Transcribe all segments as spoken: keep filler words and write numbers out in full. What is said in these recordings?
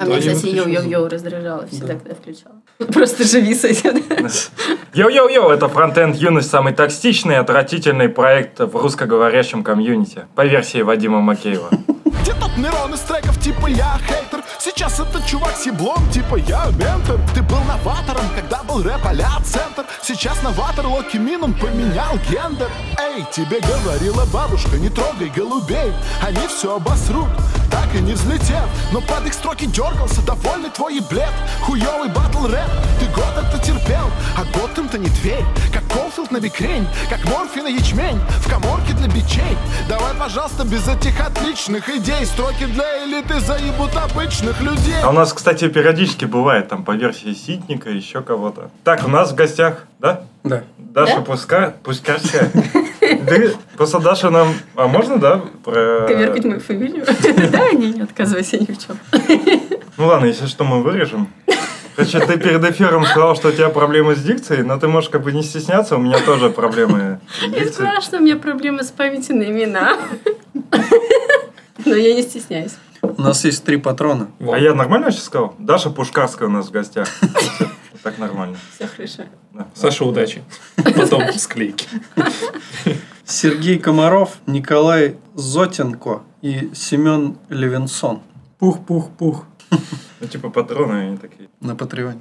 А мне, кстати, йоу-йоу-йоу раздражало всегда, когда включала. Просто живи с этим. Йоу-йоу-йоу, это Фронтенд Юность, самый токсичный и отвратительный проект в русскоговорящем комьюнити. По версии Вадима Макеева. Где тот Мирон из треков типа я хейтер? Сейчас этот чувак с еблом типа я ментор. Ты был новатором, когда был рэп а-ля центр. Сейчас новатор Локи Мином поменял гендер. Эй, тебе говорила бабушка, не трогай голубей, они все обосрут, так и не взлетев. Но под их строки дергался, довольный твой блед. Хуёвый батл рэп, ты год это терпел, а год им-то не Тверь. Как Колфилд на бикрень, как морфий на ячмень, в каморке для бичей. Давай, пожалуйста, без этих отличных идей. Строки для элиты заебут обычных людей. А у нас, кстати, периодически бывает там по версии Ситника, еще кого-то. Так, у нас в гостях, да? Да. Даша Да? Пуска... Пускарская. Просто Даша нам... А можно, да? Коверкать мою фамилию? Да, не, не отказывайся ни в чем. Ну ладно, если что, мы вырежем. Короче, ты перед эфиром сказал, что у тебя проблемы с дикцией, но ты можешь как бы не стесняться, у меня тоже проблемы с Я дикцией. сказала, что у меня проблемы с памятью на имена. Но я не стесняюсь. У нас есть три патрона. А я нормально сейчас сказал? Даша Пушкарская у нас в гостях. Так нормально. Все хорошо. Саша, удачи. Потом склейки. Сергей Комаров, Николай Зотенко и Семен Левинсон. Пух-пух-пух. Ну, типа патроны они такие. На Патреоне.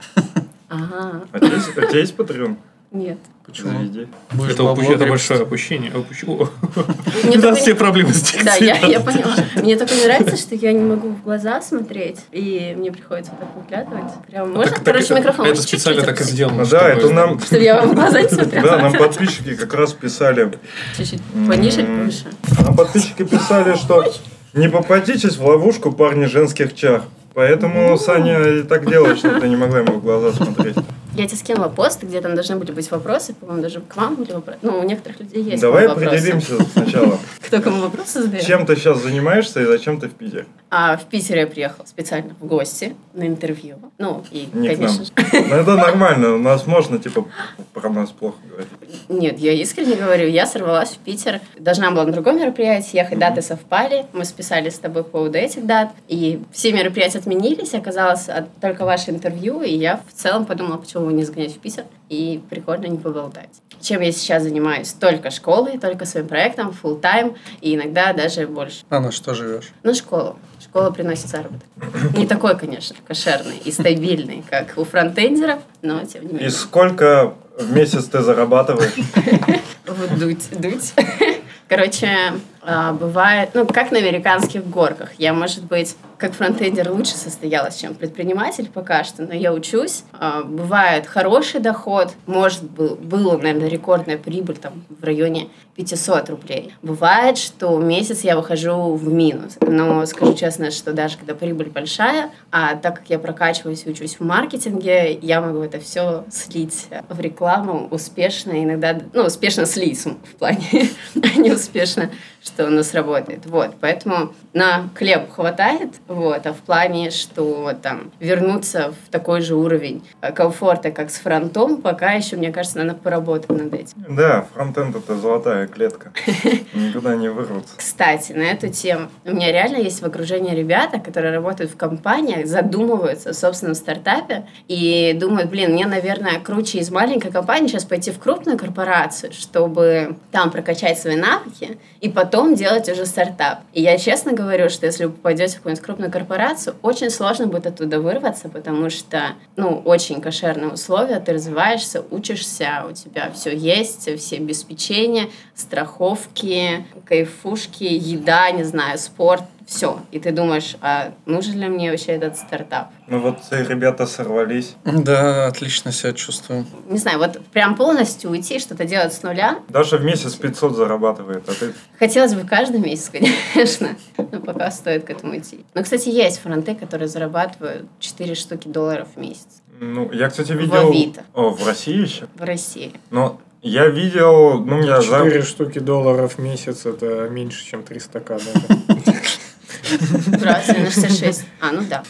Ага. А у тебя есть, у тебя есть патрон? Нет. Почему? Заведи. Будешь Это, бабло упущ- это гребсти. большое опущение. Опущ- О. Мне У нас только все не- проблемы с Да, я, дикцией. я поняла. Мне только не нравится, что я не могу в глаза смотреть, и мне приходится так выглядывать. Прям можно? Так- так Короче, это- микрофон. Это может, специально чуть-чуть так и опустить? сделано. Ну да, это чтобы- нам... Чтобы я вам в глаза не смотрела. Да, нам подписчики как раз писали... Чуть-чуть пониже, повыше. Нам подписчики писали, что не попадитесь в ловушку, парни женских чар. Поэтому Саня и так делает, чтобы ты не могла ему в глаза смотреть. Я тебе скинула пост, где там должны были быть вопросы, по-моему, даже к вам были вопросы. Ну, у некоторых людей есть Давай вопросы. определимся сначала. Кто кому вопросы задает? Чем ты сейчас занимаешься и зачем ты в Питере? А в Питере я приехала специально в гости на интервью. Ну, и, Не к нам. конечно же... Ну это нормально, у нас можно, типа, про нас плохо говорить. Нет, я искренне говорю, я сорвалась в Питер. Должна была на другое мероприятие ехать, даты совпали. Мы списались с тобой по поводу этих дат. И все мероприятия отменились, оказалось от- только ваше интервью. И я в целом подумала, почему вы не сгонять в Питер. И прикольно не поболтать. Чем я сейчас занимаюсь? Только школой, только своим проектом, full time и иногда даже больше. А на что живешь? На школу. Школа приносит заработок. Не такой, конечно, кошерный и стабильный, как у фронтендеров, но тем не И менее. сколько в месяц ты зарабатываешь? Вот дуть, дуть. Короче, а, бывает, ну, как на американских горках. Я, может быть, как фронтендер лучше состоялась, чем предприниматель пока что, но я учусь. А, бывает хороший доход, может, был, была, наверное, рекордная прибыль там, в районе пятьсот рублей. Бывает, что месяц я выхожу в минус. Но скажу честно, что даже когда прибыль большая, а так как я прокачиваюсь и учусь в маркетинге, я могу это все слить в рекламу успешно, иногда, ну, успешно слить в плане, а не успешно, что у нас работает. Вот, поэтому на хлеб хватает, вот, а в плане, что там вернуться в такой же уровень комфорта, как с фронтом, пока еще, мне кажется, надо поработать над этим. Да, фронтенд это золотая клетка. Никуда не вырваться. Кстати, на эту тему. У меня реально есть в окружении ребята, которые работают в компаниях, задумываются о собственном стартапе и думают, блин, мне, наверное, круче из маленькой компании сейчас пойти в крупную корпорацию, чтобы там прокачать свои навыки и потом делать уже стартап. И я честно говорю, что если вы попадете в какую-нибудь крупную корпорацию, очень сложно будет оттуда вырваться, потому что, ну, очень кошерные условия, ты развиваешься, учишься, у тебя все есть, все обеспечения, страховки, кайфушки, еда, не знаю, спорт, все. И ты думаешь, а нужен ли мне вообще этот стартап? Ну вот э, ребята сорвались. Да, отлично себя чувствую. Не знаю, вот прям полностью уйти, что-то делать с нуля. Даша в месяц пятьсот зарабатывает, а ты... Хотелось бы каждый месяц, конечно, но пока стоит к этому идти. Но, кстати, есть фронты, которые зарабатывают четыре штуки долларов в месяц Ну, я, кстати, В видел... Авито. О, в России еще? в России. Но я видел... Ну, я за... Четыре штуки долларов в месяц, это меньше, чем триста тысяч даже. Здравствуйте, на шестьдесят шесть. А, ну да.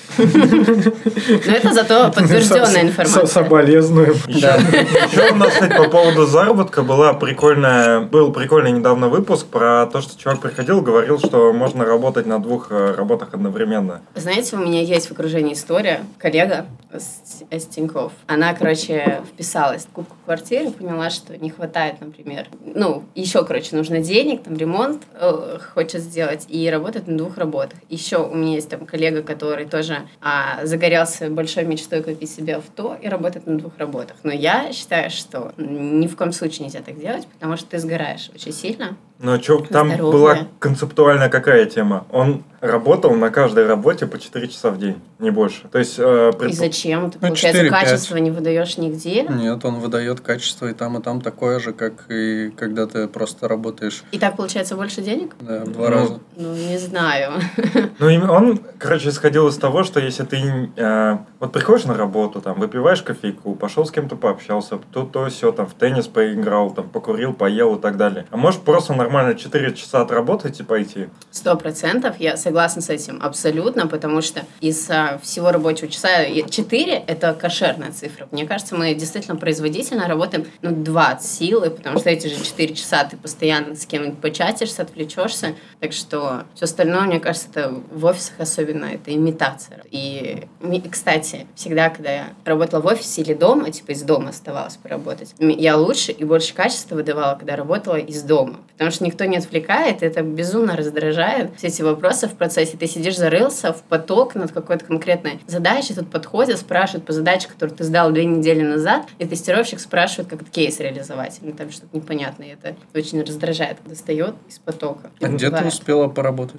Но это зато подтвержденная информация. Соболезную. Еще, еще у нас, кстати, по поводу заработка была прикольная, был прикольный недавно выпуск про то, что чувак приходил и говорил, что можно работать на двух э, работах одновременно. Знаете, у меня есть в окружении история. Коллега с, с Тинькофф. Она, короче, вписалась в покупку квартиры, поняла, что не хватает, например, ну, еще, короче, нужно денег, там, ремонт э, хочет сделать, и работает на двух работах. Еще у меня есть там коллега, который тоже а, загорелся большой мечтой купить себе авто и работает на двух работах. Но я считаю, что ни в коем случае нельзя так делать, потому что ты сгораешь очень сильно. Но что, там Здоровье. была концептуально какая тема? Он работал на каждой работе по четыре часа в день, не больше. То есть... Э, предп... И зачем? Ты, Ну, получается, четыре-пять. качество не выдаешь нигде. Нет, он выдает качество и там, и там такое же, как и когда ты просто работаешь, И так получается больше денег? да, в два Ну, раза. Ну, не знаю. Ну, и он, короче, исходил из того, что если ты э, вот приходишь на работу, там, выпиваешь кофейку, пошел с кем-то пообщался, то, то все, там, в теннис поиграл, там, покурил, поел и так далее. А можешь просто нормально четыре часа отработать и пойти. Сто процентов я согласна с этим абсолютно, потому что из а, всего рабочего часа четыре это кошерная цифра. Мне кажется, мы действительно производительно работаем, ну, два от силы, потому что эти же четыре часа ты постоянно с кем-нибудь початишься, отвлечешься. Так что все остальное, мне кажется, это в офисах особенно, это имитация. И, кстати, всегда, когда я работала в офисе или дома, типа из дома оставалась поработать, я лучше и больше качества выдавала, когда работала из дома. Потому что никто не отвлекает, это безумно раздражает. Все эти вопросы в процессе. Ты сидишь, зарылся в поток над какой-то конкретной задачей, тут подходят, спрашивают по задаче, которую ты сдал две недели назад, и тестировщик спрашивает, как этот кейс реализовать. Ну, там что-то непонятное. Это очень раздражает. Достает из потока. А где ты успела поработать?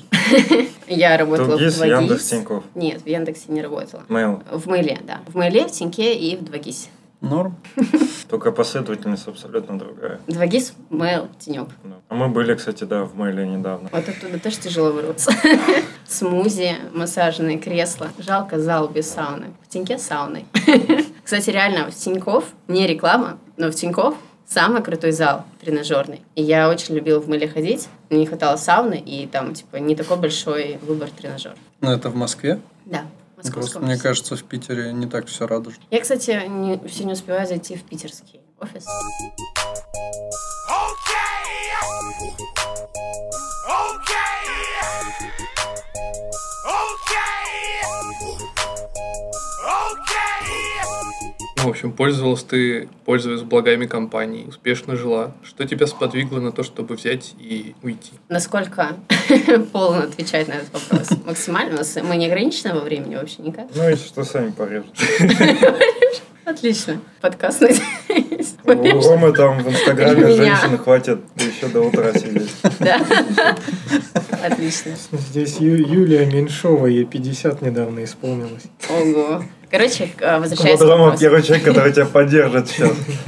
Я работала Тугис, в два гис. Яндекс, Тинькофф. Нет, в Яндексе не работала. Mail. В Мейле, да. В Мейле, в Тиньке и в два гис. Норм. Только последовательность абсолютно другая. два гис, Мейл, Тинек. Да. А мы были, кстати, да, в Мейле недавно. Вот оттуда тоже тяжело вырваться. Смузи, массажные кресла. Жалко зал без сауны. В Тиньке с сауной. Кстати, реально, в Тинькофф, не реклама, но в Тинькофф самый крутой зал тренажерный. И я очень любила в Мейле ходить. Мне не хватало сауны, и там, типа, не такой большой выбор тренажеров. Ну, это в Москве? Да. Просто, мне кажется, в Питере не так все радужно. Я, кстати, не, все не успеваю зайти в питерский офис. В общем, пользовалась ты, пользуясь благами компании, успешно жила. Что тебя сподвигло на то, чтобы взять и уйти? Насколько полно отвечать на этот вопрос? Максимально? Мы не ограничены во времени вообще никак? Ну, если что, сами порежете. Отлично. Подкаст надеюсь. У Ромы там в Инстаграме Меня. женщины хватит еще до утра сидеть. Да? Отлично. Здесь Ю- Юлия Меньшова, ей пятьдесят недавно исполнилось. Ого. Короче, э, Вот возвращаясь к Рома вопросу. первый человек, который тебя поддержит сейчас.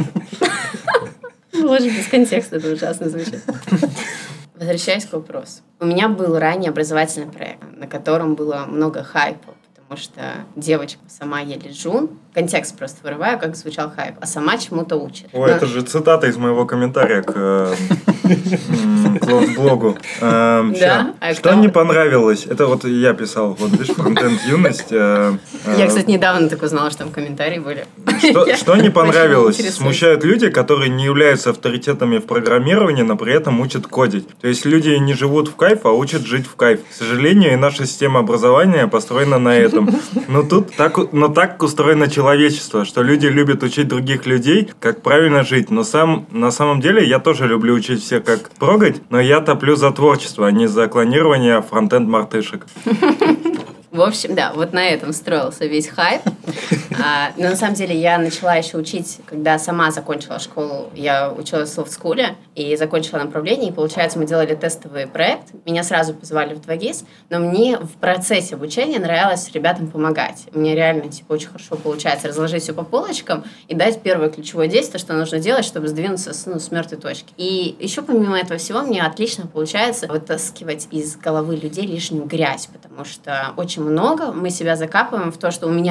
Боже, без контекста это ужасно звучит. Возвращаясь к вопросу. У меня был ранний образовательный проект, на котором было много хайпа, потому что девочка сама еле жун. Контекст просто вырываю, как звучал хайп. А сама чему-то учит. Ой, это же цитата из моего комментария к э, м, к блогу. Э, ща. Да? А Что кто? не понравилось? Это вот я писал, вот видишь, фронтенд юность. э, э, Я, кстати, недавно так узнала, что там комментарии были. Что, Я что не очень понравилось? интересуюсь. Смущают люди, которые не являются авторитетами в программировании, но при этом учат кодить. То есть люди не живут в кайф, а учат жить в кайф. К сожалению, и наша система образования построена на этом. Но тут так, но так устроено человечество, что люди любят учить других людей, как правильно жить. Но сам, на самом деле я тоже люблю учить всех, как прогать, но я топлю за творчество, а не за клонирование фронтенд-мартышек. В общем, да, вот на этом строился весь хайп. А, но на самом деле я начала еще учить, когда сама закончила школу. Я училась в софт-скуле и закончила направление. И, получается, мы делали тестовый проект. Меня сразу позвали в два гис, но мне в процессе обучения нравилось ребятам помогать. Мне реально типа, очень хорошо получается разложить все по полочкам и дать первое ключевое действие, что нужно делать, чтобы сдвинуться с, ну, с мертвой точки. И еще помимо этого всего мне отлично получается вытаскивать из головы людей лишнюю грязь, потому что очень много мы себя закапываем в то, что у меня не получится,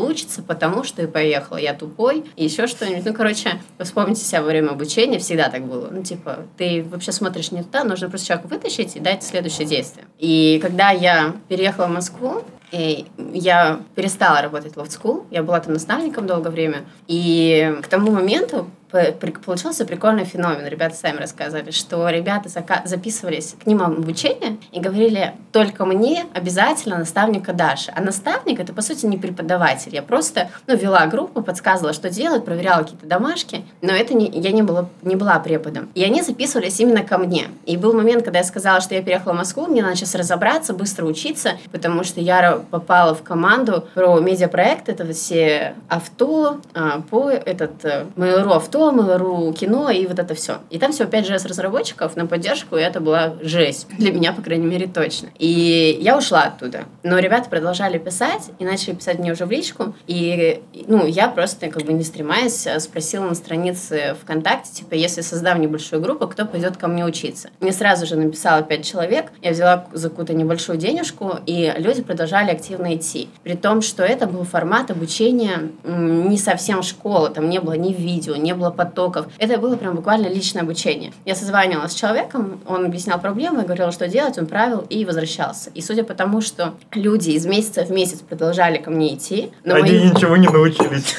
получится, потому что и поехал, я тупой, и еще что-нибудь. Ну, короче, вы вспомните себя во время обучения, всегда так было. Ну, типа, ты вообще смотришь не туда, нужно просто человека вытащить и дать следующее действие. И когда я переехала в Москву, и я перестала работать в Loft School, я была там наставником долгое время, и к тому моменту получился прикольный феномен. Ребята сами рассказывали, что ребята записывались к ним в обучение и говорили: только мне обязательно наставника Даши. А наставник — это, по сути, не преподаватель. Я просто ну, вела группу, подсказывала, что делать, проверяла какие-то домашки, но это не, я не была, не была преподом. И они записывались именно ко мне. И был момент, когда я сказала, что я переехала в Москву, мне надо сейчас разобраться, быстро учиться, потому что я попала в команду про медиапроект. Это все авто, по этот Mail.ru авто, Mail.ru кино и вот это все. И там всего пять джей эс-разработчиков на поддержку, и это была жесть. Для меня, по крайней мере, точно. И я ушла оттуда. Но ребята продолжали писать, и начали писать мне уже в личку. И, ну, я просто, как бы не стремаясь, спросила на странице ВКонтакте, типа, если создам небольшую группу, кто пойдет ко мне учиться? Мне сразу же написало пять человек, я взяла за какую-то небольшую денежку, и люди продолжали активно идти. При том, что это был формат обучения не совсем школа, там не было ни видео, не было потоков. Это было прям буквально личное обучение. Я созванивалась с человеком, он объяснял проблемы, говорил, что делать, он правил и возвращался. И судя по тому, что люди из месяца в месяц продолжали ко мне идти... Они мои... ничего не научились.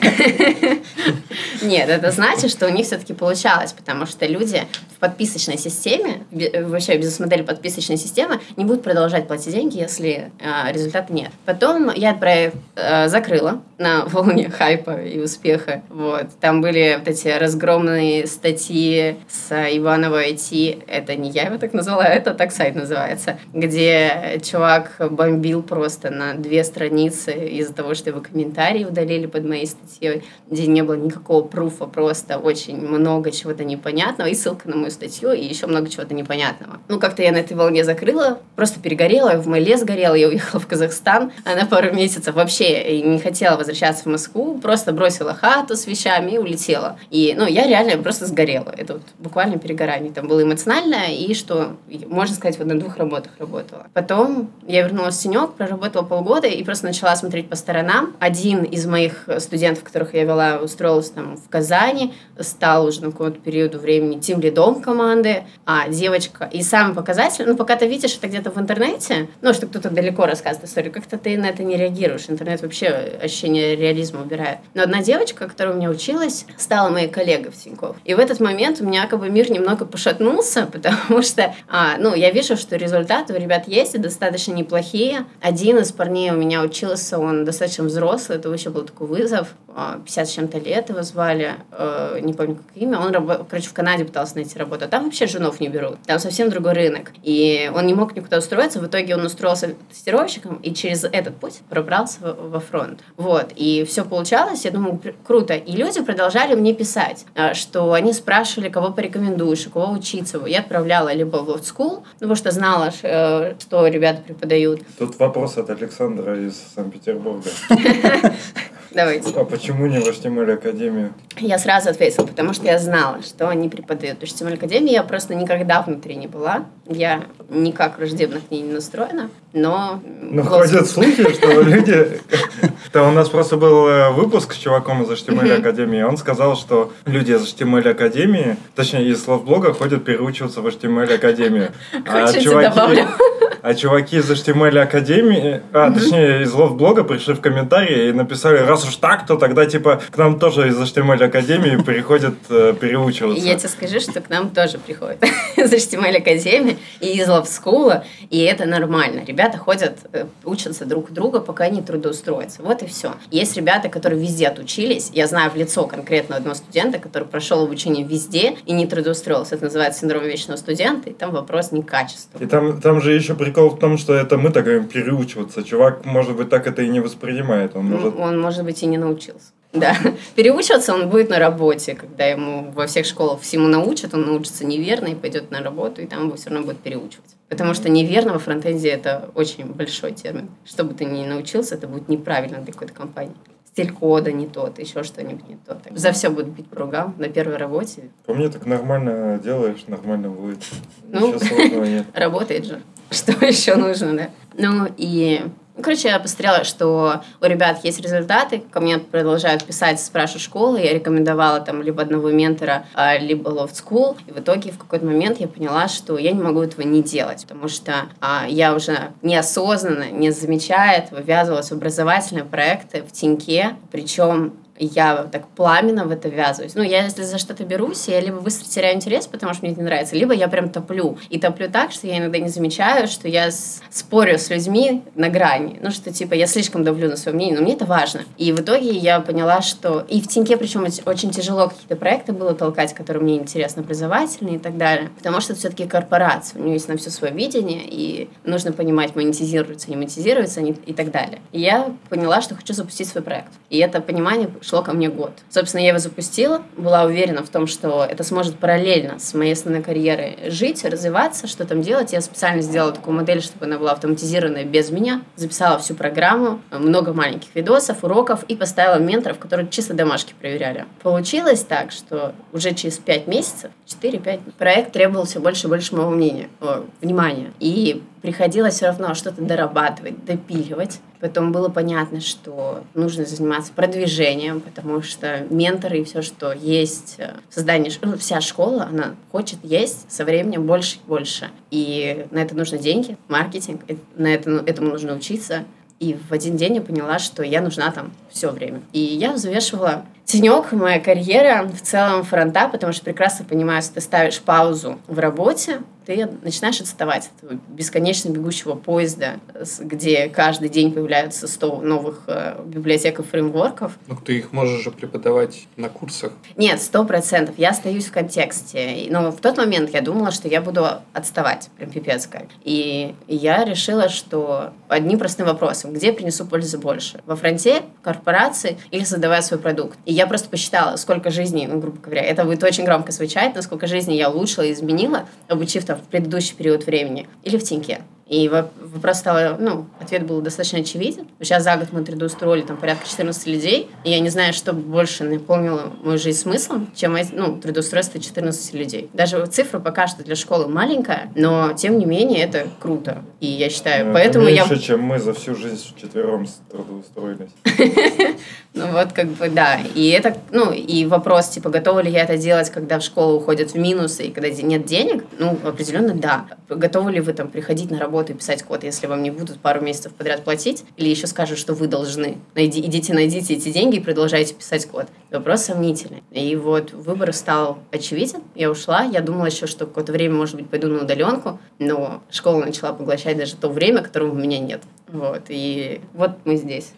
Нет, это значит, что у них все-таки получалось, потому что люди в подписочной системе, вообще бизнес-модель подписочной системы, не будут продолжать платить деньги, если э, результата нет. Потом я этот проект э, закрыла на волне хайпа и успеха. Вот. Там были вот эти разгромные статьи с Иванова ай ти, это не я его так назвала, это так сайт называется, где чувак бомбил просто на две страницы из-за того, что его комментарии удалили под моей статьей, где не было никакого пруфа, просто очень много чего-то непонятного, и ссылка на мою статью, и еще много чего-то непонятного. Ну, как-то я на этой волне закрыла, просто перегорела, в Майле сгорела, я уехала в Казахстан, а на пару месяцев вообще не хотела возвращаться в Москву, просто бросила хату с вещами и улетела. И, ну, я реально просто сгорела. Это вот буквально перегорание. Там было эмоциональное, и что, можно сказать, вот на двух работах работала. Потом я вернулась в Тенек, проработала полгода и просто начала смотреть по сторонам. Один из моих студентов, которых я вела, устроился там в Казани, стал уже на каком-то периоду времени тимлидом команды, а девочка... И самый показательный, ну, пока ты видишь это где-то в интернете, ну, что кто-то далеко рассказывает историю, как-то ты на это не реагируешь. Интернет вообще ощущение реализма убирает. Но одна девочка, которая у меня училась, стала моей коллегой в Тинькофф. И в этот момент у меня как бы мир немного пошатнулся, потому что, а, ну, я вижу, что результаты у ребят есть и достаточно неплохие. Один из парней у меня учился, он достаточно взрослый, это вообще был такой вызов. пятьдесят с чем-то лет его звали, э, не помню, как имя. Он, рабо- короче, в Канаде пытался найти работу. А там вообще женов не берут. Там совсем другой рынок. И он не мог никуда устроиться. В итоге он устроился тестировщиком и через этот путь пробрался в- во фронт. Вот. И все получалось. Я думаю, круто. И люди продолжали мне писать, что они спрашивали, кого порекомендуешь, у кого учиться. Я отправляла либо в Loft School, ну, потому что знала, что ребята преподают. Тут вопрос от Александра из Санкт-Петербурга. Давайте. А почему не в эйч ти эм эль-академию? Я сразу ответила, потому что я знала, что они преподают. В эйч ти эм эль-академии я просто никогда внутри не была. Я никак враждебно к ней не настроена, но... Ну, ходят слухи, что люди... То у нас просто был выпуск с чуваком из эйч ти эм эль-академии, он сказал, что люди из эйч ти эм эль-академии, точнее, из лофтблога ходят переучиваться в эйч ти эм эль-академию. А чуваки... А чуваки из эйч ти эм эль-академии, а, точнее, из лофтблога пришли в комментарии и написали, раз уж так, то тогда, типа, к нам тоже из эйч ти эм эль-академии приходят э, переучиваться. Я тебе скажу, что к нам тоже приходят из эйч ти эм эль-академии и из лофт-скула, и это нормально. Ребята ходят, учатся друг у друга, пока они трудоустроятся. Вот и все. Есть ребята, которые везде отучились. Я знаю в лицо конкретно одного студента, который прошел обучение везде и не трудоустроился. Это называется синдром вечного студента, и там вопрос не качества. И там, там же еще прикол в том, что это мы так говорим переучиваться. Чувак, может быть, так это и не воспринимает. Он может, он, может быть, и не научился. Да, переучиваться он будет на работе, когда ему во всех школах всему научат, он научится неверно и пойдет на работу, и там его все равно будет переучивать. Потому что неверно во фронтенде это очень большой термин. Что бы ты ни научился, это будет неправильно для какой-то компании. Стиль кода не тот, еще что-нибудь не то. Так, за все будут бить по ругам на первой работе. По мне так нормально делаешь, нормально будет. Ну, Ничего сложного нет. Работает же. Что еще нужно, да? Ну и... Ну, короче, я посмотрела, что у ребят есть результаты, ко мне продолжают писать, спрашивают школы, я рекомендовала там либо одного ментора, либо Loft School, и в итоге в какой-то момент я поняла, что я не могу этого не делать, потому что а, я уже неосознанно, не замечая этого, ввязывалась в образовательные проекты в Тиньке, причем я так пламенно в это ввязываюсь. Ну, я если за что-то берусь, я либо быстро теряю интерес, потому что мне это не нравится, либо я прям топлю. И топлю так, что я иногда не замечаю, что я с- спорю с людьми на грани. Ну, что типа я слишком давлю на свое мнение, но мне это важно. И в итоге я поняла, что... И в Тиньке, причем, очень тяжело какие-то проекты было толкать, которые мне интересны, образовательные и так далее. Потому что это все-таки корпорация. У нее есть на все свое видение, и нужно понимать, монетизируется, не монетизируется и так далее. И я поняла, что хочу запустить свой проект. И это понимание шло ко мне год. Собственно, я его запустила, была уверена в том, что это сможет параллельно с моей основной карьерой жить, развиваться, что там делать. Я специально сделала такую модель, чтобы она была автоматизированная без меня. Записала всю программу, много маленьких видосов, уроков и поставила менторов, которые чисто домашки проверяли. Получилось так, что уже через пять месяцев, четыре-пять, проект требовал все больше и больше моего мнения, о, внимания. И приходилось все равно что-то дорабатывать, допиливать. Потом было понятно, что нужно заниматься продвижением, потому что менторы и все, что есть в создании, ну, вся школа, она хочет есть со временем больше и больше. И на это нужны деньги, маркетинг, на это, этому нужно учиться. И в один день я поняла, что я нужна там все время. И я взвешивала тенек моей карьеры в целом фронта, потому что прекрасно понимаю, если ты ставишь паузу в работе, ты начинаешь отставать от этого бесконечно бегущего поезда, где каждый день появляются сто новых э, библиотек и фреймворков. Ну, ты их можешь же преподавать на курсах. Нет, сто процентов. Я остаюсь в контексте. Но в тот момент я думала, что я буду отставать, прям пипец как. И я решила, что одним простым вопросом, где принесу пользы больше? Во фронте, в корпорации или создавая свой продукт? И я просто посчитала, сколько жизней, ну, грубо говоря, это будет очень громко звучать, но сколько жизней я улучшила и изменила, обучив там в предыдущий период времени, или в Тиньке. И вопрос стал, ну, ответ был достаточно очевиден. Сейчас за год мы трудоустроили там порядка четырнадцать людей, и я не знаю, что больше наполнило мою жизнь смыслом, чем, ну, трудоустройство четырнадцати людей. Даже цифра пока что для школы маленькая, но, тем не менее, это круто. И я считаю, Ну, поэтому это я... меньше, чем мы за всю жизнь вчетвером трудоустроились. Ну вот как бы да, и это, ну и вопрос, типа, готова ли я это делать, когда в школу уходят в минусы и когда нет денег, ну определенно да. Готовы ли вы там приходить на работу и писать код, если вам не будут пару месяцев подряд платить, или еще скажут, что вы должны, Найди, идите найдите эти деньги и продолжайте писать код. Вопрос сомнительный. И вот выбор стал очевиден, я ушла, я думала еще, что какое-то время, может быть, пойду на удаленку, но школа начала поглощать даже то время, которого у меня нет. Вот, и вот мы здесь.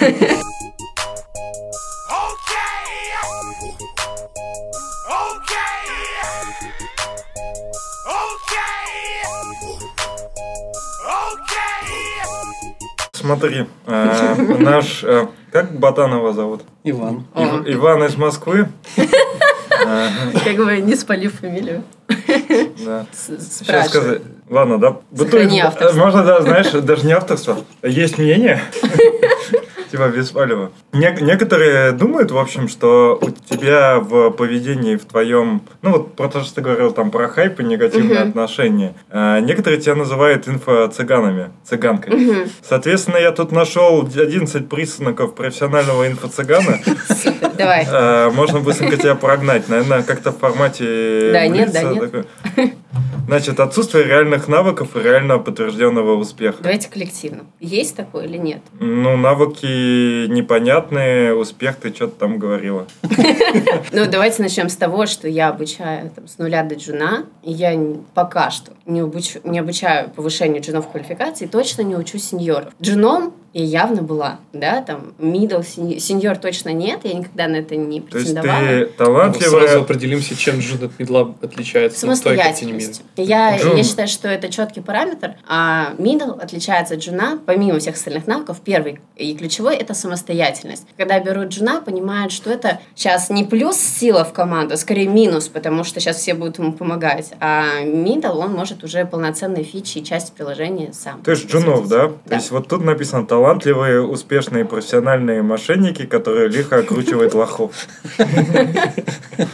Смотри, э, наш... Э, как Ботанова зовут? Иван. Ив- Иван из Москвы. Э, Как бы не спалив фамилию. Да. С- Сейчас Спрашиваю. сказать. Ладно, да. Сохрани Бытует- авторство. Можно, да, знаешь, даже не авторство. Есть мнение. Типа Беспалева. Не- некоторые думают, в общем, что у тебя в поведении, в твоем... Ну, вот про то, что ты говорил там про хайп и негативные Мгм. отношения. А, некоторые тебя называют инфо-цыганами, цыганкой. Мгм. Соответственно, я тут нашел одиннадцать признаков профессионального инфо-цыгана. Супер, давай. А, можно быстренько тебя прогнать. Наверное, как-то в формате... Да, нет, блица да, нет. такой. Значит, отсутствие реальных навыков и реально подтвержденного успеха. Давайте коллективно. Есть такое или нет? Ну, навыки непонятные, успех, ты что-то там говорила. Ну, давайте начнем с того, что я обучаю там, с нуля до джуна. И я не- пока что не, обучу, не обучаю повышению джунов квалификации, точно не учу сеньоров. Джуном я явно была, да, там, middle, сеньор, сеньор точно нет, я никогда на это не То есть претендовала. ты Ну, талантливая... сразу определимся, чем джун от мидла отличается. Ну, стой, как тебе не видно. Самостоятельностью. Я, Джун. я считаю, что это четкий параметр, а middle отличается от джуна, помимо всех остальных навыков, первый и ключевой – это самостоятельность. Когда берут джуна, понимают, что это сейчас не плюс сила в команду, а скорее минус, потому что сейчас все будут ему помогать, а middle, он может уже полноценные фичи и часть приложения сам. То есть джунов, да? То Да. есть вот тут написано талантливые, успешные, профессиональные мошенники, которые лихо окручивают лохов.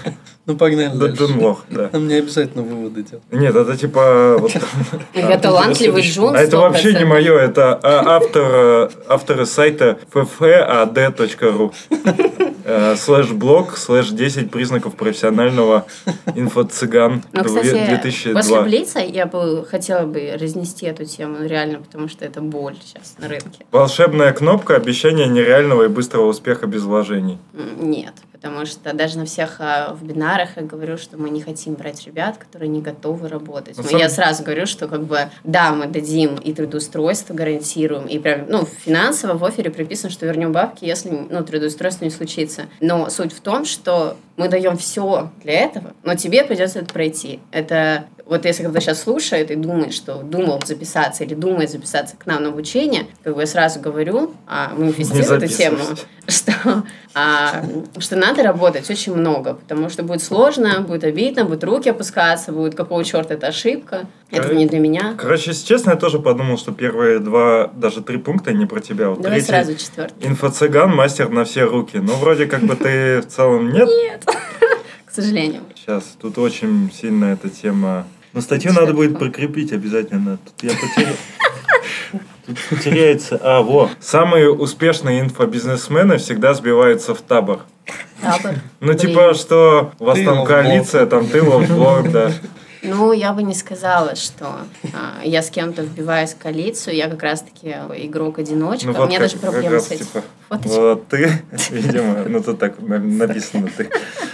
Ну, погнали Да, дальше. джунлох, да. Нам не обязательно выводы делать. Нет, это типа... вот- Я талантливый джун, А это сто вообще не процентов. мое, это а, автор, э, авторы сайта эф эф а ди точка ру. Э, Слэш блог, слэш десять признаков профессионального инфо-цыган Ну, две- кстати, две тысячи после два. Блица я бы хотела бы разнести эту тему, ну, реально, потому что это боль сейчас на рынке. Волшебная кнопка, обещание нереального и быстрого успеха без вложений. М, Нет, потому что даже на всех а, вебинарах я говорю, что мы не хотим брать ребят, которые не готовы работать. На Но самом- Я сразу говорю, что как бы да, мы дадим и трудоустройство гарантируем, и прям, ну, финансово в офере приписано, что вернем бабки, если, ну, трудоустройство не случится. Но суть в том, что мы даем все для этого, но тебе придется это пройти. Это вот если кто-то сейчас слушает и думает, что думал записаться или думает записаться к нам на обучение, как бы я сразу говорю, а мы инвестируем в эту тему, записывайся. что, а, что надо работать очень много, потому что будет сложно, будет обидно, будут руки опускаться, будет какого черта это ошибка, это Кор- не для меня. Короче, если честно, я тоже подумал, что первые два, даже три пункта не про тебя. Вот Давай третий, сразу четвертый. инфо-цыган, мастер на все руки. Ну, вроде как бы ты в целом нет. Нет, к сожалению. Сейчас, тут очень сильно эта тема... Но статью надо будет прикрепить обязательно. Тут я потерял... Тут потеряется... А, во. Самые успешные инфобизнесмены всегда сбиваются в табор. Табор. Ну, Блин. типа, что у вас Ты там ловблог. коалиция, там ты ловблог, да. Ну, я бы не сказала, что а, я с кем-то вбиваюсь в коалицию, я как раз-таки игрок-одиночка, Ну, у вот меня как- даже как проблемы раз, с этим. типа, Фоточка. вот ты, видимо, ну тут так на- написано ты.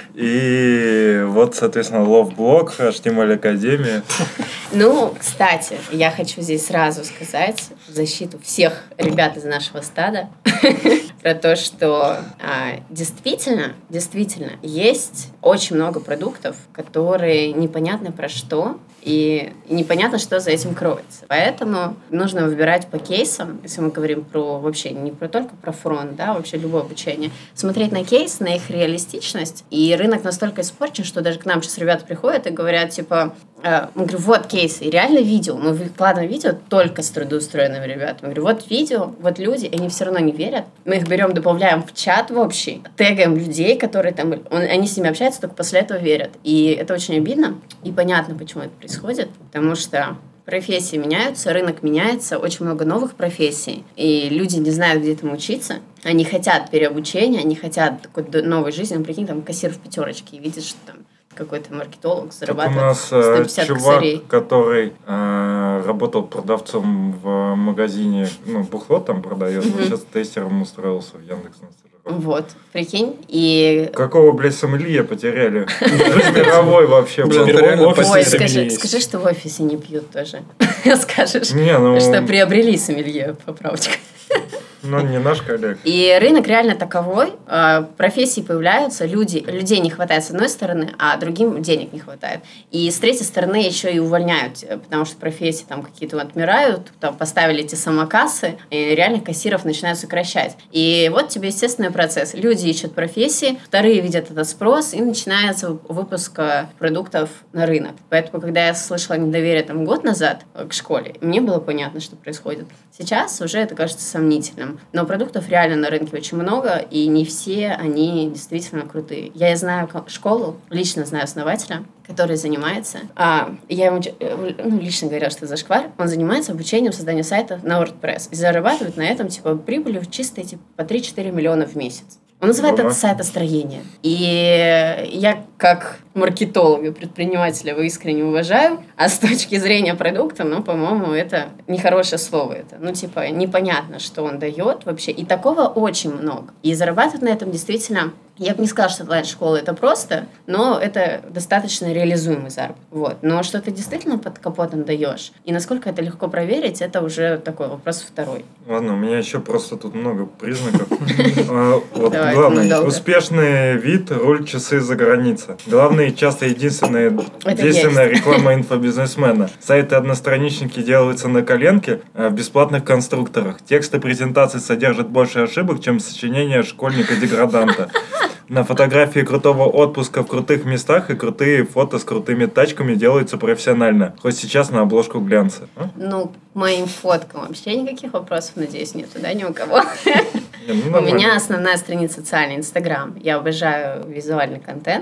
И вот, соответственно, ловблог, эйч ти эм эль Академия. Ну, кстати, я хочу здесь сразу сказать в защиту всех ребят из нашего стада про то, что а, действительно, действительно есть очень много продуктов, которые непонятно про что, и непонятно, что за этим кроется. Поэтому нужно выбирать по кейсам, если мы говорим про вообще не про только про фронт, да, вообще любое обучение, смотреть на кейс, на их реалистичность, и рынок настолько испорчен, что даже к нам сейчас ребята приходят и говорят, типа, э, мы говорим, вот кейсы, и реально видео, мы выкладываем видео только с трудоустроенными ребятами. Мы говорим, вот видео, вот люди, и они все равно не верят. Мы их берем, добавляем в чат в общий, тегаем людей, которые там, он- они с ними общаются, только после этого верят. И это очень обидно, и понятно, почему это происходит, потому что профессии меняются, рынок меняется, очень много новых профессий, и люди не знают, где там учиться. Они хотят переобучения, они хотят какой-то новой жизни. Ну, прикинь, там кассир в пятерочке, и видишь, что там какой-то маркетолог Так у зарабатывает нас сто э, пятьдесят чувак, косарей. который э, работал продавцом в магазине, ну, бухло там продает, Мгм. сейчас тестером устроился в Яндекс на стажировку. Вот, прикинь. И Какого, блядь, сомелье потеряли? Жизнь мировой вообще Блин, был. это реально Офис ой, сомелье скажи, есть. скажи, что в офисе не пьют тоже. Скажешь, Не, ну, что приобрели сомелье, поправочка. ну, не наш коллег. И рынок реально таковой. э, Профессии появляются, люди, людей не хватает с одной стороны, а другим денег не хватает. И с третьей стороны еще и увольняют, э, потому что профессии там какие-то отмирают, там поставили эти самокассы, и реально кассиров начинают сокращать. И вот тебе естественный процесс. Люди ищут профессии, вторые видят этот спрос, и начинается выпуск э, продуктов на рынок. Поэтому, когда я слышала недоверие там год назад э, к школе, мне было понятно, что происходит. Сейчас уже это кажется сомнительным. Но продуктов реально на рынке очень много, и не все они действительно крутые. Я знаю ко- школу, лично знаю основателя, который занимается. А, я ему э, ну, лично говорила, что это зашквар. Он занимается обучением создания сайта на WordPress. И зарабатывает на этом типа прибылью чистой типа, по три-четыре миллиона в месяц. Он называет Ага. это сайтостроение. И я как маркетолога, предпринимателя его искренне уважаю, а с точки зрения продукта, ну, по-моему, это нехорошее слово. Это, ну, типа, непонятно, что он дает вообще. И такого очень много. И зарабатывать на этом действительно... Я бы не сказала, что онлайн-школа это просто, но это достаточно реализуемый заработок. Вот. Но что ты действительно под капотом даешь, и насколько это легко проверить, это уже такой вопрос второй. Ладно, у меня еще просто тут много признаков. А, Вот Давай, главное, недолго. успешный вид, руль, часы за граница. Главное, часто единственная Это действенная реклама инфобизнесмена. Сайты-одностраничники делаются на коленке а, в бесплатных конструкторах. Тексты презентаций содержат больше ошибок, чем сочинение школьника-деграданта. На фотографии крутого отпуска в крутых местах и крутые фото с крутыми тачками делаются профессионально. Хоть сейчас на обложку глянца. А? Ну, к моим фоткам вообще никаких вопросов, надеюсь, нету, да, ни у кого? Не, ну, У нормально. меня основная страница социальная, Инстаграм. Я обожаю визуальный контент.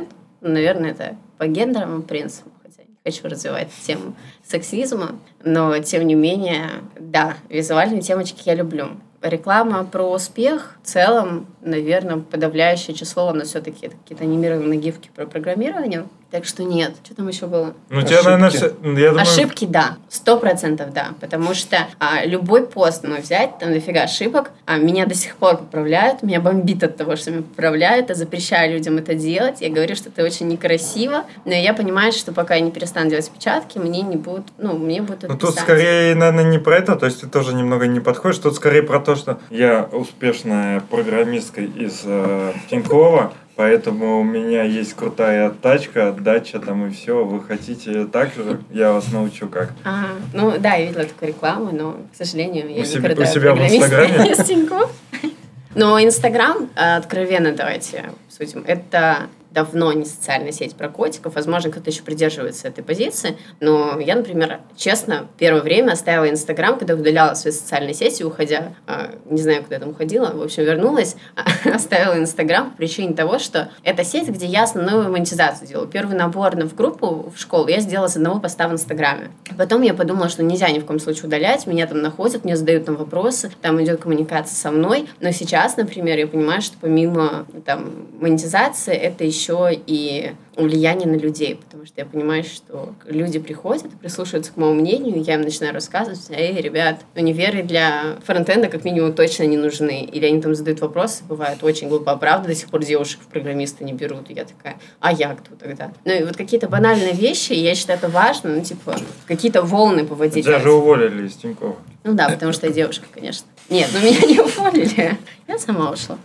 Наверное, это по гендерному принципу, хотя не хочу развивать тему сексизма, но, тем не менее, да, визуальные темочки я люблю. Реклама про успех в целом, наверное, подавляющее число, но все-таки это какие-то анимированные гифки про программирование. Так что нет. Что там еще было? Ну, у тебя, наверное, я думаю... Ошибки, да. Сто процентов да. Потому что а, любой пост мой взять, там дофига ошибок, а меня до сих пор поправляют, меня бомбит от того, что меня поправляют, я запрещаю людям это делать, я говорю, что это очень некрасиво, но я понимаю, что пока я не перестану делать печатки, мне не будут, ну, мне будут это Ну, тут писать. скорее, наверное, не про это, то есть ты тоже немного не подходишь, тут скорее про то, что я успешная программистка из э, Тинькова, поэтому у меня есть крутая тачка, дача там и все. Вы хотите так же? Я вас научу как. Ага. Ну да, я видела такую рекламу, но, к сожалению, я у не себя, крутая у себя в Инстаграме? из Тинькофф. Но Инстаграм, откровенно давайте обсудим, это давно не социальная сеть про котиков. Возможно, кто-то еще придерживается этой позиции. Но я, например, честно, первое время оставила Инстаграм, когда удаляла свои социальные сети, уходя, не знаю, куда я там уходила, в общем, вернулась, оставила Инстаграм по причине того, что это сеть, где я основную монетизацию делаю. Первый набор в группу в школу я сделала с одного поста в Инстаграме. Потом я подумала, что нельзя ни в коем случае удалять, меня там находят, мне задают там вопросы, там идет коммуникация со мной. Но сейчас, например, я понимаю, что помимо там монетизации, это еще и влияние на людей, потому что я понимаю, что люди приходят, прислушиваются к моему мнению, и я им начинаю рассказывать: эй, ребят, универы для фронтенда как минимум точно не нужны. Или они там задают вопросы, бывает очень глупо, правда, до сих пор девушек в программисты не берут, и я такая: а я кто тогда? Ну и вот какие-то банальные вещи, я считаю, это важно, ну типа какие-то волны поводить. Тебя же уволили из Тинькова. Ну да, потому что я девушка, конечно. Нет, ну меня не уволили, я сама ушла.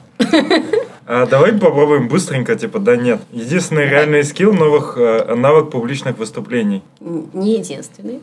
А давай попробуем быстренько, типа, да нет. Единственный реальный скилл новых э, навык публичных выступлений. Не единственный.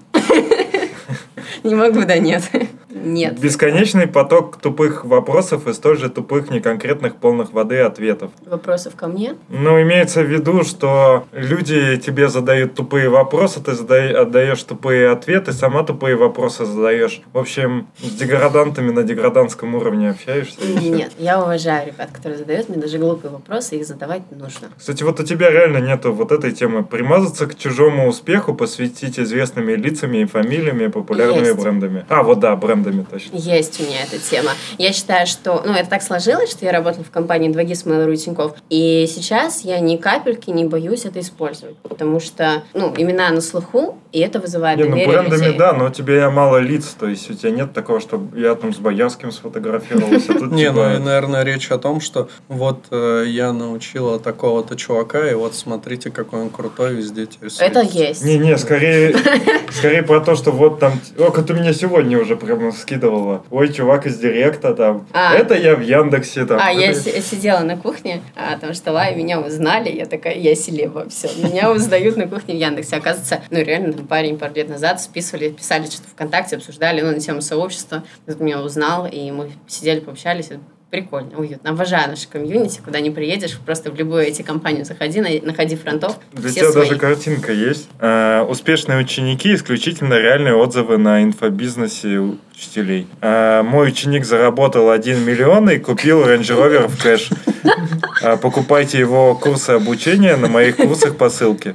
Не могу, да нет. Нет. Бесконечный поток тупых вопросов и столь же тупых, неконкретных, полных воды ответов. Вопросов ко мне? Ну, имеется в виду, что люди тебе задают тупые вопросы, ты задаешь, отдаешь тупые ответы, сама тупые вопросы задаешь. В общем, с деградантами на деградантском уровне общаешься. Нет, я уважаю ребят, которые задают мне даже глупые вопросы, их задавать нужно. Кстати, вот у тебя реально нету вот этой темы. Примазаться к чужому успеху, посвятить известными лицами и фамилиями, популярными Есть. брендами. А, вот да, брендами точно. Есть у меня эта тема. Я считаю, что... Ну, это так сложилось, что я работала в компании два джи с Mail.ru и Тинькофф. И сейчас я ни капельки не боюсь это использовать. Потому что, ну, имена на слуху, и это вызывает Не, ну доверие брендами, людей. да, но у тебя мало лиц, то есть у тебя нет такого, что я там с Боярским сфотографировался. Тут, Не, типа, ну, наверное, речь о том, что вот э, я научила такого-то чувака, и вот смотрите, какой он крутой, везде тебе Это светится. есть. Не-не, скорее, скорее про то, что вот там... О, как ты меня сегодня уже прямо скидывала. Ой, чувак из Директа там. А. Это я в Яндексе там. А, я Это- си- сидела на кухне, а, там ждала, и меня узнали. Я такая: я селеба, все. Меня узнают на кухне в Яндексе. Оказывается, ну реально, там парень пару лет назад списывали, писали что-то ВКонтакте, обсуждали, ну, на тему сообщества. Тут меня узнал, и мы сидели, пообщались. Это прикольно, уютно. Обожаю наше комьюнити. Куда не приедешь, просто в любую эти компанию заходи, на- находи фронтов. Для все тебя свои. даже картинка есть. А, успешные ученики, исключительно реальные отзывы на инфобизнесе у учителей. А, мой ученик заработал один миллион и купил Range Rover в кэш. А, покупайте его курсы обучения на моих курсах по ссылке.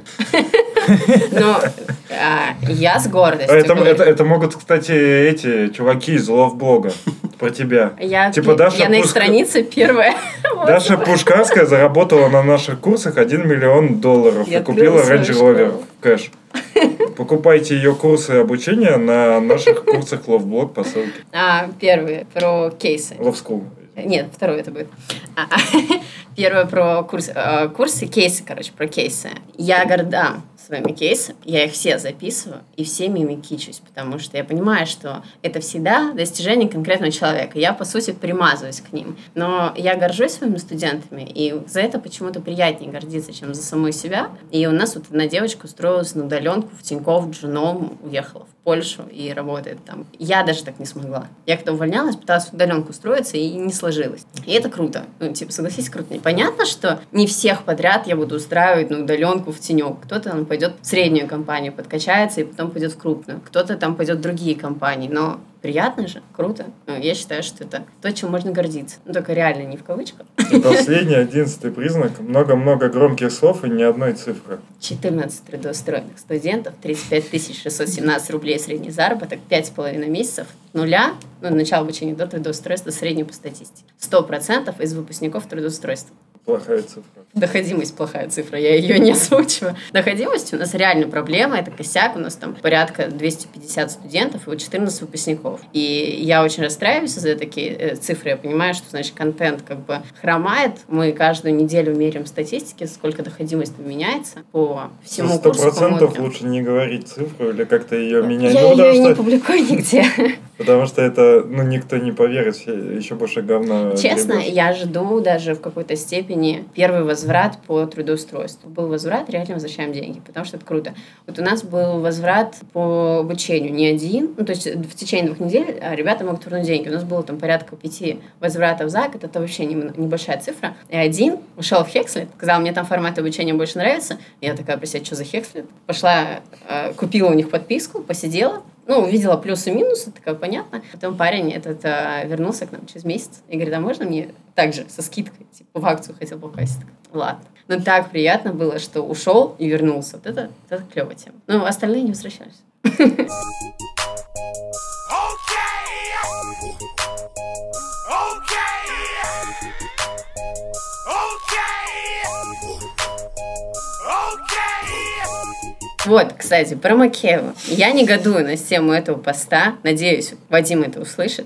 Ну, а, я с гордостью Это, говорю. это, это могут, кстати, эти чуваки из ловблога про тебя. Я, Типа Даша я на их Пушка- странице первая. Даша Пушкарская заработала на наших курсах один миллион долларов Я и купила открыла Range свою Rover школу. в кэш. Покупайте ее курсы обучения на наших курсах Ловблог по ссылке. А, первый про кейсы. Ловскул. Нет, второй это будет. А, Первое про курс, э, курсы, кейсы, короче, про кейсы. Я горда своими кейсами, я их все записываю и всеми ими кичусь, потому что я понимаю, что это всегда достижение конкретного человека. Я, по сути, примазываюсь к ним. Но я горжусь своими студентами, и за это почему-то приятнее гордиться, чем за саму себя. И у нас вот одна девочка устроилась на удаленку в Тинькофф джуном, уехала в Польшу и работает там. Я даже так не смогла. Я когда увольнялась, пыталась в удаленку устроиться, и не сложилось. И это круто. Ну, типа, согласись, круто. Понятно, что не всех подряд я буду устраивать на удаленку в тенек. Кто-то там пойдет в среднюю компанию, подкачается, и потом пойдет в крупную. Кто-то там пойдет в другие компании. Но приятно же, круто. Ну, я считаю, что это то, чем можно гордиться. Ну, только реально не в кавычках. И последний, одиннадцатый признак. Много-много громких слов и ни одной цифры. четырнадцать трудоустроенных студентов, тридцать пять тысяч шестьсот семнадцать рублей средний заработок, пять с половиной месяцев, нуля, ну, начало обучения до трудоустройства, средний по статистике. сто процентов из выпускников трудоустройства. Плохая цифра. Доходимость плохая цифра, я ее не озвучиваю. Доходимость у нас реально проблема, это косяк, у нас там порядка двести пятьдесят студентов и четырнадцать выпускников. И я очень расстраиваюсь за такие э, цифры, я понимаю, что, значит, контент как бы хромает, мы каждую неделю меряем статистики, сколько доходимость меняется по всему Сто курсу. процентов лучше не говорить цифру или как-то ее менять. Я ну, ее что... не публикую нигде. Потому что это, ну, никто не поверит, еще больше говна. Честно, требуешь. я жду даже в какой-то степени первый возврат по трудоустройству. Был возврат, реально возвращаем деньги, потому что это круто. Вот у нас был возврат по обучению не один, ну, то есть в течение двух недель ребята могут вернуть деньги. У нас было там порядка пяти возвратов за год, это вообще небольшая цифра. И один ушел в Хекслет, сказал, мне там формат обучения больше нравится. И я такая, простите, что за Хекслет? Пошла, купила у них подписку, посидела, ну, увидела плюсы и минусы, такая, понятно. Потом парень этот а, вернулся к нам через месяц и говорит, а можно мне также со скидкой, типа, в акцию хотел попасть? Ладно. Но так приятно было, что ушел и вернулся. Вот это, это клевая тема. Но остальные не возвращались. Вот, кстати, про Макеева. Я негодую на тему этого поста. Надеюсь, Вадим это услышит.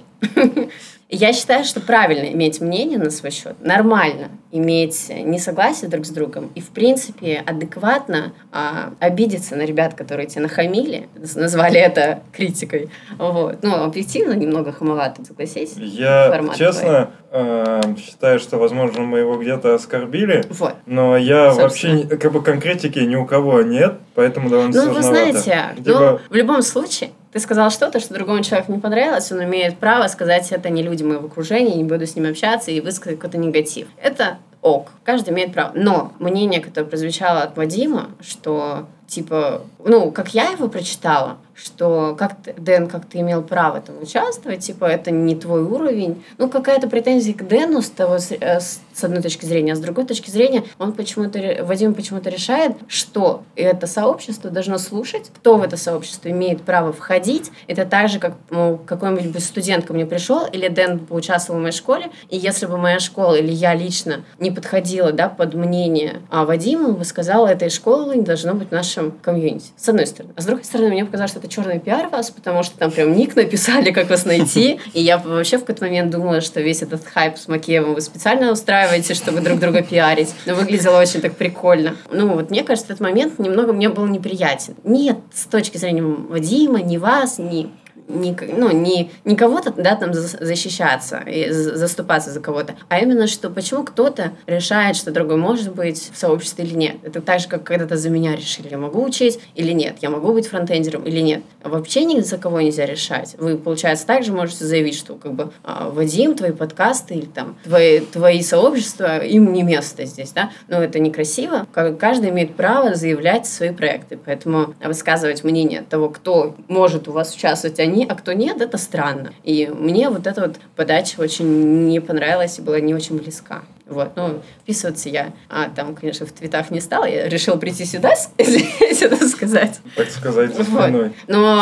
Я считаю, что правильно иметь мнение на свой счет, нормально иметь несогласие друг с другом и, в принципе, адекватно а, обидеться на ребят, которые тебя нахамили, назвали это критикой. Вот. Ну, объективно немного хамовато, согласись. Я, честно, э, считаю, что, возможно, мы его где-то оскорбили, вот. Но я Собственно. вообще, как бы, конкретики ни у кого нет, поэтому довольно ну, сложновато. Ну, вы знаете, Типа... ну, в любом случае, ты сказал что-то, что другому человеку не понравилось, он имеет право сказать, это не люди моего окружения, не буду с ними общаться и высказать какой-то негатив. Это ок, каждый имеет право. Но мнение, которое прозвучало от Вадима, что, типа, ну, как я его прочитала, что как ты, Дэн, как ты имел право там участвовать, типа, это не твой уровень. Ну, какая-то претензия к Дэну с, того, с, с одной точки зрения, а с другой точки зрения он почему-то, Вадим почему-то решает, что это сообщество должно слушать, кто в это сообщество имеет право входить. Это так же, как ну, какой-нибудь бы студент ко мне пришел, или Дэн поучаствовал в моей школе, и если бы моя школа или я лично не подходила, да, под мнение а Вадима, он бы сказал, этой школы не должно быть в нашем комьюнити. С одной стороны. А с другой стороны, мне показалось, что это черный пиар вас, потому что там прям ник написали, как вас найти. И я вообще в какой-то момент думала, что весь этот хайп с Макеевым вы специально устраиваете, чтобы друг друга пиарить. Но выглядело очень так прикольно. Ну вот мне кажется, этот момент немного мне был неприятен. Нет, с точки зрения Вадима, ни вас, ни... Не, ну, не, не кого-то, да, там защищаться и заступаться за кого-то, а именно, что почему кто-то решает, что другой может быть в сообществе или нет. Это так же, как когда-то за меня решили, я могу учить или нет, я могу быть фронтендером или нет. Вообще ни за кого нельзя решать. Вы, получается, также можете заявить, что как бы Вадим, твои подкасты или там твои, твои сообщества, им не место здесь, да, но это некрасиво. Каждый имеет право заявлять свои проекты, поэтому высказывать мнение того, кто может у вас участвовать, а а кто нет, это странно. И мне вот эта вот подача очень не понравилась и была не очень близка. Вот, ну, вписываться я, а, там, конечно, в твитах не стала, я решила прийти сюда, если это сказать. Так сказать, за вот. спиной. Но,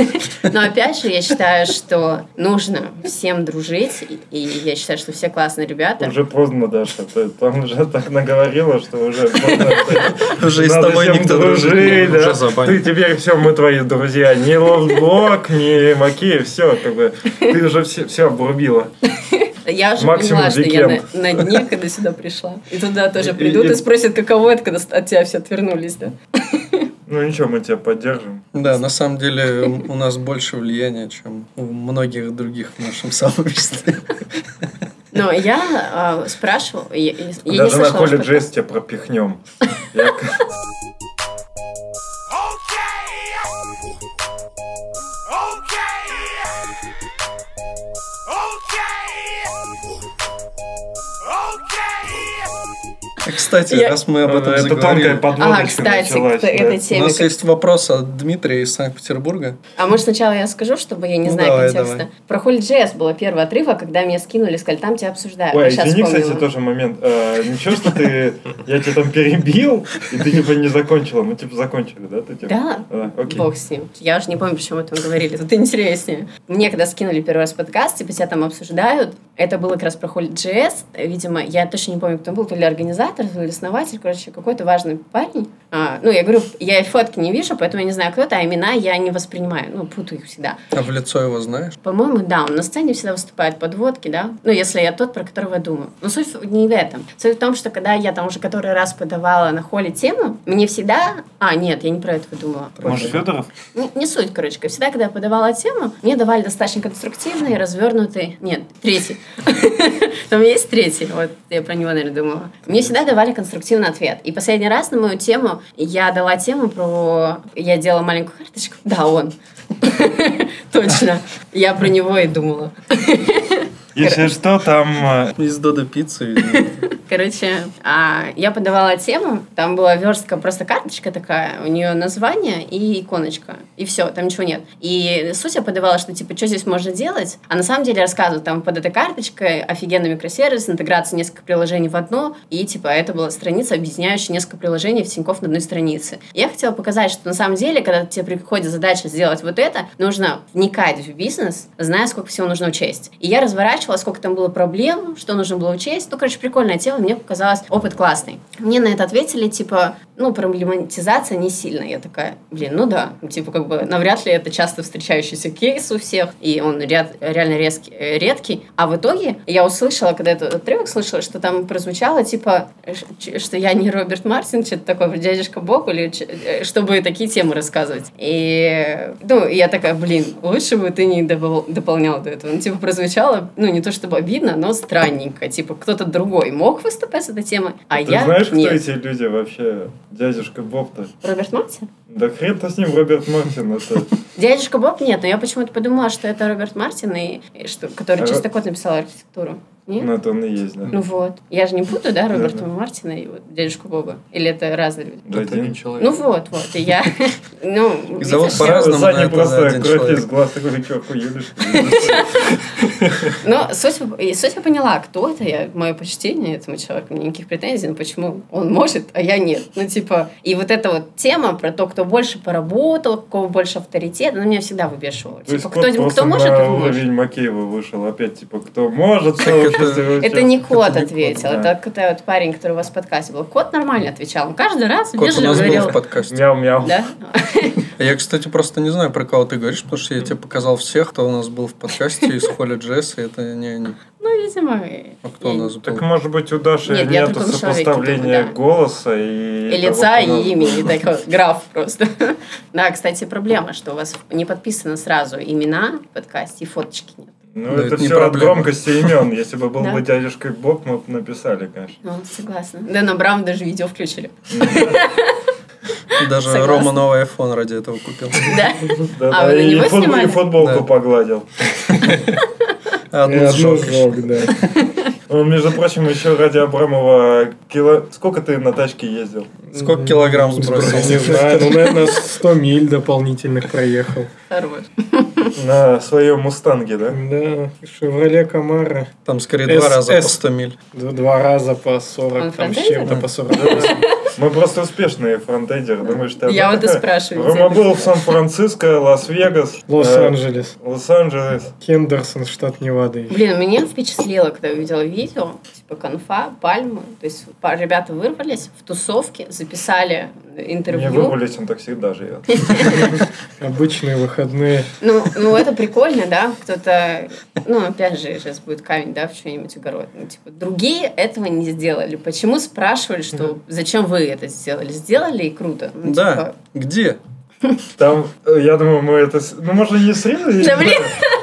но, опять же, я считаю, что нужно всем дружить, и я считаю, что все классные ребята. Уже поздно, Даша, ты там уже так наговорила, что уже поздно. Уже и с тобой никто дружит. Ты теперь все, мы твои друзья. Ни Ловблок, ни Макеев, все, как бы, ты уже все обрубила. Я уже Максимум поняла, что викенд. я на, на дне, когда сюда пришла. И туда тоже придут и, и, и спросят, каково это, когда от тебя все отвернулись, да? Ну ничего, мы тебя поддержим. Да, на самом деле у нас больше влияния, чем у многих других в нашем сообществе. Но я э, спрашивала... Я, я Даже не на слышала, колледже что... тебя пропихнем. Кстати, Я- раз мы об этом Это тонкая заговорили. подводочка А, кстати, началась, к да. этой У теме. нас есть вопрос от Дмитрия из Санкт-Петербурга. А может сначала я скажу, чтобы я не Ну, знаю давай, контекста. давай. Про Holy.js было первый отрывок, когда меня скинули, сказали, там тебя обсуждают. Ой, Я щас извини, вспомнила. кстати, тоже момент. А, ничего, что ты... Я тебя там перебил, и ты типа не закончила. Мы типа закончили, да? Ты, типа? Да? А, окей. Бог с ним. Я уже не помню, почему мы об этом говорили. Тут интереснее. Мне когда скинули первый раз подкаст, типа тебя там обсуждают, это было как раз про Holy.js. Видимо, я точно не помню, кто был, то ли организатор, то ли основатель, короче, какой-то важный парень. А, ну, я говорю, я и фотки не вижу, поэтому я не знаю, кто это, а имена я не воспринимаю. Ну, путаю их всегда. А в лицо его знаешь? По-моему, да, он на сцене всегда выступает подводки, да. Ну, если я тот, про которого я думаю. Но суть не в этом. Суть в том, что когда я там уже который раз подавала на холле тему, мне всегда... А, нет, я не про это думала. Может, Федоров? Не, не суть, короче. Всегда, когда я подавала тему, мне давали достаточно конструктивный, развернутый... Нет, третий. Там есть третий. Вот я про него, наверное, думала. Мне всегда давали конструктивный ответ. И последний раз на мою тему я дала тему про... Я делала маленькую карточку. Да, он. Точно. Я про него и думала. Если что, там... э, Из Додо Пиццы, видимо. Короче, а, я подавала тему, там была верстка, просто карточка такая, у нее название и иконочка, и все, там ничего нет. И суть я подавала, что типа, что здесь можно делать, а на самом деле рассказывают, там под этой карточкой офигенный микросервис, интеграция нескольких приложений в одно, и типа это была страница, объединяющая несколько приложений в Тинькофф на одной странице. Я хотела показать, что на самом деле, когда тебе приходит задача сделать вот это, нужно вникать в бизнес, зная, сколько всего нужно учесть. И я разворачивала, сколько там было проблем, что нужно было учесть. Ну, короче, прикольная тема, мне показалось, опыт классный. Мне на это ответили, типа, ну, проблематизация не сильно. Я такая, блин, ну да, типа, как бы, навряд ли это часто встречающийся кейс у всех, и он ряд, реально резкий, редкий. А в итоге я услышала, когда этот отрывок слышала, что там прозвучало, типа, что я не Роберт Мартин, что-то такое, дядюшка Бог, или чтобы такие темы рассказывать. И, ну, я такая, блин, лучше бы ты не допол- дополнял до этого. Ну, типа, прозвучало, ну, не то чтобы обидно, но странненько. Типа, кто-то другой мог выступать с этой темой, а Ты я знаешь, нет. кто эти люди вообще? Дядюшка Боб-то? Роберт Мартин? Да хрен-то с ним, Роберт Мартин. Это... Дядюшка Боб нет, но я почему-то подумала, что это Роберт Мартин, и, и что, который А чисто код написал архитектуру. Нет? Ну, это он и есть, да. Ну вот. Я же не путаю, да, Роберта Да, да. Мартина и вот дядюшку Боба? Или это разные люди? Да, Это один. один человек. Ну вот, вот. И я... Ну, Их зовут видишь, по-разному, но Сзади это просто один кровь человек. из глаз. Такой, что, охуелишь? Но суть, и суть я поняла, кто это. Я, мое почтение этому человеку, никаких претензий, но почему он может, а я нет. Ну, типа, и вот эта вот тема про то, кто больше поработал, у кого больше авторитета, она меня всегда выбешивала. То есть Типа, кот кто, просто кто может, на тот может. уровень Макеева вышел. Опять, типа, кто может, Так кто это- вообще всего Это всего. не кот не ответил, кот, это да. какой-то вот парень, который у вас в подкасте был. Кот нормально отвечал, он каждый раз Кот у вежливо нас был говорил. в подкасте. Мяу-мяу. Да? А я, кстати, просто не знаю, про кого ты говоришь, потому что я тебе показал всех, кто у нас был в подкасте из Holy.js, и это не они. Ну, видимо. и- А кто у и- нас был? Так, может быть, у Даши Нет, я нету только на человеке сопоставления думаю, да. голоса и... И лица, того, кто у нас и имени, был. такой граф просто. Да, кстати, проблема, что у вас не подписано сразу имена в подкасте, и фоточки нет. Ну, Ну, это, это не все от проблема. громкости имен. Если бы был Да. бы дядюшкой Боб, мы бы написали, конечно. Ну, согласна. Дэна Браун даже видео включили. Даже Согласна. Рома новый iPhone ради этого купил. Да? Да, А, да, вы на и, него футбол- снимали? и футболку Да. погладил. А И одну одну сжёг. сжёг, да. Он, между прочим, еще ради Абрамова... Кило... Сколько ты на тачке ездил? Сколько килограмм Не сбросил? знаю, ну, наверное, сто миль дополнительных проехал. Хорош. На своем Мустанге, да? Да, Шевроле Камара. Там скорее С- два раза по С. сто миль. Д- Два раза по Он сорок, там с фронтендер? чем-то по сорок восемь. Мы просто успешные фронтендеры. Думаешь, ты Я одна вот и такая? спрашиваю. Рома был в Сан-Франциско, Лас-Вегас, э, Лос-Анджелес. Лос-Анджелес. Хендерсон, штат Невада. еще. Блин, меня впечатлило, когда я увидела видео, типа конфа, пальмы. То есть па- ребята вырвались в тусовке, записали Не интервью. вырвались, он так всегда живет. Обычные выходные. Ну, ну, это прикольно, да? Кто-то, ну, опять же, сейчас будет камень, да, в что-нибудь огород. Ну, типа, другие этого не сделали. Почему спрашивали, что зачем вы это сделали? Сделали и круто. Ну, Да. типа, Где? Там, э, я думаю, мы это... с- Ну, можно не срезать? Да, блин.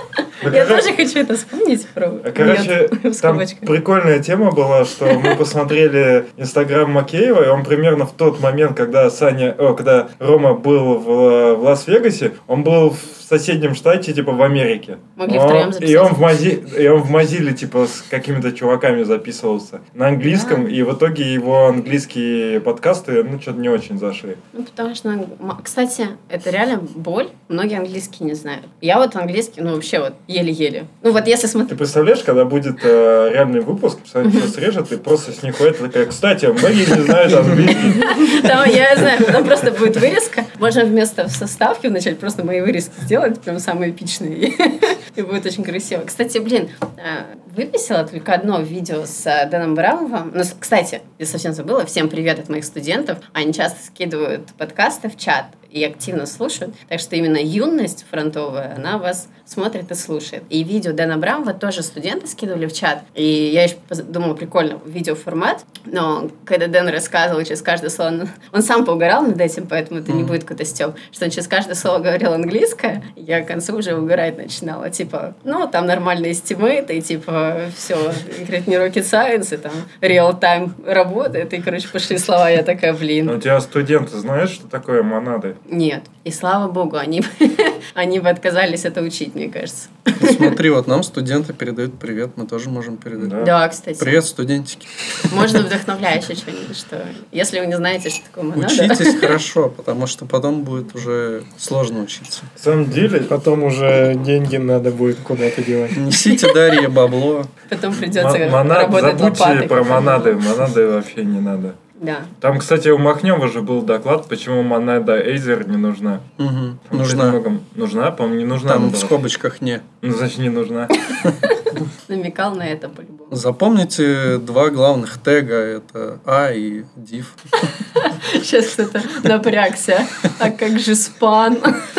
Я тоже хочу это вспомнить про Короче, там прикольная тема была, что мы посмотрели Инстаграм Макеева, и он примерно в тот момент, когда Саня, о, когда Рома был в, в Лас-Вегасе, он был в соседнем штате, типа в Америке. Могли втроем записать. И он в Мози... и он в Mozilla, типа, с какими-то чуваками записывался на английском, да. И в итоге его английские подкасты, ну, что-то не очень зашли. Ну, потому что, кстати, это реально боль. Многие английский не знают. Я вот английский, ну, вообще вот еле-еле. Ну, вот если смотреть... Ты представляешь, когда будет э, реальный выпуск, Саня тебя срежет, и просто с них это такая, кстати, многие не знают английский. Там, я знаю, там просто будет вырезка. Можно вместо составки вначале просто мои вырезки сделать, прям самые эпичные. И будет очень красиво. Кстати, блин, выписала только одно видео с Дэном Брауновым. Ну, кстати, я совсем забыла. Всем привет от моих студентов. Они часто скидывают подкасты в чат и активно слушают. Так что именно юность фронтовая, она вас смотрит и слушает. И видео Дэна Браунова тоже студенты скидывали в чат. И я еще думала, прикольно, видеоформат. Но когда Дэн рассказывал через каждое слово, он, он сам поугарал над этим, поэтому это mm. не будет какой-то стёб, что он через каждое слово говорил английское, я к концу уже угорать начинала. Типа, ну, там нормальные стимейты, и типа, все, говорит, не rocket science, и там real-time работает, и, короче, пошли слова, я такая, блин. У тебя студенты знают, что такое монады? Нет. И слава богу, они, они бы отказались это учить, мне кажется. Ну, смотри, вот нам студенты передают привет, мы тоже можем передать. Да, да, кстати. Привет, студентики. Можно вдохновляюще что-нибудь, что если вы не знаете, что такое монада... Учитесь хорошо, потому что потом будет уже сложно учиться. На самом деле, потом уже деньги надо будет куда-то девать. Несите Дарье бабло. Потом придется Монад, работать забудьте лопатой. Про монады, монады вообще не надо. Да. Там, кстати, у Махнева же был доклад, почему монада Эйзер не нужна. Угу. Там нужна. Много... Нужна? По-моему, не нужна. Там в скобочках не. Ну, значит, не нужна. Намекал на это по-любому. Запомните два главных тега. Это А и div. Сейчас кто-то напрягся. А как же спан?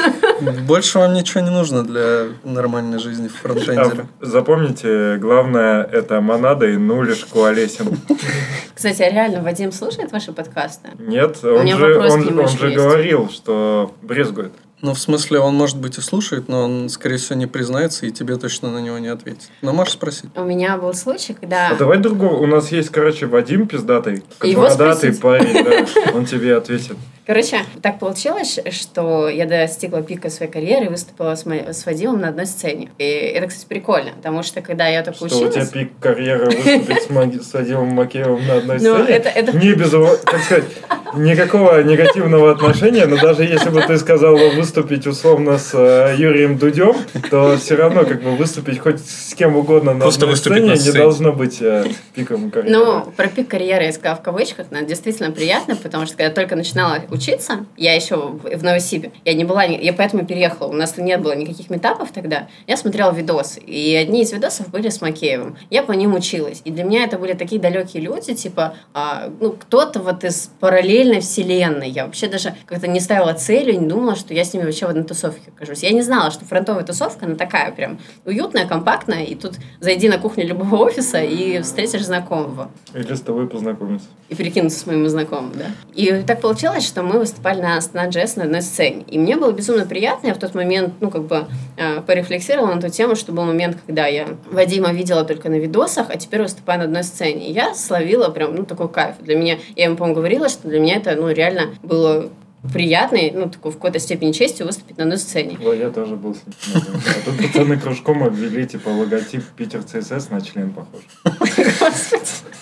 Больше вам ничего не нужно для нормальной жизни в фронтендере. А, запомните, главное, это монада и нулишку Олесин. Кстати, а реально Вадим слушает ваши подкасты? Нет, он же, он, он же говорил, что брезгует. Ну, в смысле, он, может быть, и слушает, но он, скорее всего, не признается, и тебе точно на него не ответит. Но можешь спросить. У меня был случай, когда... А давай другого. У нас есть, короче, Вадим пиздатый. Его бородатый спросить? парень, да. Он тебе ответит. Короче, так получилось, что я достигла пика своей карьеры и выступила с, мо... с Вадимом на одной сцене. И это, кстати, прикольно, потому что, когда я только что училась... Что, у тебя пик карьеры выступить с, Маги... с Вадимом Макеевым на одной ну, сцене? Это, это... Не без его, так сказать, никакого негативного отношения, но даже если бы ты сказала выступить условно с э, Юрием Дудем, то все равно как бы выступить хоть с кем угодно на Просто одной сцене, на сцене не должно быть э, пиком карьеры. Ну, про пик карьеры я сказала в кавычках, но это действительно приятно, потому что когда я только начинала учиться, я еще в Новосибе, я не была, я поэтому переехала, у нас не было никаких митапов тогда, я смотрела видосы, и одни из видосов были с Макеевым, я по ним училась, и для меня это были такие далекие люди, типа, а, ну, кто-то вот из параллельной вселенной, я вообще даже как-то не ставила целью, не думала, что я с ними вообще в одной тусовке окажусь. Я не знала, что фронтовая тусовка, она такая прям уютная, компактная, и тут зайди на кухню любого офиса и встретишь знакомого. Или с тобой познакомиться. И перекинуться с моим знакомым, да. И так получилось, что мы выступали на Астана-Джесс на одной сцене. И мне было безумно приятно, я в тот момент, ну, как бы, э, порефлексировала на ту тему, что был момент, когда я Вадима видела только на видосах, а теперь выступаю на одной сцене. И я словила прям, ну, такой кайф. Для меня, я ему, по-моему, говорила, что для меня это, ну, реально было приятной, ну, такой в какой-то степени честью выступить на одной сцене. Да, я тоже был с ним. А тут пацаны кружком обвели, типа, логотип Питер ЦСС на член похож. Господи.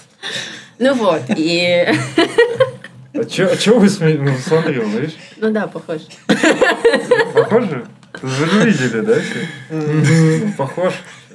Ну вот, и... А чё, а чё вы сме... ну, смотри, видишь? Ну да, похож. Похоже? Вы же видели, да? Ну, похож.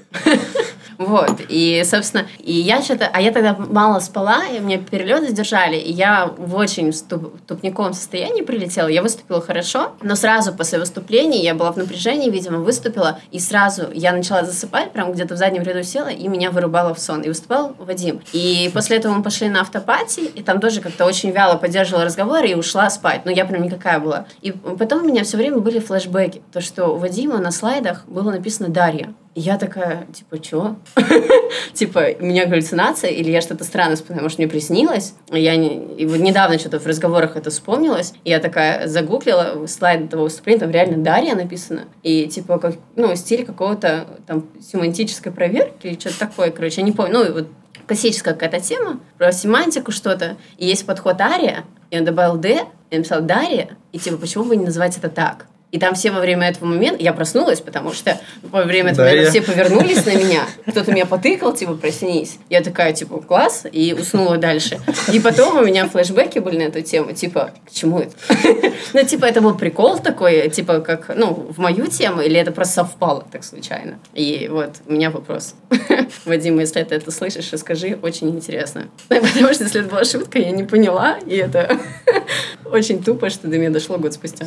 Вот, и, собственно, и я что-то... А я тогда мало спала, и мне перелет задержали, и я в очень ступ, тупниковом состоянии прилетела. Я выступила хорошо, но сразу после выступления я была в напряжении, видимо, выступила, и сразу я начала засыпать, прям где-то в заднем ряду села, и меня вырубало в сон. И выступал Вадим. И после этого мы пошли на автопати, и там тоже как-то очень вяло поддерживала разговор и ушла спать. Ну, я прям никакая была. И потом у меня все время были флешбеки. То, что у Вадима на слайдах было написано «Дарья». Я такая, типа, чё? Типа, у меня галлюцинация, или я что-то странное вспоминаю, может, мне приснилось? Я недавно что-то в разговорах это вспомнилось, и я такая загуглила слайд этого выступления, там реально Дарья написано, и типа, как, ну, стиль какого-то там семантической проверки или что-то такое, короче, я не помню, ну, вот классическая какая-то тема, про семантику что-то, и есть подход Ария, и он добавил «д», и написал «Дарья», и типа, почему бы не называть это так? И там все во время этого момента... Я проснулась, потому что во время этого Да, момента я... все повернулись на меня. Кто-то меня потыкал, типа, проснись. Я такая, типа, класс, и уснула дальше. И потом у меня флешбеки были на эту тему. Типа, к чему это? Ну, типа, это был прикол такой, типа, как, ну, в мою тему, или это просто совпало так случайно? И вот у меня вопрос. Вадим, если ты это слышишь, расскажи, очень интересно. Потому что если это была шутка, я не поняла, и это очень тупо, что до меня дошло год спустя.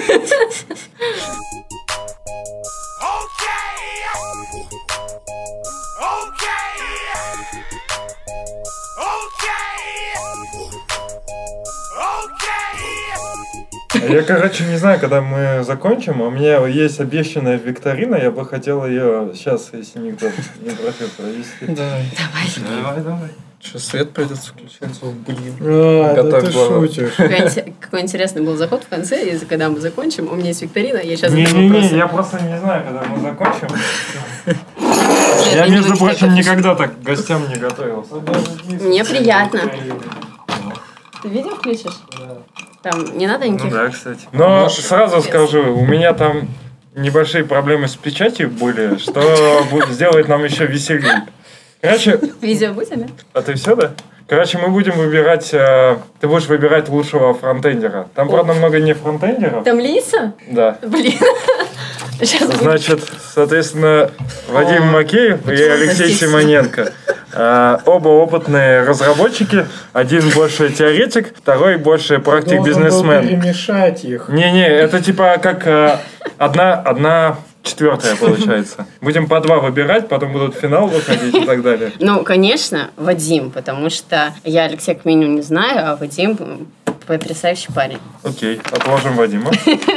Я, короче, не знаю, когда мы закончим. У меня есть обещанная викторина. Я бы хотел ее сейчас, если никто не против, провести. Давай. Давай. Давай, давай. Что, свет придется включать? О, блин. А, да Готовь ты голову. шутишь. Какой, какой интересный был заход в конце, если когда мы закончим. У меня есть викторина, я сейчас задам Не-не-не, вопросы. я просто не знаю, когда мы закончим. Свет, Я, не между будь прочим, такой. никогда так к гостям не готовился. Мне приятно. Ты видео включишь? Там не надо Ну никаких... да, кстати. Но сразу скажу, у меня там небольшие проблемы с печатью были, что будет- сделает нам еще веселее. Короче, Видео будет, да? а ты все, да? Короче, мы будем выбирать... э, ты будешь выбирать лучшего фронтендера. Там, правда, много не фронтендеров. Там Лиса? Да. Блин. Сейчас будет. Значит, соответственно, Вадим О, Макеев и почему Алексей здесь? Симоненко. Э, Оба опытные разработчики. Один больше теоретик, второй больше практик-бизнесмен. Перемешать их. Не-не, это типа как э, одна, одна четвертая получается. Будем по два выбирать, потом будут в финал выходить и так далее. Ну, конечно, Вадим, потому что я Алексея как минимум не знаю, а Вадим потрясающий парень. Окей, отложим Вадима.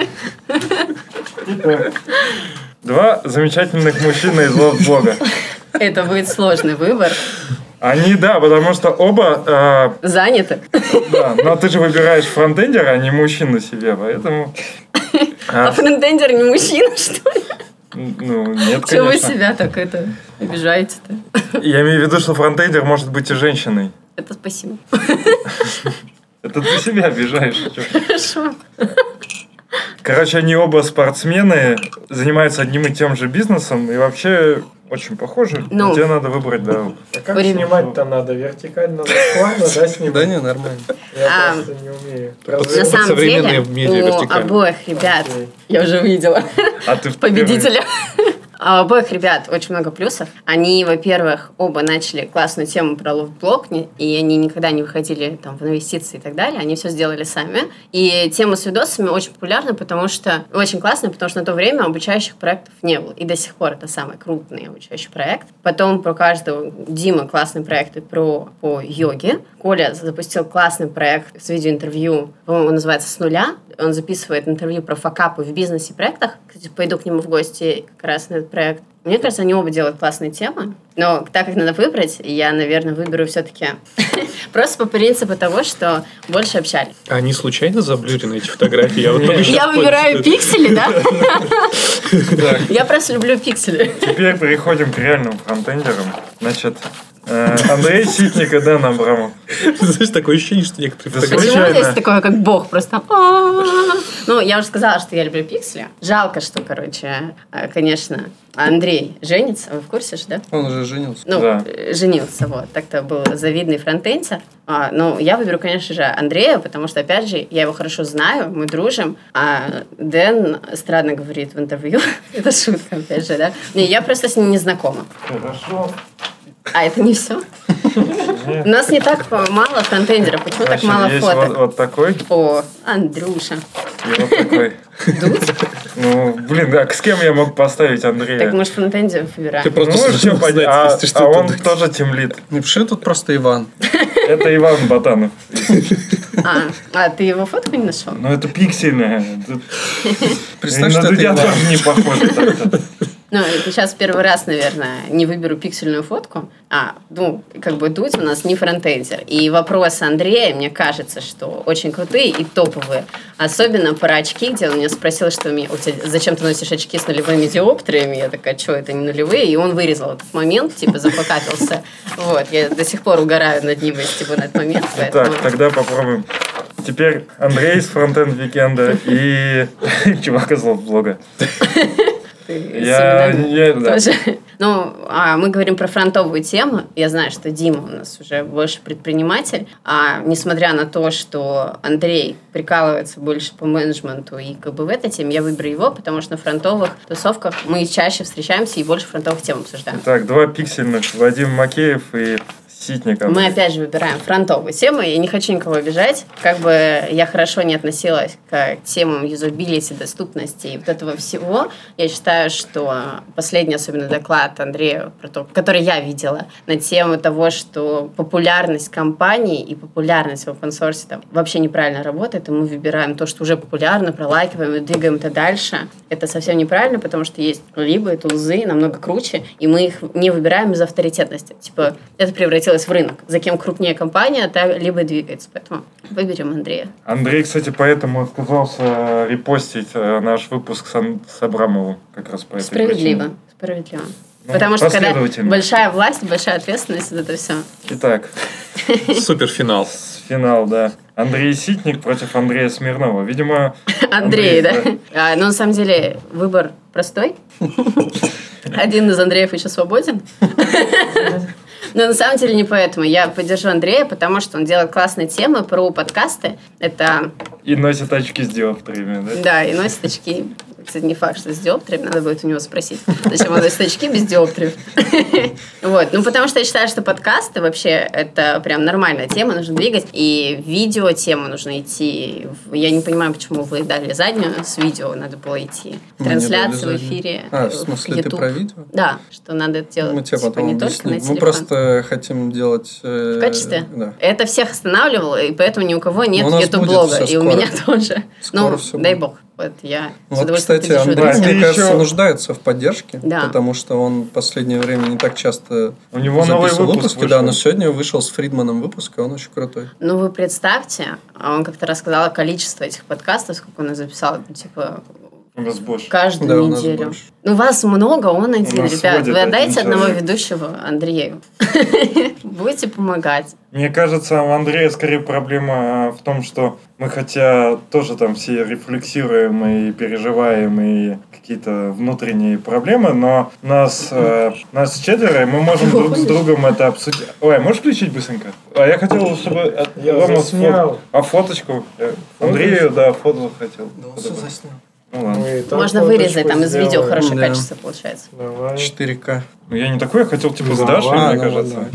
Итак, два замечательных мужчины из Лофтблога. Это будет сложный выбор. Они, да, потому что оба... э, Заняты. да, но ты же выбираешь фронтендера, а не мужчину себе, поэтому... А а, фронтендер не мужчина, что ли? ну, нет, Чего вы конечно. себя так это обижаете-то? Я имею в виду, что фронтендер может быть и женщиной. Это спасибо. Это ты себя обижаешь. чё? Хорошо. Короче, они оба спортсмены, занимаются одним и тем же бизнесом, и вообще очень похожи. Ну. Тебе надо выбрать дорогу. А как Время. снимать-то надо? Вертикально, складно, да, снимать? Да не, нормально. Я А, просто не умею. На самом современные деле, медиа у вертикально. обоих ребят, я уже увидела, А ты в победителя. А у обоих ребят очень много плюсов. Они, во-первых, оба начали классную тему про лофтблог, и они никогда не выходили там в инвестиции и так далее. Они все сделали сами. И тема с видосами очень популярна, потому что... Очень классная, потому что на то время обучающих проектов не было. И до сих пор это самый крупный обучающий проект. Потом про каждого... Дима классный проект про, по йоге. Коля запустил классный проект с видеоинтервью, по-моему, он называется «С нуля». Он записывает интервью про факапы в бизнесе и проектах. Кстати, пойду к нему в гости как раз на этот проект. Мне кажется, они оба делают классные темы. Но так как надо выбрать, я, наверное, выберу все-таки просто по принципу того, что больше общались. А они случайно заблюрены, эти фотографии? Я вот только Я щас выбираю понял, пиксели, да? Я просто люблю пиксели. Теперь переходим к реальным фронтендерам. Значит, э, Андрей Ситник и Дэн Абрамов. что- Знаешь, такое ощущение, что некоторые Да фотографии... Почему Случайно. здесь такое, как бог, просто... «А-а-а». Ну, я уже сказала, что я люблю пиксели. Жалко, что, короче, э, конечно, Андрей женится. Вы в курсе же, да? Он уже женился. Ну, Да. э, женился, вот. Так-то был завидный фронтендер. А, ну, я выберу, конечно же, Андрея, потому что, опять же, я его хорошо знаю, мы дружим. А Дэн странно говорит в интервью. Это шутка, опять же, да? Не, я просто с ним не знакома. Хорошо. А это не все? У нас не так мало фронтендеров. Почему так Значит, мало есть вот, фоток? вот такой О, Андрюша. и вот такой. Дудь? Ну, блин, да, с кем я мог поставить Андрея? Так, может, фронтендеров выбираем? Ты просто Ну, сразу все, знать, а, если что, а это он Дудь. тоже тимлид. Не пиши, тут просто Иван. Это Иван Ботанов. А, а ты его фотку не нашел? Ну, это пиксельное. Тут- Представь, И что на это Дудя Иван. тоже не похоже так-то. Ну, сейчас первый раз, наверное, не выберу пиксельную фотку. А, ну, как бы Дудь у нас не фронтендер. И вопросы Андрея, мне кажется, что очень крутые и топовые. Особенно про очки, где он меня спросил, что мне, у тебя, зачем ты носишь очки с нулевыми диоптриями? Я такая, что это не нулевые? И он вырезал этот момент, типа, заплакатился. Вот, я до сих пор угораю над ним, если бы на этот момент. Поэтому... Так, тогда попробуем. Теперь Андрей из Фронтенд Викенда и чувак из блога. Я, я, да. Ну, а мы говорим про фронтовую тему. Я знаю, что Дима у нас уже больше предприниматель. А несмотря на то, что Андрей прикалывается больше по менеджменту и как бы в этой теме, я выберу его, потому что на фронтовых тусовках мы чаще встречаемся и больше фронтовых тем обсуждаем. Так, два пиксельных. Вадим Макеев и Ситников. Мы опять же выбираем фронтовые темы. Я не хочу никого обижать. Как бы я хорошо не относилась к темам юзабилити, доступности и вот этого всего. Я считаю, что последний, особенно доклад Андрея, про то, который я видела, на тему того, что популярность компаний и популярность в open-source там вообще неправильно работает, и мы выбираем то, что уже популярно, пролайкиваем и двигаем это дальше. Это совсем неправильно, потому что есть либо тулзы намного круче, и мы их не выбираем из авторитетности. Типа, это превратилось в рынок. За кем крупнее компания, та либо двигается. Поэтому выберем Андрея. Андрей, кстати, поэтому отказался репостить наш выпуск с, Ан- с Абрамовым. Как раз по этой Справедливо. причине. Справедливо. Ну, Потому что когда большая власть, большая ответственность, это все. Итак. Суперфинал. Финал, да. Андрей Ситник против Андрея Смирнова. Видимо... Андрей, да. А, но на самом деле выбор простой. Один из Андреев еще свободен. Но на самом деле не поэтому. Я поддержу Андрея, потому что он делает классные темы про подкасты. Это... И носит очки с диоптриями, да? Да, и носит очки. Кстати, не факт, что с диоптриями. Надо будет у него спросить, зачем он носит очки без диоптриев. Вот. Ну, потому что я считаю, что подкасты вообще это прям нормальная тема, нужно двигать. И видео тему нужно идти. Я не понимаю, почему вы дали заднюю с видео, надо было идти. Трансляцию в эфире. А, в смысле, ты про видео? Да, что надо это делать. Мы тебе потом не только на объясним. Мы телефон. просто хотим делать... В качестве? Да. Это всех останавливало, и поэтому ни у кого нет ютуб-блога. И у меня тоже. Скоро ну, дай бог. Вот, я вот кстати, Андрей, мне кажется, нуждается в поддержке, да. потому что он в последнее время не так часто у него новый выпуск выпуски, вышел. Да, но сегодня вышел с Фридманом выпуск, и он очень крутой. Ну, вы представьте, он как-то рассказал количество этих подкастов, сколько он записал, типа... У нас больше. Каждую да, неделю. Ну, вас много, он один, ребят. Вы отдайте одного человек. ведущего Андрею. Будете помогать. Мне кажется, у Андрея скорее проблема в том, что мы хотя тоже там все рефлексируем и переживаем и какие-то внутренние проблемы, но нас, э, нас четверо, и мы можем друг с другом это обсудить. Ой, можешь включить быстренько? А я хотел, чтобы... Я Рома заснял. Фото... А фоточку? Андрею, да, фото хотел. Да, все заснял. Ну ладно. Можно вырезать, там из видео хорошее да. качество получается. Давай. четыре ка. Ну я не такой, я хотел типа с Ну, Дашей, давай, мне давай, кажется. давай.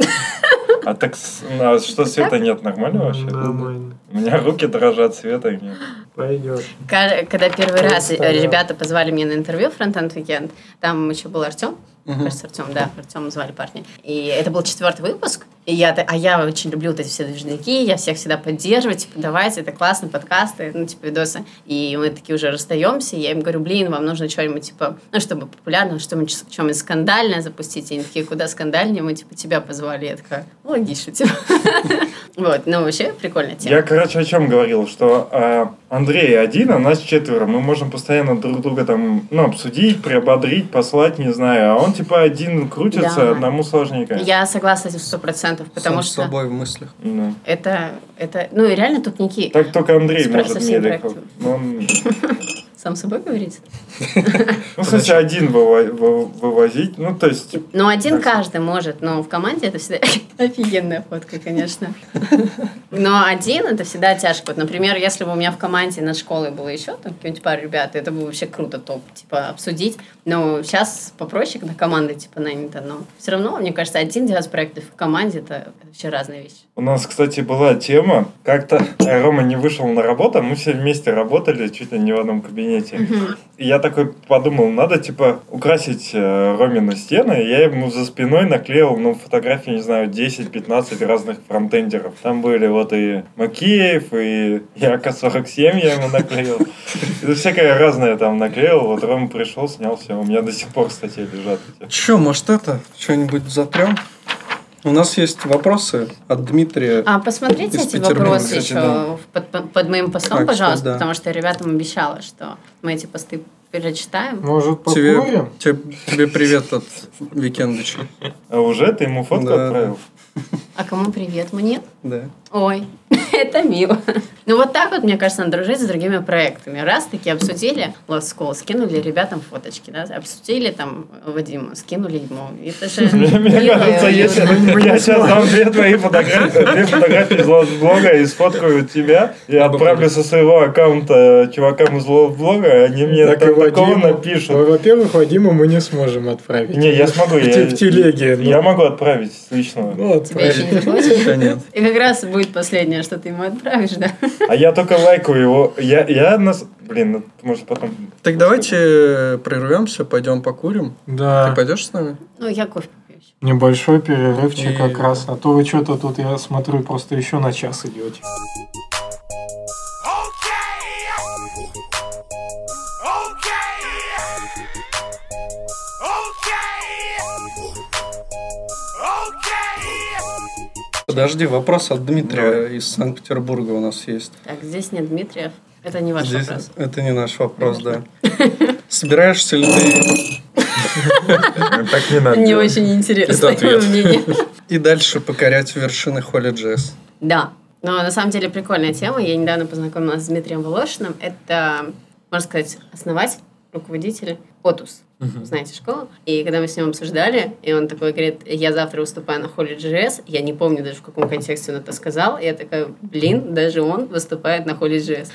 А так, а что света нет, нормально вообще? Нормально. У меня руки дрожат, света нет. Пойдет. Когда первый раз Представляю. ребята позвали меня на интервью в Frontend Weekend, там еще был Артем, Мгм. кажется, Артем, да, Артем звали парня. И это был четвертый выпуск. И я, а я очень люблю вот эти все движники, я всех всегда поддерживаю, типа, давайте, это классно, подкасты, ну, типа, видосы. И мы такие уже расстаемся, и я им говорю, блин, вам нужно что-нибудь, типа, ну, чтобы популярно, что-нибудь, что-нибудь скандальное запустить. И они такие, куда скандальнее, мы, типа, тебя позвали. Я такая, логично, типа. Вот, ну, вообще прикольная тема. Я, короче, о чем говорил, что э, Андрей один, а нас четверо. Мы можем постоянно друг друга там, ну, обсудить, приободрить, послать, не знаю. А он, типа, один крутится, Да. одному сложненько. Я согласна с этим сто процентов, потому Сам что с собой в мыслях. Ну. это, это, ну, и реально тупники. Так только Андрей С- может со всем медленно. проектом. Ну, он- Сам с собой говорить? ну, в смысле, один выво- вы- вывозить. Ну, то есть... Ну, один каждый может, но в команде это всегда офигенная фотка, конечно. Но один это всегда тяжко. Вот, например, если бы у меня в команде над школой было еще там какие-нибудь пару ребят, это было вообще круто, топ, типа, обсудить. Но сейчас попроще, когда команда, типа, нанята. Но все равно, мне кажется, один делать проекты в команде это вообще разные вещи. У нас, кстати, была тема. Как-то Рома не вышел на работу, мы все вместе работали, чуть ли не в одном кабинете. И я такой подумал, надо, типа, украсить э, Ромину стены. И я ему за спиной наклеил, ну, фотографии, не знаю, десять-пятнадцать разных фронтендеров. Там были вот и Макеев, и Яка сорок семь я ему наклеил. Это всякое разное там наклеил. Вот Рома пришел, снял все. У меня до сих пор статьи лежат. Че, может это? Что-нибудь затрем? У нас есть вопросы от Дмитрия. А посмотрите из эти Петербурга, вопросы кстати, еще да. под, под, под моим постом, Так, пожалуйста, что, да. потому что я ребятам обещала, что мы эти посты перечитаем. Может, Тебе, покурим? тебе, тебе привет от Викендыча. А уже ты ему фотку Да. отправил? А кому привет? Мне? Да. Ой, это мило. Ну вот так вот, мне кажется, надо дружить с другими проектами. Раз таки обсудили Lost School, скинули ребятам фоточки, да, обсудили там Вадима, скинули ему. Это же Мне мило, кажется, и если уютно. я сейчас дам две твои фотографии, две фотографии из лост-блога и сфоткаю тебя, и отправлю со своего аккаунта чувакам из лост-блога, они мне Так и так- такого Вадиму. напишут. Во-первых, Вадиму мы не сможем отправить. Не, я смогу, В, я- те- в телеге. ну. Я могу отправить с личного. Ну, Тебя еще не отправить. заходит? Да нет. И как раз будет последнее, что ты ему отправишь, да? А я только лайкаю его. Я, я нас... Блин, ну, может потом... Так давайте прервемся, пойдем покурим. Ты Да. пойдешь с нами? Ну, я кофе попью еще. Небольшой перерывчик И- как раз. А то вы что-то тут, я смотрю, просто еще на час идете. Подожди, вопрос от Дмитрия из Санкт-Петербурга у нас есть. Так, здесь нет Дмитриев. Это не ваш Здесь- вопрос. Это не наш вопрос, да. Собираешься ли ты Так не надо. Не делать. очень интересно Это ответ. мое мнение. и дальше покорять вершины HolyJS? Да. Но на самом деле прикольная тема. Я недавно познакомилась с Дмитрием Волошиным. Это, можно сказать, основатель, руководитель Otus. Знаете школу? И когда мы с ним обсуждали, и он такой говорит, я завтра выступаю на HolyJS, я не помню даже, в каком контексте он это сказал, и я такая, блин, даже он выступает на HolyJS.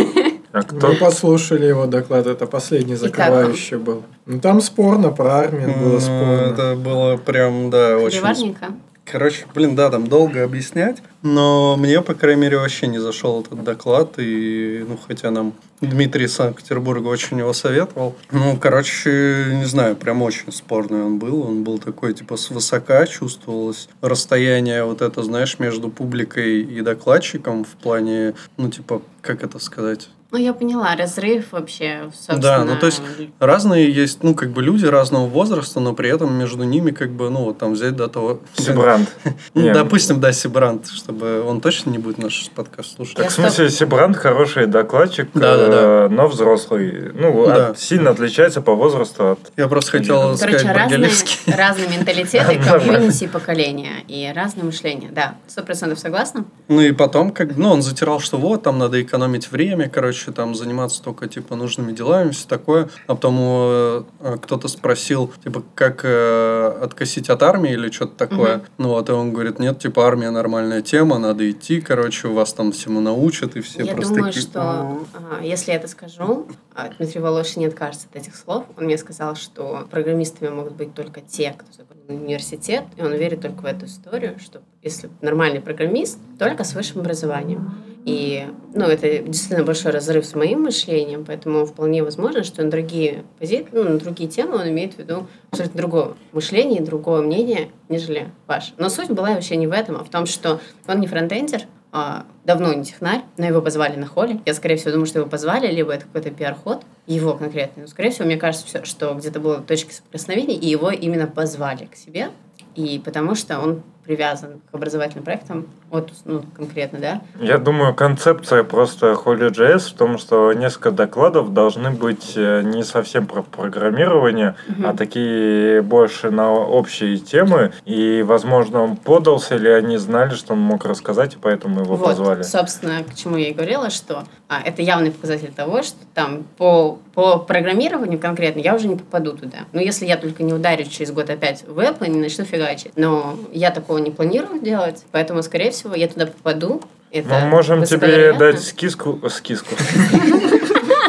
А кто? Мы послушали его доклад, это последний как закрывающий был. Ну там спорно, про армию было Ну, спорно. Это было прям, да, очень... Приварненько. Короче, блин, да, там долго объяснять, но мне, по крайней мере, вообще не зашел этот доклад, и, ну, хотя нам Дмитрий из Санкт-Петербурга очень его советовал. Ну, короче, не знаю, прям очень спорный он был, он был такой, типа, свысока, чувствовалось расстояние вот это, знаешь, между публикой и докладчиком в плане, ну, типа, как это сказать... Ну, я поняла, разрыв вообще, собственно. Да, ну то есть разные есть, ну как бы люди разного возраста, но при этом между ними как бы, ну вот там взять до того... Сибранд. Ну, Не. допустим, да, Сибрант, чтобы он точно не будет наш подкаст слушать. Так, Я в смысле, Сибранд хороший докладчик, Да, да, э, но взрослый. Ну, Да. от- сильно отличается по возрасту от... Я просто хотел Короче, сказать разные, Брагилевский. разные менталитеты, комьюнити поколения и разное мышление. Да, сто процентов согласна. Ну и потом, как, ну, он затирал, что вот, там надо экономить время, короче, там заниматься только, типа, нужными делами, все такое. А потом э, кто-то спросил, типа, как э, откосить от армии или что-то такое. Мгм. Ну вот, и он говорит, нет, типа, армия нормальная тема, надо идти, короче, вас там всему научат, и все Я просто думаю, такие, что а, если я это скажу, а, Дмитрий Волошин не откажется от этих слов. Он мне сказал, что программистами могут быть только те, кто закончил университет, и он верит только в эту историю, что если нормальный программист, только с высшим образованием. И, ну, это действительно большой разрыв с моим мышлением, поэтому вполне возможно, что на другие позиции, ну, на другие темы он имеет в виду абсолютно другое мышление, другое мнение, нежели ваше. Но суть была вообще не в этом, а в том, что он не фронтендер, а, давно не технарь, но его позвали на холли. Я, скорее всего, думаю, что его позвали, либо это какой-то пиар-ход, его конкретный. Но, скорее всего, мне кажется, всё, что где-то было точки соприкосновения, и его именно позвали к себе. И потому что он привязан к образовательным проектам, вот, ну, конкретно, да. Я думаю, концепция просто HolyJS в том, что несколько докладов должны быть э, не совсем про программирование, Мгм. а такие больше на общие темы. И, возможно, он подался, или они знали, что он мог рассказать, и поэтому его Вот, позвали. собственно, к чему я и говорила, что а, это явный показатель того, что там по, по программированию конкретно я уже не попаду туда. Ну, если я только не ударю через год опять в Apple и не начну фигачить. Но я такого не планирую делать, поэтому, скорее всего, я туда попаду. Это Мы можем тебе высоковероятно. дать скиску, скиску.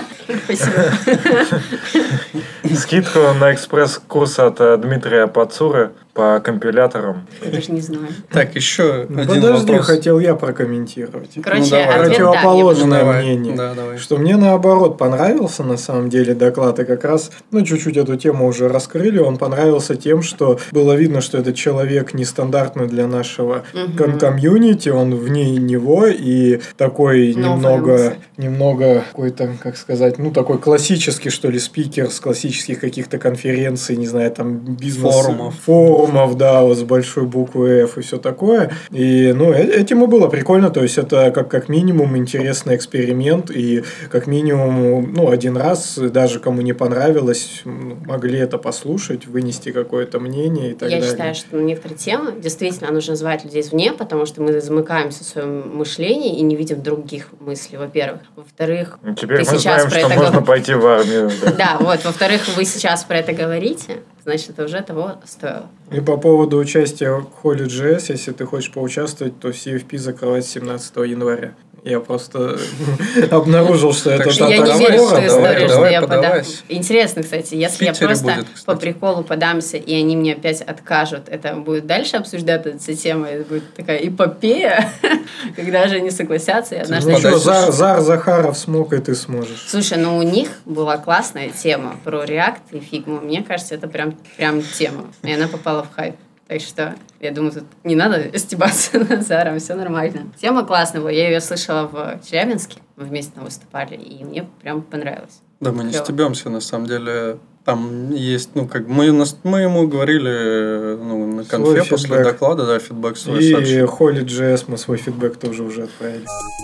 спасибо. Скидку на экспресс-курс от э, Дмитрия Пацуры по компиляторам. Я даже не знаю. Так, еще Ну, один подожди, вопрос. хотел я прокомментировать. Короче, Ну, давай. ответ да. Противоположное Ну, давай. мнение. Да, давай. Что мне наоборот понравился на самом деле доклад, и как раз, ну, чуть-чуть эту тему уже раскрыли, он понравился тем, что было видно, что этот человек нестандартный для нашего Мгм. ком- комьюнити, он вне него, и такой Новая немного, мысль. немного какой-то, как сказать, ну, такой классический, что ли, спикер с классических каких-то конференций, не знаю, там, бизнес... Форумов. Форумов, да, вот с большой буквы F и все такое. И, ну, э- этим и было прикольно, то есть это как, как минимум интересный эксперимент, и как минимум, ну, один раз, даже кому не понравилось, м, могли это послушать, вынести какое-то мнение и так Я далее. считаю, что на некоторые темы действительно нужно звать людей извне, потому что мы замыкаемся в своем мышлении и не видим других мыслей, во-первых. Во-вторых, Ну, Теперь Ты мы сейчас знаем, про что это можно говор- пойти в армию. да. да, вот, во-вторых, вы сейчас про это говорите, значит, это уже того стоило. И по поводу участия в Холли джей эс, если ты хочешь поучаствовать, то си эф пи закрывается семнадцатого января. Я просто обнаружил, что Так это что Я так не давай, верю в ту давай, историю, что давай, я подам. подавайся. Интересно, кстати, если я Питере просто будет, кстати. по приколу подамся, и они мне опять откажут, это будет дальше обсуждаться эта тема, это будет такая эпопея, когда же они согласятся, и однажды... Ну что, подойдешь? Зар, Зар Захаров смог, и ты сможешь. Слушай, ну у них была классная тема про React и Figma. Мне кажется, это прям, прям тема. И она попала в хайп. Так что, я думаю, тут не надо стебаться над Заром, все нормально. Тема классная была. Я ее слышала в Челябинске. Мы вместе там выступали, и мне прям понравилось. Да, мы не Клёво. стебемся, на самом деле. Там есть, ну, как мы, нас- мы ему говорили, ну, на конфе Свой после фидбэк. доклада, да, фидбэк свой И сообщил. Холли джей эс мы свой фидбэк тоже уже отправили.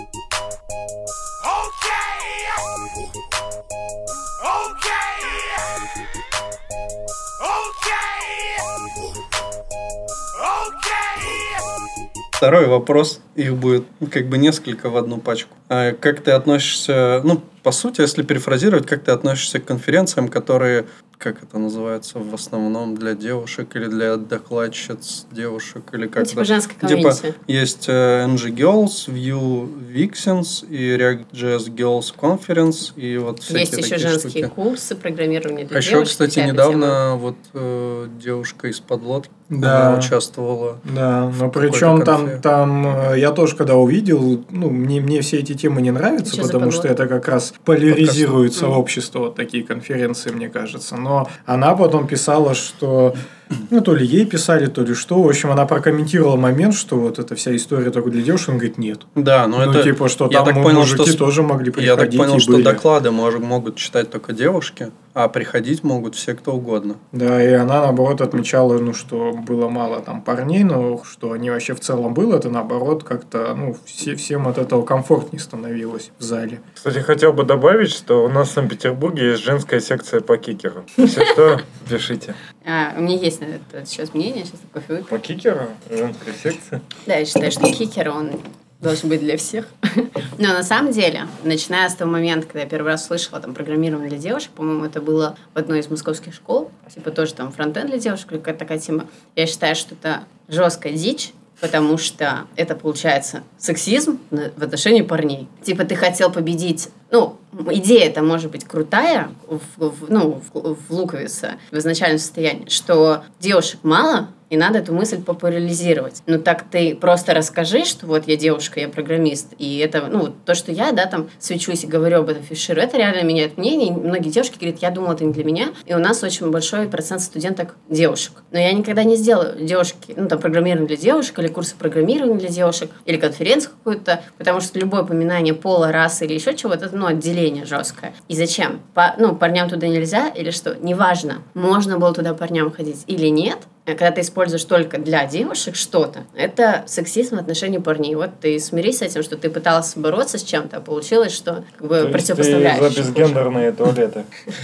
Второй вопрос, их будет ну, как бы несколько в одну пачку. А как ты относишься, ну, по сути, если перефразировать, как ты относишься к конференциям, которые, как это называется, в основном для девушек или для докладчиц девушек, или как Ну, типа женской комьюнити. Типа есть э, эн джи Girls, Vue Vixens и React.js Girls Conference, и вот всякие Есть еще такие женские штуки. курсы программирования для А еще, девушек. кстати, вся эта недавно тема. вот э, девушка из подлодки Да. она участвовала. Да, но какой-то причем там, конфе. там э, я тоже когда увидел, ну, мне, мне все эти темы не нравятся, Что за потому что подлодка? это как раз поляризирует Подкаст. сообщество, вот такие конференции, мне кажется. Но она потом писала, что, ну, то ли ей писали, то ли что. В общем, она прокомментировала момент, что вот эта вся история только для девушек, он говорит, нет. Да, но Ну, это... типа, что я там так понял, мужики что... тоже могли приходить Я так понял, и что были. доклады мож- могут читать только девушки, а приходить могут все, кто угодно. Да, и она, наоборот, отмечала, ну, что было мало там парней, но что они вообще в целом было, это, наоборот, как-то, ну, все, всем от этого комфортнее становилось в зале. Кстати, хотел бы добавить, что у нас в Санкт-Петербурге есть женская секция по кикеру. Если что, пишите. А, у меня есть на это сейчас мнение, сейчас я кофе выпью. По кикеру? Женская секция? Да, я считаю, что кикер, он должен быть для всех. Но на самом деле, начиная с того момента, когда я первый раз слышала там программирование для девушек, по-моему, это было в одной из московских школ, типа тоже там фронтенд для девушек, или какая-то такая тема, я считаю, что это жесткая дичь, потому что это, получается, сексизм в отношении парней. Типа ты хотел победить... Ну, идея это может быть крутая, в, в- ну, в, в луковице, в изначальном состоянии, что девушек мало, и надо эту мысль популяризировать. Ну, так ты просто расскажи, что вот я девушка, я программист, и это, ну, то, что я, да, там, свечусь и говорю об этом, фиширую, это реально меняет мнение, и многие девушки говорят, я думала, это не для меня, и у нас очень большой процент студенток девушек. Но я никогда не сделаю девушки, ну, там, программирование для девушек, или курсы программирования для девушек, или конференцию какую-то, потому что любое упоминание пола, расы или еще чего-то, это, ну, отделение жесткое. И зачем? По, ну, парням туда нельзя или что? Неважно, можно было туда парням ходить или нет, когда ты используешь только для девушек что-то, это сексизм в отношении парней. Вот ты смирись с этим, что ты пытался бороться с чем-то, а получилось, что как бы противопоставляешь. Ты за безгендерные туалеты.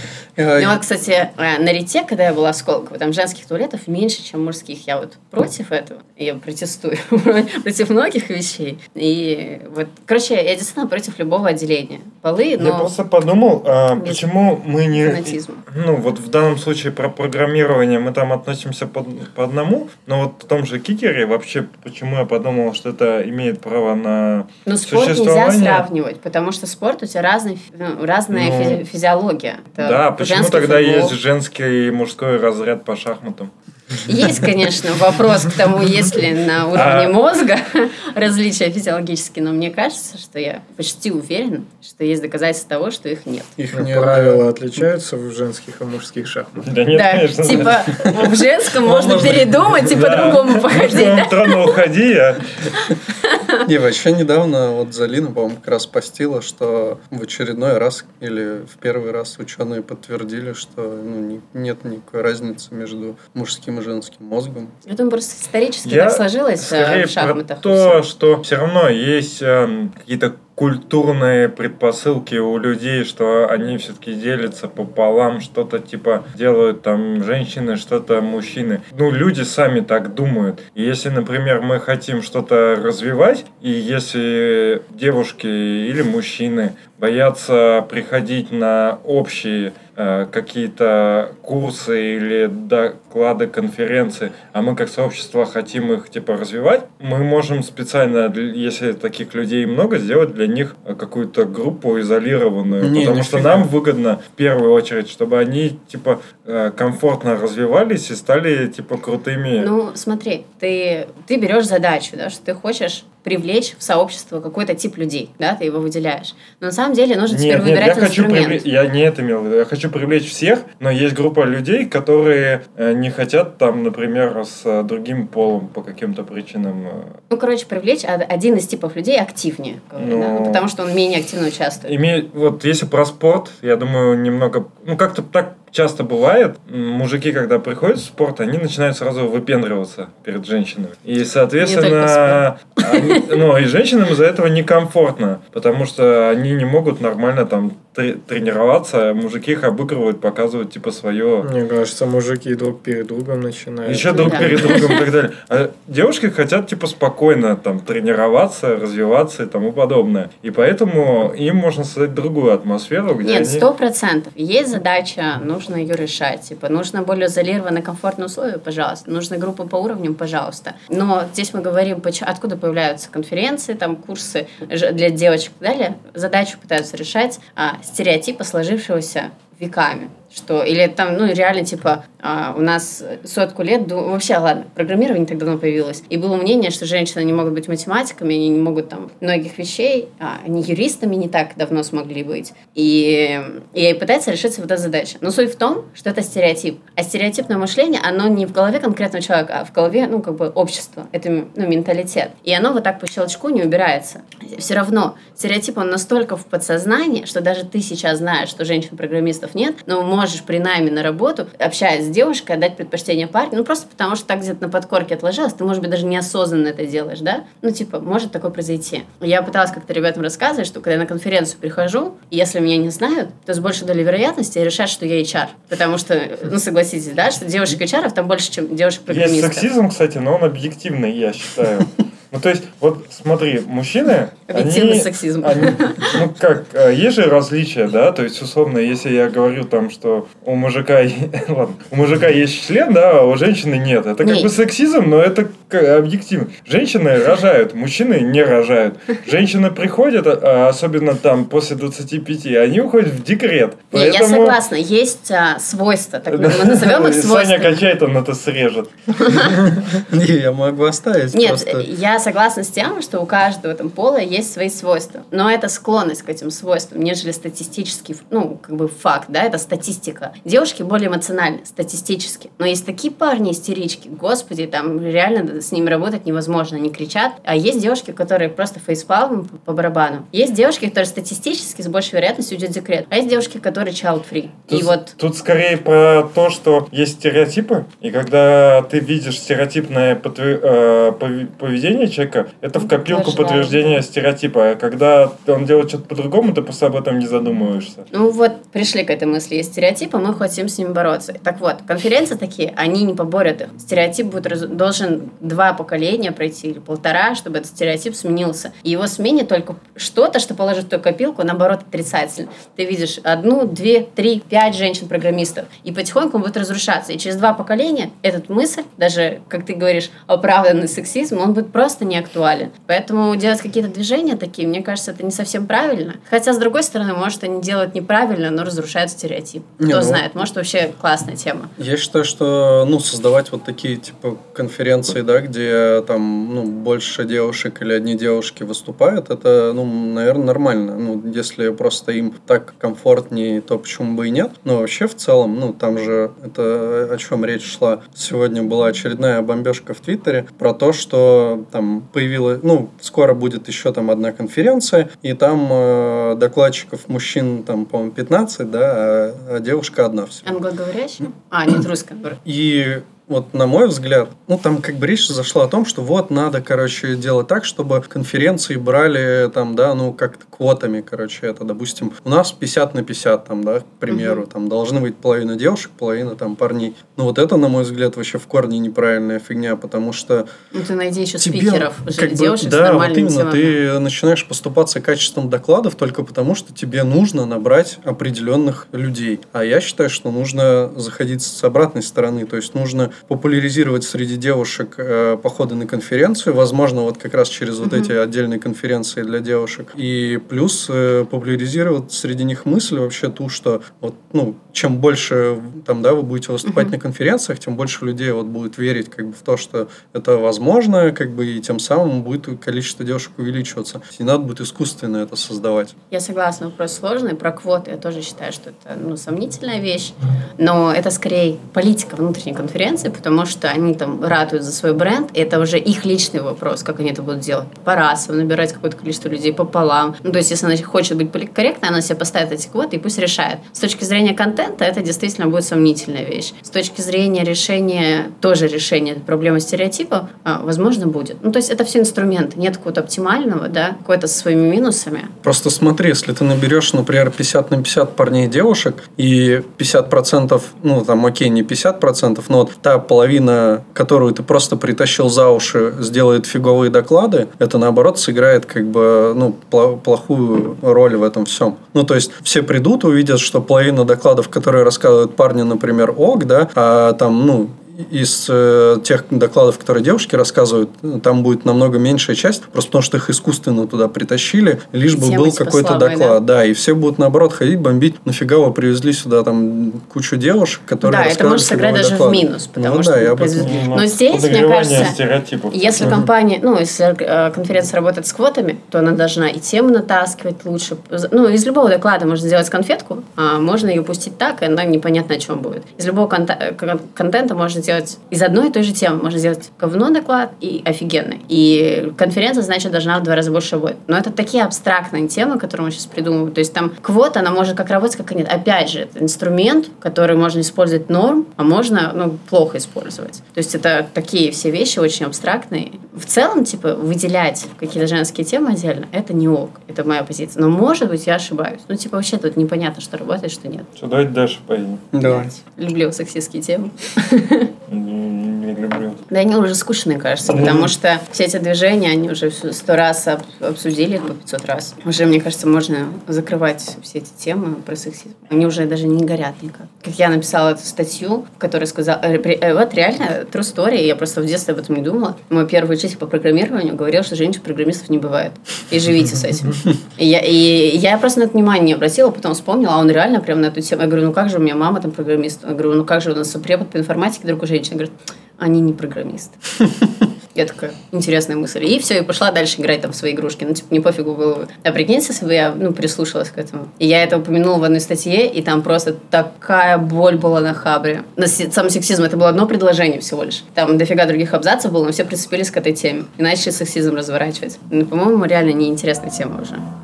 Э, Ну вот, кстати, э, на Рите, когда я была в Сколково, там женских туалетов меньше, чем мужских. Я вот против этого, я протестую против многих вещей. И вот, короче, я действительно против любого отделения. Полы, Я но просто подумал, а, без почему мы не... фанатизма. Ну, вот в данном случае про программирование мы там относимся под по одному, но вот в том же кикере вообще, почему я подумал, что это имеет право на Но спорт нельзя сравнивать, потому что спорт у тебя разный, ну, разная ну, физи- физиология. Это да, почему тогда футбол. Есть женский и мужской разряд по шахматам? Есть, конечно, вопрос к тому, есть ли на уровне а... мозга различия физиологические, но мне кажется, что я почти уверена, что есть доказательства того, что их нет. Их не правила отличаются в женских и мужских шахматах? Да нет, да, конечно. Типа в женском можно передумать и по-другому походить. В трон уходи, а... Не, вообще недавно вот Залина, по-моему, как раз постила, что в очередной раз или в первый раз ученые подтвердили, что ну, нет никакой разницы между мужским и женским мозгом. Я думаю, просто исторически Я так сложилось в шахматах. То, что все равно есть э, какие-то культурные предпосылки у людей, что они все-таки делятся пополам, что-то типа делают там женщины, что-то мужчины. Ну, люди сами так думают. И если, например, мы хотим что-то развивать, и если девушки или мужчины боятся приходить на общие э, какие-то курсы или доклады, конференции, а мы как сообщество хотим их типа развивать, мы можем специально, если таких людей много, сделать для них какую-то группу изолированную, не, потому что нам выгодно в первую очередь, чтобы они типа комфортно развивались и стали типа крутыми. Ну, смотри, ты, ты берешь задачу, да, что ты хочешь привлечь в сообщество какой-то тип людей, да, ты его выделяешь. Но на самом деле нужно теперь нет, выбирать нет, я инструмент. Хочу привлечь, я не это имел в виду. Я хочу привлечь всех, но есть группа людей, которые не хотят там, например, с другим полом по каким-то причинам. Ну, короче, привлечь один из типов людей активнее, говорю, ну, да, ну, потому что он менее активно участвует. Име... Вот если про спорт, я думаю, немного... Ну, как-то так часто бывает, мужики, когда приходят в спорт, они начинают сразу выпендриваться перед женщинами. И, соответственно, они, ну, и женщинам из-за этого некомфортно, потому что они не могут нормально там тренироваться, а мужики их обыгрывают, показывают типа свое... Мне кажется, мужики друг перед другом начинают. Еще друг да. перед другом и так далее. А девушки хотят типа спокойно там тренироваться, развиваться и тому подобное. И поэтому им можно создать другую атмосферу, где Нет, сто они... процентов. Есть задача, нужно ее решать. Типа, нужно более изолированные, комфортные условия, пожалуйста. Нужны группы по уровням, пожалуйста. Но здесь мы говорим, откуда появляются конференции, там, курсы для девочек и так далее. Задачу пытаются решать а, стереотипа, сложившегося веками. Что, или там, ну, реально, типа, а, у нас сотку лет, ду... вообще, ладно, программирование так давно появилось, и было мнение, что женщины не могут быть математиками, они не могут там многих вещей, а, они юристами не так давно смогли быть, и, и пытается решиться вот эта задача. Но суть в том, что это стереотип, а стереотипное мышление, оно не в голове конкретного человека, а в голове, ну, как бы, общества, это, ну, менталитет, и оно вот так по щелчку не убирается. Все равно стереотип, он настолько в подсознании, что даже ты сейчас знаешь, что женщин-программистов нет, но можешь при найме на работу, общаясь с девушкой, отдать предпочтение парню, ну просто потому, что так где-то на подкорке отложилось, ты, может быть, даже неосознанно это делаешь, да? Ну, типа, может такое произойти. Я пыталась как-то ребятам рассказывать, что когда я на конференцию прихожу, и если меня не знают, то с большей долей вероятности решат, что я эйч ар. Потому что, ну, согласитесь, да, что девушек эйч ар там больше, чем девушек-программистов. Есть сексизм, кстати, но он объективный, я считаю. Ну, то есть, вот смотри, мужчины... Объективный сексизм. Они, ну, как, есть же различия, да? То есть, условно, если я говорю там, что у мужика... Ладно, у мужика есть член, да, а у женщины нет. Это как нет. бы сексизм, но это объективно. Женщины рожают, мужчины не рожают. Женщины приходят, особенно там после двадцати пяти, они уходят в декрет. Поэтому... Нет, я согласна. Есть а, свойства. Так мы назовем их свойствами. Саня качает, он это срежет. Не, я могу оставить. Нет, я согласна с тем, что у каждого там пола есть свои свойства. Но это склонность к этим свойствам, нежели статистический, ну, как бы факт, да, это статистика. Девушки более эмоциональны, статистически. Но есть такие парни истерички, господи, там реально с ними работать невозможно, они кричат. А есть девушки, которые просто фейспалм по, по барабану. Есть девушки, которые статистически с большей вероятностью уйдут в декрет. А есть девушки, которые child-free. Тут, и вот... тут скорее про то, что есть стереотипы, и когда ты видишь стереотипное поведение человека, это в копилку Подтверждаю. подтверждения стереотипа. А когда он делает что-то по-другому, ты просто об этом не задумываешься. Ну вот, пришли к этой мысли. Есть стереотипы, мы хотим с ними бороться. Так вот, конференции такие, они не поборят их. Стереотип будет, раз- должен два поколения пройти или полтора, чтобы этот стереотип сменился. И его сменит только что-то, что положит в ту копилку, наоборот, отрицательно. Ты видишь одну, две, три, пять женщин-программистов, и потихоньку он будет разрушаться. И через два поколения этот мысль, даже, как ты говоришь, оправданный сексизм, он будет просто не актуален. Поэтому делать какие-то движения такие, мне кажется, это не совсем правильно. Хотя, с другой стороны, может, они делают неправильно, но разрушают стереотип. Кто Не, ну, знает, может, вообще классная тема. Я считаю, что, ну, создавать вот такие, типа, конференции, да, где там, ну, больше девушек или одни девушки выступают, это, ну, наверное, нормально. Ну, если просто им так комфортнее, то почему бы и нет. Но вообще, в целом, ну, там же, это о чем речь шла. Сегодня была очередная бомбежка в Твиттере про то, что там появилась, ну, скоро будет еще там одна конференция, и там э, докладчиков мужчин, там, по-моему, пятнадцать, да, а, а девушка одна всего. Англоговорящая? А, нет, русская. И вот на мой взгляд, ну там как бы речь зашла о том, что вот надо, короче, делать так, чтобы конференции брали там, да, ну как-то квотами, короче, это, допустим, у нас пятьдесят на пятьдесят там, да, к примеру, uh-huh. там должны быть половина девушек, половина там парней. Ну вот это, на мой взгляд, вообще в корне неправильная фигня, потому что... Ну ты найди еще тебе, спикеров, как бы, девушек да, с нормальными вот именно, темами. ты начинаешь поступаться качеством докладов только потому, что тебе нужно набрать определенных людей. А я считаю, что нужно заходить с обратной стороны, то есть нужно популяризировать среди девушек э, походы на конференцию, возможно, вот как раз через вот uh-huh. эти отдельные конференции для девушек. И плюс э, популяризировать среди них мысль вообще ту, что вот, ну, чем больше там, да, вы будете выступать uh-huh. на конференциях, тем больше людей вот будет верить как бы в то, что это возможно, как бы, и тем самым будет количество девушек увеличиваться. И надо будет искусственно это создавать. Я согласна, вопрос сложный. Про квоты я тоже считаю, что это, ну, сомнительная вещь, но это скорее политика внутренней конференции, потому что они там ратуют за свой бренд, и это уже их личный вопрос, как они это будут делать. По расам, набирать какое-то количество людей пополам. Ну, то есть, если она хочет быть корректной, она себе поставит эти квоты и пусть решает. С точки зрения контента, это действительно будет сомнительная вещь. С точки зрения решения, тоже решения проблемы стереотипа, возможно, будет. Ну, то есть, это все инструменты. Нет какого-то оптимального, да, какой-то со своими минусами. Просто смотри, если ты наберешь, например, пятьдесят на пятьдесят парней и девушек, и пятьдесят процентов, ну, там, окей, не пятьдесят процентов, но вот та половина, которую ты просто притащил за уши, сделает фиговые доклады, это, наоборот, сыграет, как бы, ну, плохую роль в этом всем. Ну, то есть, все придут, увидят, что половина докладов, которые рассказывают парни, например, ок, да, а там, ну, из э, тех докладов, которые девушки рассказывают, там будет намного меньшая часть, просто потому что их искусственно туда притащили, лишь бы был какой-то доклад. Да? да, и все будут, наоборот, ходить, бомбить. Нафига вы привезли сюда там кучу девушек, которые да, это может сыграть даже доклады. В минус, потому ну, что... Да, я произ... ну, Но здесь, мне кажется, стереотипов. если угу. компания, ну, если э, конференция работает с квотами, то она должна и тему натаскивать лучше. Ну, из любого доклада можно сделать конфетку, а можно ее пустить так, и она непонятно о чем будет. Из любого конта- контента можно сделать из одной и той же темы. Можно сделать говно доклад и офигенный. И конференция, значит, должна в два раза больше работать. Но это такие абстрактные темы, которые мы сейчас придумываем. То есть там квота, она может как работать, как и нет. Опять же, это инструмент, который можно использовать норм, а можно, ну, плохо использовать. То есть это такие все вещи очень абстрактные. В целом, типа, выделять какие-то женские темы отдельно, это не ок. Это моя позиция. Но, может быть, я ошибаюсь. Ну, типа, вообще тут непонятно, что работает, что нет. Что, давайте дальше поедем. Давай. Люблю сексистские темы. Не люблю. Да они уже скучные, кажется, потому что все эти движения, они уже сто раз обсудили, по пятьсот раз. Уже, мне кажется, можно закрывать все эти темы про сексизм. Они уже даже не горят никак. Как я написала эту статью, в которой сказала... Вот реально, true story, я просто в детстве об этом не думала. Мой первый учитель по программированию говорил, что женщин-программистов не бывает. И живите с этим. И я, и я просто на это внимание не обратила, потом вспомнила, а он реально прям на эту тему. Я говорю, ну как же, у меня мама там программист. Я говорю, ну как же, у нас препод по информатике, другой женщина. Говорит, они не программисты. Я такая, интересная мысль. И все, и пошла дальше играть там в свои игрушки. Ну, типа, не пофигу было. А прикиньте, если бы я, ну, прислушалась к этому. И я это упомянула в одной статье, и там просто такая боль была на хабре. На сам сексизм, это было одно предложение всего лишь. Там дофига других абзацев было, но все прицепились к этой теме. И начали сексизм разворачивать. Ну, по-моему, реально неинтересная тема уже.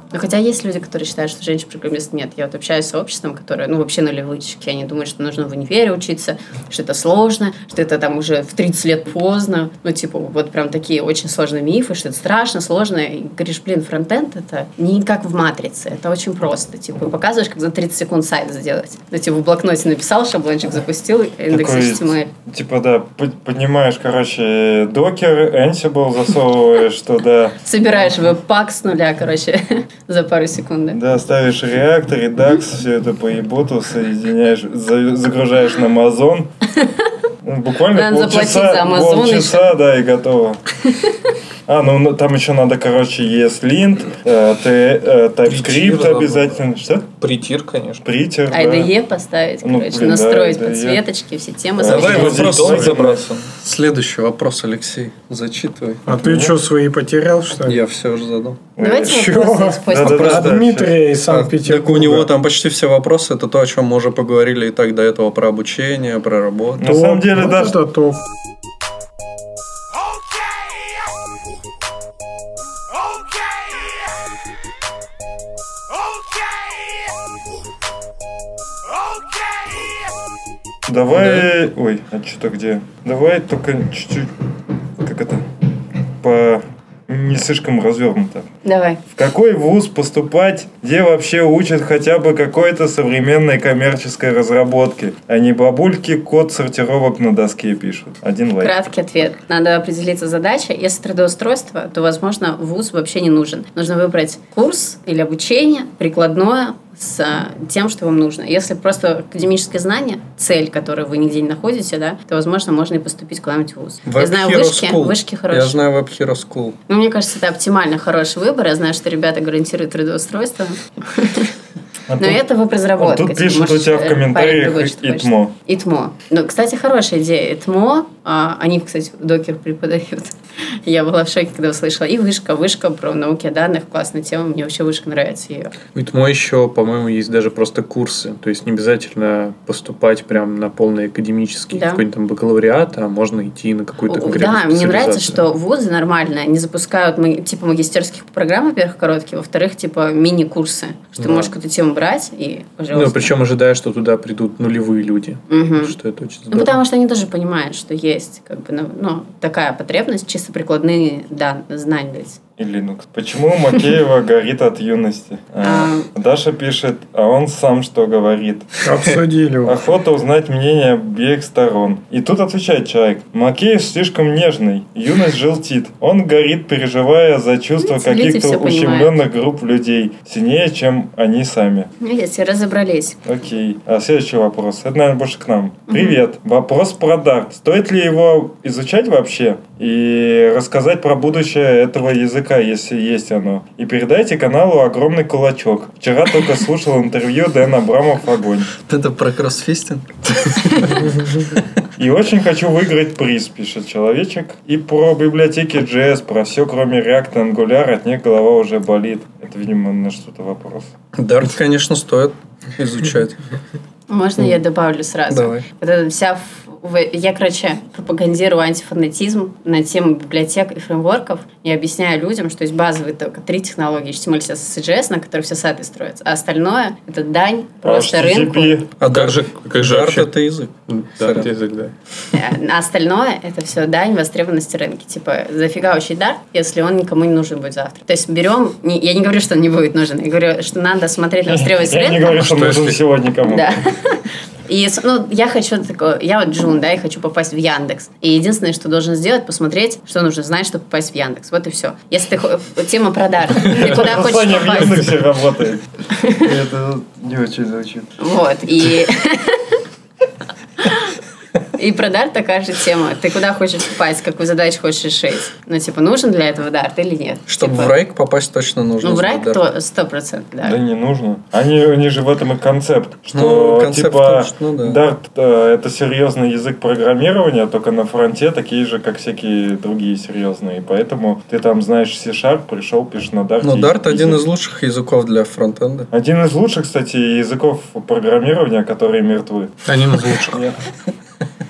Ну, хотя есть люди, которые считают, что женщин-программистов нет. Я вот общаюсь с обществом, которое, ну, вообще нулевычки. Они думают, что нужно в универе учиться, что это сложно, что это там уже в тридцать лет поздно. Ну, типа, вот прям такие очень сложные мифы, что это страшно, сложно. И говоришь, блин, фронтенд это не как в матрице, это очень просто. Типа, показываешь, как за тридцать секунд сайт сделать. Ну, типа, в блокноте написал, шаблончик запустил, индекс эйч ти эм эль. Типа, да, поднимаешь, короче, докер, Ansible засовываешь туда. Собираешь веб-пак с нуля, короче, за пару секунд. Да, ставишь React, Redux, все это по еботу соединяешь, загружаешь на Amazon. Буквально надо полчаса, за Amazon полчаса, да, и готово. А, ну там еще надо, короче, ESLint, э, э, TypeScript обязательно. Что? Притир, конечно. Притир, ай ди и поставить, ну, короче, блин, настроить да, подсветочки, все темы. А, давай вопрос забраться. Следующий вопрос, Алексей. Зачитывай. А ты что, свои потерял, что ли? Я все уже задал. Давайте Чё? вопросы после. Да, да, Про да, Дмитрия из Так, Санкт-Петербурга. у него там почти все вопросы. Это то, о чем мы уже поговорили и так до этого, про обучение, про работу. На самом деле, вот да. это топ. Давай... Да. Ой, а что-то где? Давай только чуть-чуть... Как это? По... Не слишком развернуто. Давай. В какой вуз поступать, где вообще учат хотя бы какой-то современной коммерческой разработки, а не бабульки код сортировок на доске пишут? Один лайк. Краткий ответ. Надо определиться задачей. Если трудоустройство, то, возможно, вуз вообще не нужен. Нужно выбрать курс или обучение прикладное с тем, что вам нужно. Если просто академическое знание, цель, которую вы нигде не находите, да, то, возможно, можно и поступить куда-нибудь в вуз. Web Я знаю Hero вышки, School. вышки хорошие. Я знаю Web Hero School. Ну, мне кажется, это оптимально хороший выбор. Я знаю, что ребята гарантируют трудоустройство. А Но тут, это веб-разработка. а тут пишут у тебя в комментариях ИТМО. ИТМО. Ну, кстати, хорошая идея. ИТМО, а, они, кстати, докер преподают. Я была в шоке, когда услышала. И вышка. Вышка про науки о данных. Классная тема. Мне вообще вышка нравится ее. У ИТМО еще, по-моему, есть даже просто курсы. То есть не обязательно поступать прям на полный академический да. какой-нибудь там бакалавриат, а можно идти на какую-то конкретную Да, мне нравится, что вузы нормально не запускают типа магистерских программ, во-первых, короткие, во-вторых, типа мини-курсы. Что да. ты можешь какую-то тему брать и, пожалуйста. Ну, причем ожидая, что туда придут нулевые люди. Угу. Что это очень здорово. Ну, потому что они тоже понимают, что есть как бы, ну, такая потребность, чисто прикладные да, знания дать. И Linux. Почему Макеева горит от юности? А, Даша пишет, а он сам что говорит? Обсудили. Охота узнать мнение обеих сторон. И тут отвечает человек. Макеев слишком нежный. Юность желтит. Он горит, переживая за чувства Видите, каких-то ущемленных групп людей. Сильнее, чем они сами. Видите, разобрались. Окей. А следующий вопрос. Это, наверное, больше к нам. Привет. Вопрос про Dart. Стоит ли его изучать вообще? И рассказать про будущее этого языка, если есть оно. И передайте каналу огромный кулачок. Вчера только слушал интервью Дэн Абрамов «Огонь». Это про кроссфистинг? И очень хочу выиграть приз, пишет человечек. И про библиотеки джей эс, про все, кроме React и Angular, от них голова уже болит. Это, видимо, на что-то вопрос. Dart, конечно, стоит изучать. Можно я добавлю сразу? Давай. Вот эта вся... Я, короче, пропагандирую антифанатизм на тему библиотек и фреймворков и объясняю людям, что есть базовые только три технологии: эйч ти эм эль, си эс эс и джей эс, на которых все сайты строятся, а остальное — это дань просто рынку. А как же, как же Dart — это язык? Да, это язык, да. А остальное — это все дань востребованности рынка. Типа, зафига учить Dart, если он никому не нужен будет завтра. То есть берем... Не, я не говорю, что он не будет нужен. Я говорю, что надо смотреть на востребованность рынка. Я не говорю, что нужен сегодня кому-то. Да. И, ну, я хочу такое, я вот Джун, да, я хочу попасть в Яндекс. И единственное, что должен сделать, посмотреть, что нужно знать, чтобы попасть в Яндекс. Вот и все. Если ты тема про Dart, ты куда хочешь попасть. Саня в Яндексе работает. Это не очень звучит. Вот, и... И про Dart такая же тема. Ты куда хочешь попасть, какую задачу хочешь решить? Ну, типа, нужен для этого Dart или нет? Чтобы типа... в рейк попасть точно нужно. Ну, в рейк то сто процентов, да. Да не нужно. Они, они же в этом и концепт. Что, ну, концепт типа, том, что, ну, да. Dart э, это серьезный язык программирования, только на фронте такие же, как всякие другие серьезные. Поэтому ты там знаешь C-Sharp, пришел, пишешь на Dart. Но Dart один из лучших языков для фронтенда. Один из лучших, кстати, языков программирования, которые мертвы. Один из лучших.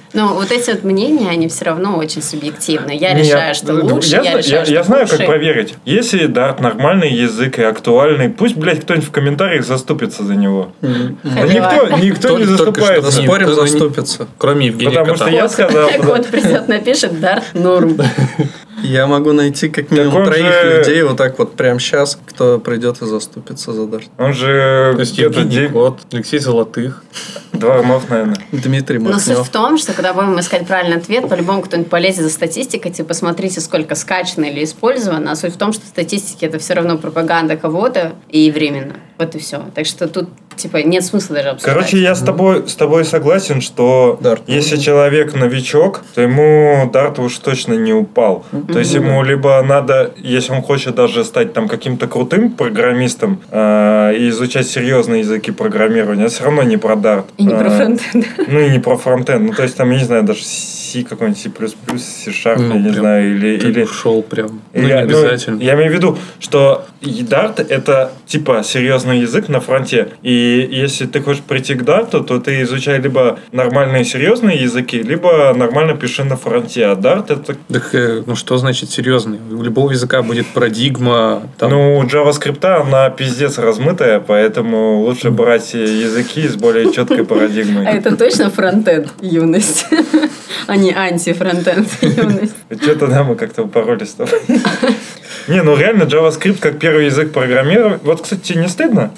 Но вот эти вот мнения, они все равно очень субъективны. Я Не, решаю, что лучше, я, я, решаю, я, что я знаю, хуже. как проверить. Если Dart нормальный язык и актуальный, пусть, блядь, кто-нибудь в комментариях заступится за него. А никто, никто не заступается. Спорим, заступится. Кроме Евгения Потому Кота. что я сказал... Кот придет, напишет Dart норм. Я могу найти как минимум Так он троих же- людей вот так вот прямо сейчас, кто придет и заступится за Dart. Он же То есть где-то Евгений де- Кот, Алексей Золотых. два Армов, наверное. Дмитрий Но суть Махнев. в том, что когда будем искать правильный ответ, по-любому кто-нибудь полезет за статистикой, типа, посмотрите, сколько скачано или использовано. А суть в том, что статистики это все равно пропаганда кого-то и временно. Вот и все. Так что тут, типа, нет смысла даже обсуждать. Короче, я с тобой, с тобой согласен, что Dart. если человек новичок, то ему Dart уж точно не упал. То есть ему либо надо, если он хочет даже стать там каким-то крутым программистом э, и изучать серьезные языки программирования, это все равно не про Dart. И не про Э, фронтенд. Ну и не про фронтенд. Ну то есть там, я не знаю, даже C какой-нибудь, C++, C-Sharp, Ну, я не прям знаю, или... Ты или ушел прям. Ну, или- не обязательно. я имею в виду, что и Dart это типа серьезный язык на фронте. И если ты хочешь прийти к Dart, то ты изучай либо нормальные серьезные языки, либо нормально пиши на фронте. А Dart это... Так, э, ну что значит серьезный? У любого языка будет парадигма. Там, Ну, у JavaScript она пиздец размытая, поэтому лучше брать языки с более четкой А парадигмой. это точно фронтенд юность, а не антифронтенд юность. Что-то, да, мы как-то упоролись с тобой. Не, ну реально JavaScript как первый язык программирования. Вот, кстати, тебе не стыдно?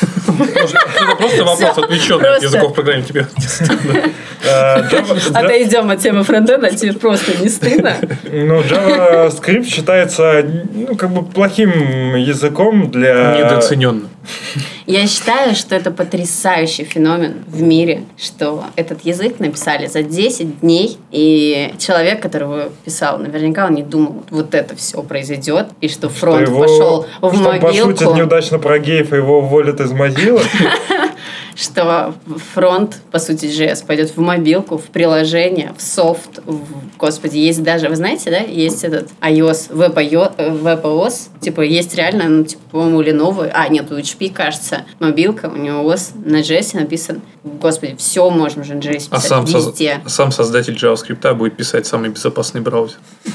это просто вопрос отвлеченный от просто. языков программирования. Тебе Э, Java- Отойдем от темы фронтенда, тебе просто не стыдно. Ну, JavaScript считается, ну, как бы плохим языком для... недооцененно. Я считаю, что это потрясающий феномен в мире, что этот язык написали за десять дней, и человек, который его писал, наверняка он не думал, вот это все произойдет, и что фронт Что его- пошел в что он пошутит могилку, неудачно про геев, и его уволят из Mozilla. что фронт, по сути, джей эс пойдет в мобилку, в приложение, в софт, в... господи, есть даже, вы знаете, да, есть этот iOS, WebOS, типа, есть реально, ну, типа, по-моему, Lenovo, а, нет, у эйч пи, кажется, мобилка, у него о эс на джей эс написан, господи, все можно же на джей эс А писать сам, соз- везде. а сам создатель JavaScript будет писать самый безопасный браузер.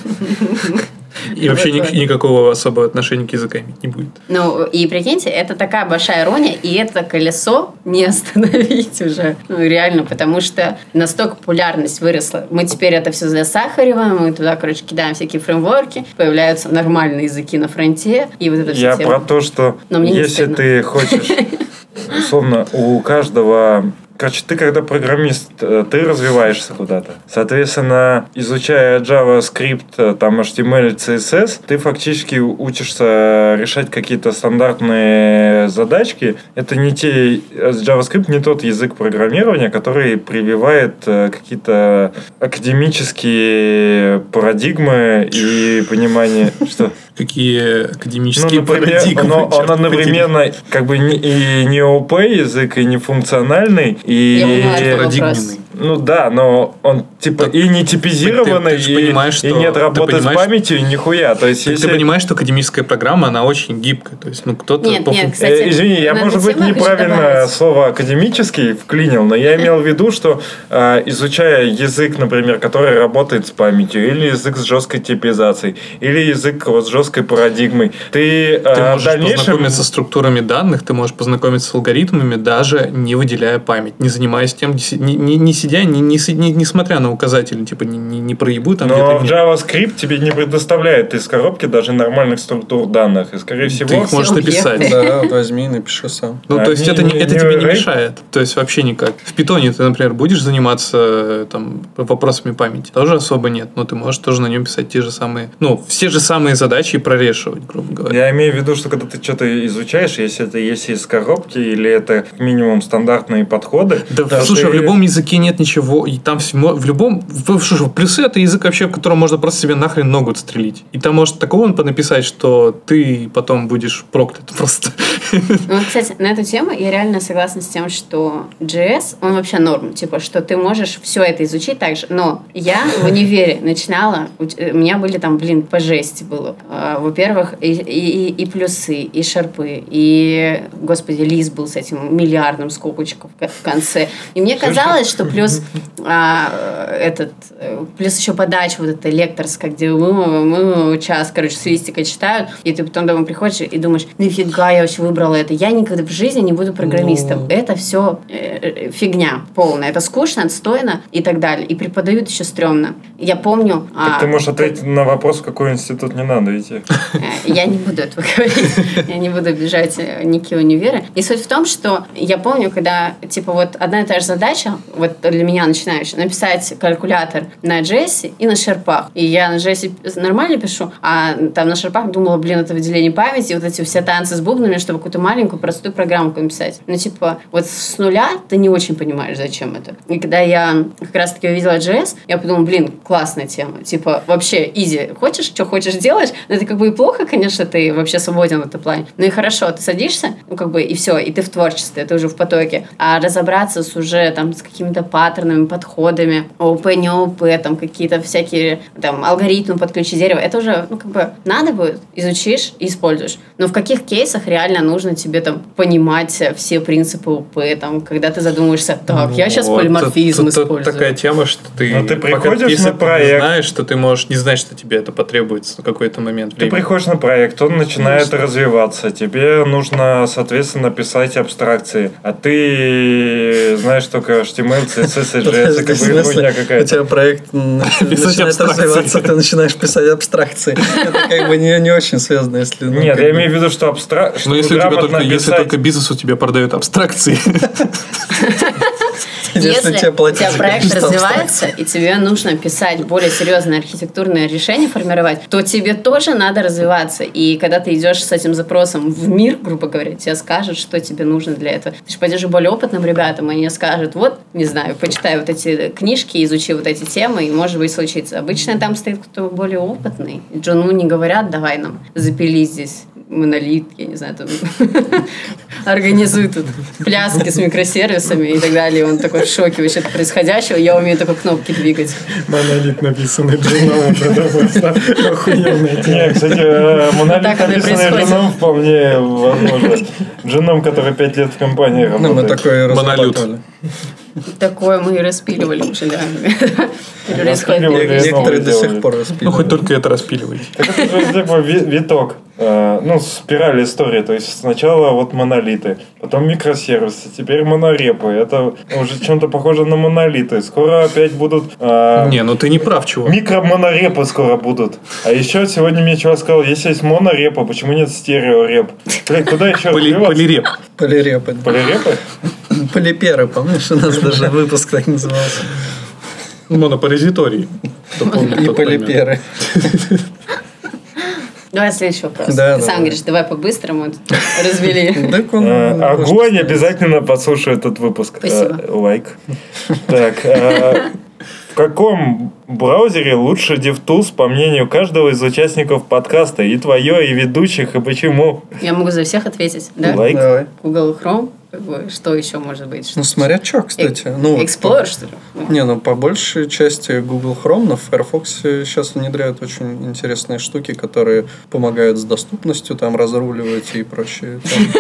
И вообще ни- никакого особого отношения к языкам иметь не будет. Ну, и прикиньте, это такая большая ирония, и это колесо не остановить уже. Ну, реально, потому что настолько популярность выросла. Мы теперь это все засахариваем, мы туда, короче, кидаем всякие фреймворки, появляются нормальные языки на фронте, и вот это все Я тема. про то, что Но мне не если стыдно. ты хочешь, условно, у каждого... Короче, ты когда программист, э, ты развиваешься куда-то. Соответственно, изучая JavaScript, э, там эйч ти эм эль, си эс эс, ты фактически учишься решать какие-то стандартные задачки. Это не те... JavaScript не тот язык программирования, который прививает э, какие-то академические парадигмы и понимание, что... Какие академические Ну, например, парадигмы. но черт он одновременно как бы не, и не о пи язык, и не функциональный, и... Я поняла, что вопрос. парадигменный. Ну да, но он типа и не типизированный, ты- ты же и, понимаешь, и что- нет ты работы с понимаешь- памятью, нихуя. То есть, Так если... ты понимаешь, что академическая программа, она очень гибкая. То есть, ну, кто-то... Нет, по нет, фун- кстати, Э, Извини, я, на эту может быть, тему я хочу неправильно добавить. слово академический вклинил, но я имел в виду, что э, изучая язык, например, который работает с памятью, или язык с жесткой типизацией, или язык вот с жесткой парадигмой, ты, э, Ты в можешь дальнейшем... познакомиться с структурами данных, ты можешь познакомиться с алгоритмами, даже не выделяя память, не занимаясь тем, не, не, не сидя, не, не, си- не, не смотря на указатели, типа не, не, не проебу там Но где-то. в нет. JavaScript тебе не предоставляет из коробки даже нормальных структур данных. И, скорее всего... Ты их можешь Всё, написать. Да, возьми и напиши сам. Ну, А, то есть, не- это, не, не- это не тебе не рейд? мешает. То есть, вообще никак. В питоне ты, например, будешь заниматься э, там, вопросами памяти? Тоже особо нет. Но ты можешь тоже на нем писать те же самые... Ну, все же самые задачи и прорешивать, грубо говоря. Я имею в виду, что когда ты что-то изучаешь, если это есть из коробки, или это как минимум стандартные подходы... Да, то слушай, ты- в любом языке нет ничего, и там всё- в любом, в, слушай, плюсы это язык вообще, в котором можно просто себе нахрен ногу отстрелить. И там может такого он понаписать, что ты потом будешь проклят просто. Ну, вот, кстати, на эту тему я реально согласна с тем, что джей эс, он вообще норм. Типа, что ты можешь все это изучить так же. Но я в универе начинала, у т- у меня были там, блин, по жести было. А, Во-первых, и, и, и плюсы, и шарпы, и, господи, лист был с этим миллиардом скобочков в конце. И мне казалось, что плюс плюс а, этот, плюс еще подача вот эта лекторская, где мы, мы час, короче, с листика читают, и ты потом дома приходишь и думаешь, нафига я вообще выбрала это? Я никогда в жизни не буду программистом. Ну... Это все э, фигня полная. Это скучно, отстойно и так далее. И преподают еще стрёмно. Я помню... Так а, ты можешь ответить как... на вопрос, в какой институт не надо идти. Я не буду этого говорить. Я не буду обижать никакие универы. И суть в том, что я помню, когда, типа, вот одна и та же задача, вот для меня начинающая, написать калькулятор на джесси и на шерпах. И я на джесси нормально пишу, а там на шерпах думала, блин, это выделение памяти, вот эти все танцы с бубнами, чтобы какую-то маленькую простую программку написать. Ну, типа, вот с нуля ты не очень понимаешь, зачем это. И когда я как раз-таки увидела джей эс, я подумала, блин, классная тема. Типа, вообще, изи. Хочешь, что хочешь, делаешь. Но это как бы и плохо, конечно, ты вообще свободен в этом плане. Ну и хорошо, ты садишься, ну, как бы, и все, и ты в творчестве, ты уже в потоке. А разобраться с уже, там, с какими-то паттернами, подходами, ООП, не ООП, там, какие-то всякие, там, алгоритмы подключи дерево, это уже, ну, как бы, надо будет, изучишь и используешь. Но в каких кейсах реально нужно тебе, там, понимать все принципы ООП, там, когда ты задумываешься, так, я сейчас вот, полиморфизм тут, использую. Тут такая тема, что ты, ты приходишь если на проект, ты знаешь, что ты можешь не знать, что тебе это потребуется в какой-то момент времени. Ты приходишь на проект, он начинает Конечно. развиваться, тебе нужно, соответственно, писать абстракции, а ты знаешь только эйч ти эм эл, си эс эс и джей эс, как бы хуйня какая-то. У тебя проект начинает развиваться, ты начинаешь писать абстракции. Это как бы не очень связано, если... Нет, я имею в виду, что абстракция... Но если только бизнес у тебя продает абстракции... Если, Если у тебя проект развивается, и тебе нужно писать более серьезные архитектурные решения, формировать, то тебе тоже надо развиваться. И когда ты идешь с этим запросом в мир, грубо говоря, тебе скажут, что тебе нужно для этого. Ты же пойдешь более опытным ребятам, и они скажут, вот, не знаю, почитай вот эти книжки, изучи вот эти темы, и, может быть, случится. Обычно там стоит кто-то более опытный. Джуну не говорят, давай нам запили здесь монолит, я не знаю, там организует тут пляски с микросервисами и так далее. Он такой в шоке вообще от происходящего. Я умею только кнопки двигать. Монолит, написанный Джуном, это просто охуенная тема. Нет, кстати, монолит, написанный Джуном, вполне возможно. Джуном, который пять лет в компании работает. Ну, мы такое разрабатывали. Такое мы и распиливали уже, да. Некоторые до сих пор распиливают. Ну, хоть только это распиливаете. Так это же типа виток. Ну, спираль истории. То есть сначала вот монолиты, потом микросервисы, теперь монорепы. Это уже чем-то похоже на монолиты. Скоро опять будут... Не, ну ты не прав, чувак. Микромонорепы скоро будут. А еще сегодня мне чувак сказал, если есть монорепа, почему нет стереореп? Блин, куда еще развиваться? Полиреп. Полирепы. Полирепы? Полиперы, помнишь? У нас даже выпуск так назывался. Монопаразиторий. И полиперы. Давай следующий вопрос. Да, Ты да, сам да. говоришь, давай по-быстрому развели. Огонь, обязательно послушаю этот выпуск. Спасибо. Лайк. Так, в каком браузере лучше DevTools, по мнению каждого из участников подкаста? И твое, и ведущих, и почему? Я могу за всех ответить, да? Лайк. Давай. Google Chrome. Как бы, что еще может быть? Ну, смотря что, кстати. Ну, Explorer, что ли? Не, ну, по большей части Google Chrome, но в Firefox сейчас внедряют очень интересные штуки, которые помогают с доступностью, там, разруливать и прочее.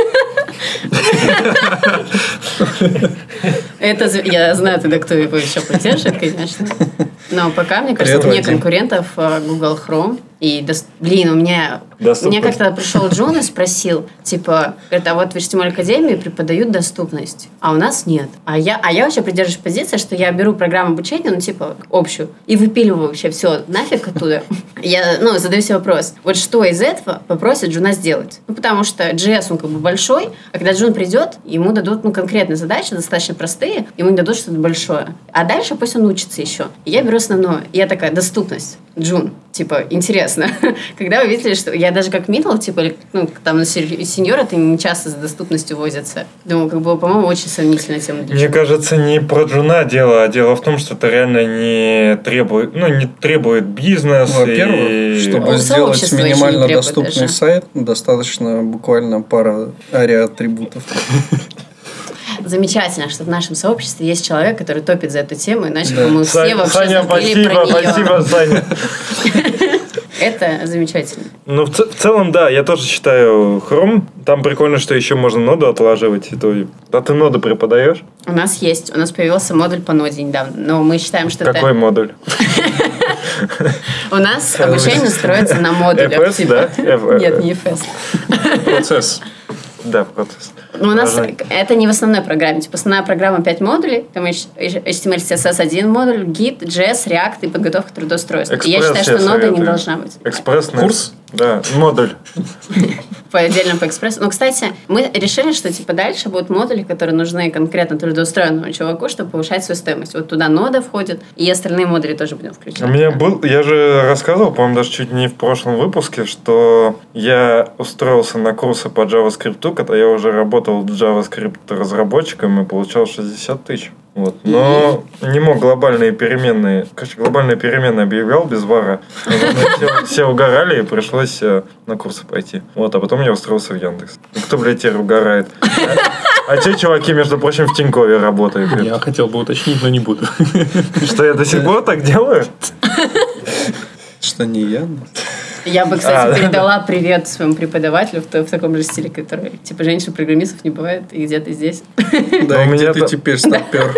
Это я знаю тогда, кто его еще поддержит, конечно. Но пока, мне кажется, вне конкурентов Google Chrome. И, блин, у меня... Мне как-то пришел Джон и спросил, типа, говорит, а вот в эйч ти эм эль-академии преподают доступность, а у нас нет. А я, а я вообще придерживаюсь позиции, что я беру программу обучения, ну, типа, общую, и выпиливаю вообще все нафиг оттуда. Я, ну, задаю себе вопрос, вот что из этого попросит Джуна сделать? Ну, потому что джей эс, он как бы большой, а когда Джун придет, ему дадут, ну, конкретные задачи, достаточно простые, ему не дадут что-то большое. А дальше пусть он учится еще. И я беру основное. И я такая, доступность. Джун, типа, интересно. Когда вы видели, что я даже как middle, типа, ну, там на сеньора ты не часто за доступностью возятся. Думаю, как бы, по-моему, очень сомнительная тема для Мне кажется, не про Джуна дело, а дело в том, что это реально не требует, ну, не требует бизнес. Во-первых, и... чтобы сделать минимально доступный даже. сайт, достаточно буквально пара ари-атрибутов. Замечательно, что в нашем сообществе есть человек, который топит за эту тему, иначе да. бы мы Са- все вообще Саня, забыли спасибо, про нее. спасибо, Саня. Это замечательно. Ну, в, ц- в целом, да, я тоже считаю Chrome. Там прикольно, что еще можно ноду отлаживать. И то... А ты ноду преподаешь? У нас есть. У нас появился модуль по ноде недавно. Но мы считаем, что Какой это... модуль? У нас обучение строится на модулях. эф эс, да? Нет, не эф эс. Процесс. Да, процесс. Ну, у нас Должны. это не в основной программе. Типа, основная программа пять модулей. Там эйч ти эм эль, си эс эс один модуль, гид, джей эс, React и подготовка к трудоустройству. И я считаю, что нода не должна быть. Экспрессный. Курс? Да, модуль. По отдельно по экспрессу. Ну, кстати, мы решили, что типа дальше будут модули, которые нужны конкретно трудоустроенному чуваку, чтобы повышать свою стоимость. Вот туда нода входит, и остальные модули тоже будем включать. У меня был, я же рассказывал, по-моему, даже чуть не в прошлом выпуске, что я устроился на курсы по JavaScript, когда я уже работал JavaScript разработчиком и получал шестьдесят тысяч. Вот. Но не мог глобальные переменные, короче, глобальные переменные объявлял без вара. Все, все угорали, и пришлось на курсы пойти. Вот, а потом я устроился в Яндекс. И кто, блядь, теперь угорает? А те чуваки, между прочим, в Тинькове работают. Я хотел бы уточнить, но не буду. Что, я до сих пор так делаю? Что не я? Я бы, кстати, А, да. передала привет своему преподавателю в, в таком же стиле, который, типа, женщин-программистов не бывает, и где-то здесь. Да, у и где меня ты то- теперь стопер?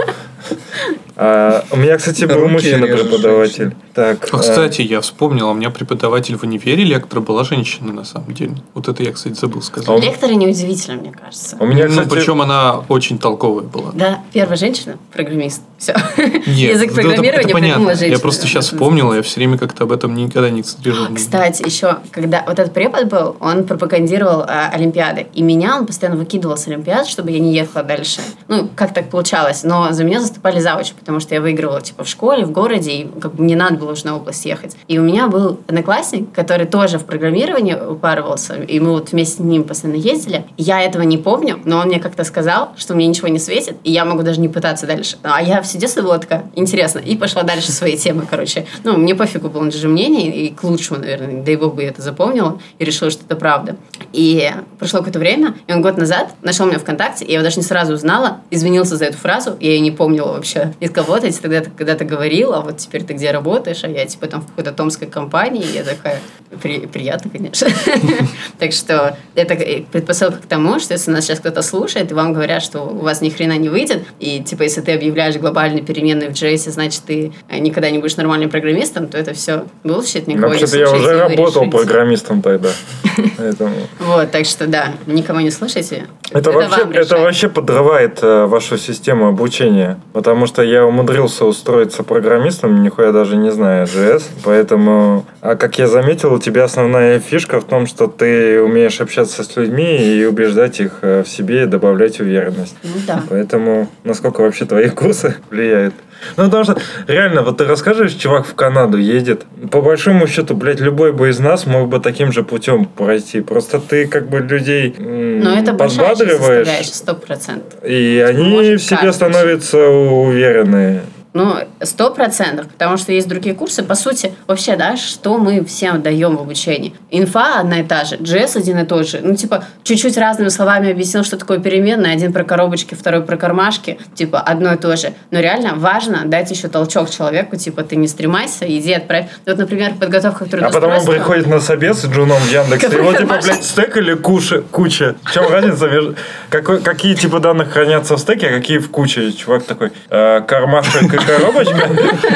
А, у меня, кстати, был Руки мужчина режешь преподаватель. Так, А, а, кстати, я вспомнил, у меня преподаватель в универе, лектор, была женщина, на самом деле. Вот это я, кстати, забыл сказать. Лекторы неудивительно, мне кажется. у меня, Ну, кстати, причем она очень толковая была. Да, первая женщина, программист. Все. Нет, Язык это- это- программирования это понятно. придумала женщина. Я просто сейчас вспомнил, я все время как-то об этом никогда не акцентировал. Кстати, еще, когда вот этот препод был, он пропагандировал а, Олимпиады. И меня он постоянно выкидывал с Олимпиад, чтобы я не ехала дальше. Ну, как так получалось. Но за меня заступали завучи, потому что я выигрывала, типа, в школе, в городе, и как бы мне надо было уже на область ехать. И у меня был одноклассник, который тоже в программировании упарывался, и мы вот вместе с ним постоянно ездили. Я этого не помню, но он мне как-то сказал, что мне ничего не светит, и я могу даже не пытаться дальше. А я все детство была такая, интересно, и пошла дальше своей темы, короче. Ну, мне пофигу было даже мнение, и к лучшему, наверное, да и бог бы я это запомнила, и решила, что это правда. И прошло какое-то время, и он год назад нашел меня ВКонтакте, и я его даже не сразу узнала, извинился за эту фразу, я ее не помнила вообще. И сказал, вот, я тебе тогда когда-то говорила, а вот теперь ты где работаешь, а я типа там в какой-то томской компании, и я такая, При, приятно, конечно. Так что это предпосылка к тому, что если нас сейчас кто-то слушает, и вам говорят, что у вас ни хрена не выйдет, и типа если ты объявляешь глобальные переменные в джей эс, значит ты никогда не будешь нормальным программистом, то это все bullshit, никого не вообще-то я слушайте, уже и вы работал решите. программистом тогда. Поэтому... Вот, так что да, никого не слушайте. Это, вообще, вам это решать. вообще подрывает э, вашу систему обучения. Потому что я умудрился устроиться программистом, нихуя даже не знаю джей эс. Поэтому, а как я заметил, у тебя основная фишка в том, что ты умеешь общаться с людьми и убеждать их э, в себе и добавлять уверенность. Ну да. Поэтому, насколько вообще твои курсы влияют? Ну, потому что, реально, вот ты расскажешь, чувак в Канаду едет, по большому счету, блядь, любой бы из нас мог бы таким же путем пройти. Просто ты, как бы, людей м, Но это большая часть подбадриваешь, составляющая, сто процентов. и они Может, в себе каждый. становятся уверенные. Ну, сто процентов, потому что есть другие курсы. По сути, вообще, да, что мы всем даем в обучении? Инфа одна и та же, джей эс один и тот же. Ну, типа, чуть-чуть разными словами объяснил, что такое переменная. Один про коробочки, второй про кармашки. Типа, одно и то же. Но реально важно дать еще толчок человеку. Типа, ты не стремайся, иди отправь. Вот, например, подготовка к А потом он трудоустройству. приходит на собес с джуном в Яндексе. Его, типа, блядь, стек или куша, куча? В чем разница между... Какой, какие типы данных хранятся в стеке, а какие в куче? Чувак такой, э, кармашек и коробочка?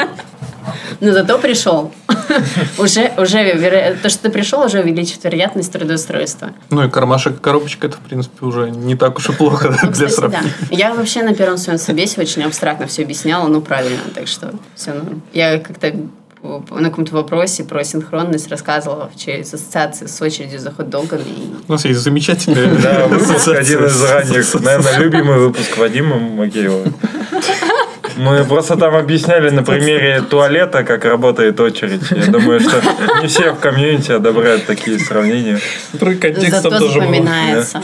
Но зато пришел. уже, уже, веро- то, что ты пришел, уже увеличит вероятность трудоустройства. Ну и кармашек и коробочка, это, в принципе, уже не так уж и плохо Ну, для кстати, сравнения. да. Я вообще на первом своем собесе очень абстрактно все объясняла, ну, правильно, так что все, ну, я как-то на каком-то вопросе про синхронность рассказывала через ассоциации с очередью за хот-догами. И... У нас есть замечательная Да, выпуск ассоциация один из с- ранних, с- наверное, любимый выпуск Вадима Макеева. Мы просто там объясняли на примере туалета, как работает очередь. Я думаю, что не все в комьюнити одобряют такие сравнения. Который контекст там Зато тоже был. запоминается.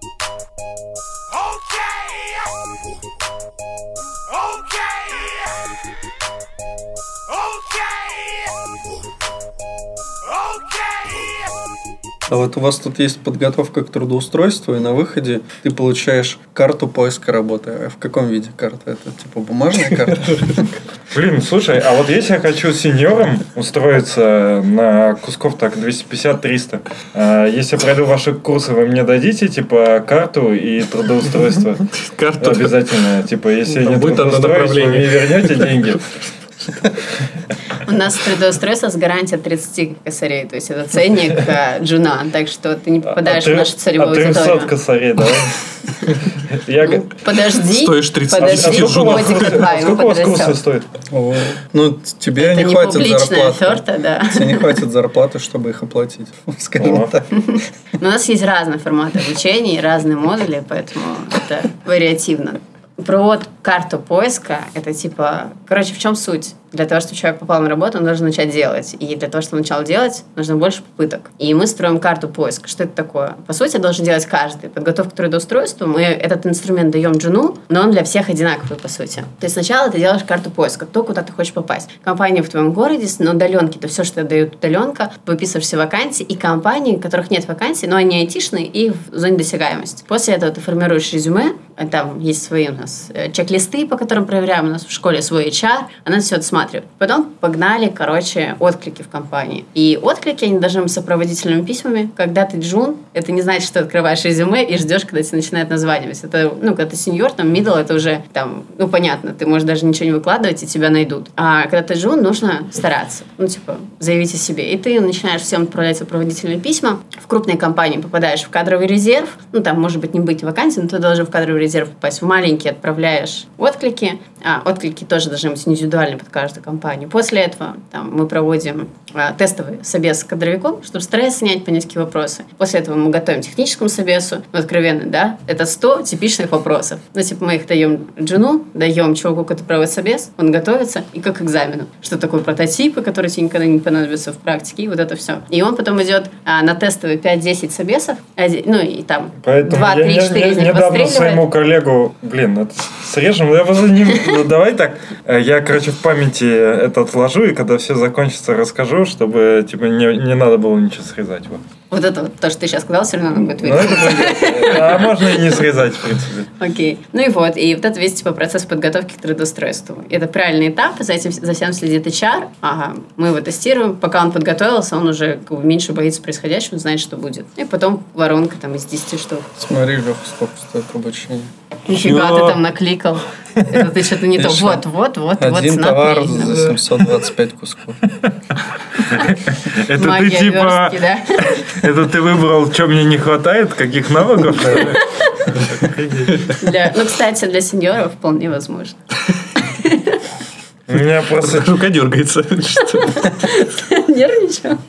А вот у вас тут есть подготовка к трудоустройству, и на выходе ты получаешь карту поиска работы. А в каком виде карта? Это типа бумажная карта? Блин, слушай, а вот если я хочу сеньором устроиться на кусков так двести пятьдесят - триста, если я пройду ваши курсы, вы мне дадите, типа, карту и трудоустройство? Карту. Обязательно. Типа, если я не Будет одно трудоустроюсь, вы мне направление. вернете деньги? У нас трудоустройство с гарантией тридцать косарей, то есть это ценник э, джуна, так что ты не попадаешь А в нашу целевую а трехсот аудиторию. косарей, да? Я г- Ну, подожди, Стоишь тридцать. подожди, А сколько у вас годика курсы- два, а ему сколько у вас курсы подрастет. стоят? О, ну, тебе Это не не хватит публичная зарплаты. оферта, да. Тебе не хватит зарплаты, чтобы их оплатить. Скажем О. так. Но у нас есть разные форматы обучения и разные модули, поэтому это вариативно. Про вот карту поиска, это типа... Короче, в чем суть? Для того, чтобы человек попал на работу, он должен начать делать. И для того, чтобы он начал делать, нужно больше попыток. И мы строим карту поиска. Что это такое? По сути, должен делать каждый. Подготовку к трудоустройству мы этот инструмент даем джуну, но он для всех одинаковый, по сути. То есть сначала ты делаешь карту поиска, то, куда ты хочешь попасть. Компания в твоем городе, на удаленке, это все, что дает удаленка, выписываешь все вакансии, и компании, у которых нет вакансий, но они айтишные и в зоне досягаемости. После этого ты формируешь резюме, там есть свои у нас чек-листы, по которым проверяем, у нас в школе свой эйч ар, она все отсматривает. Потом погнали, короче, отклики в компании. И отклики, они должны быть сопроводительными письмами. Когда ты джун, это не значит, что ты открываешь резюме и ждешь, когда тебе начинает названивать. Это, ну, когда ты сеньор, там, мидл, это уже, там, ну, понятно, ты можешь даже ничего не выкладывать, и тебя найдут. А когда ты джун, нужно стараться. Ну, типа, заявить о себе. И ты начинаешь всем отправлять сопроводительные письма. В крупные компании попадаешь в кадровый резерв. Ну, там, может быть, не быть вакансий, но ты должен в кадровый резерв попасть. В маленькие отправляешь отклики. А, отклики тоже должны быть индивидуальны под каждую компанию. После этого там, мы проводим а, тестовый собес с кадровиком, чтобы стресс снять, понять, какие вопросы. После этого мы готовим техническому собесу. Ну, откровенно, да? Это сто типичных вопросов. Ну, типа, мы их даем джуну, даем чуваку, который проводит собес, он готовится, и как к экзамену. Что такое прототипы, которые тебе никогда не понадобятся в практике, и вот это все. И он потом идет а, на тестовые пять-десять собесов, один, ну, и там Поэтому два, я три, не- четыре не- из них недавно постреливает. своему коллегу, блин, это срежем, я просто не... ну, давай так, э, я, короче, в памяти это отложу, и когда все закончится, расскажу, чтобы, типа, не, не надо было ничего срезать. Вот. Вот это вот, то, что ты сейчас сказал, все равно будет Ну, видно. это будет- а можно и не срезать, в принципе. Окей. Ну и вот, и вот это весь типа процесс подготовки к трудоустройству. Это правильный этап, за этим за всем следит эйч ар. Ага, мы его тестируем. Пока он подготовился, он уже как бы меньше боится происходящего, он знает, что будет. И потом воронка там из десяти штук. Смотри, Леха, сколько стоит обучение. Нифига Чё? ты там накликал. Это ты что-то не то. Еще Вот, вот, вот, вот, Один товар смотри. за семьсот двадцать пять кусков. Это ты, Магия типа, верстки, да? это ты выбрал, что мне не хватает, каких навыков, что ли? Для- Ну, кстати, для сеньоров вполне возможно. У меня просто... Рука дергается. Что? Нервничал?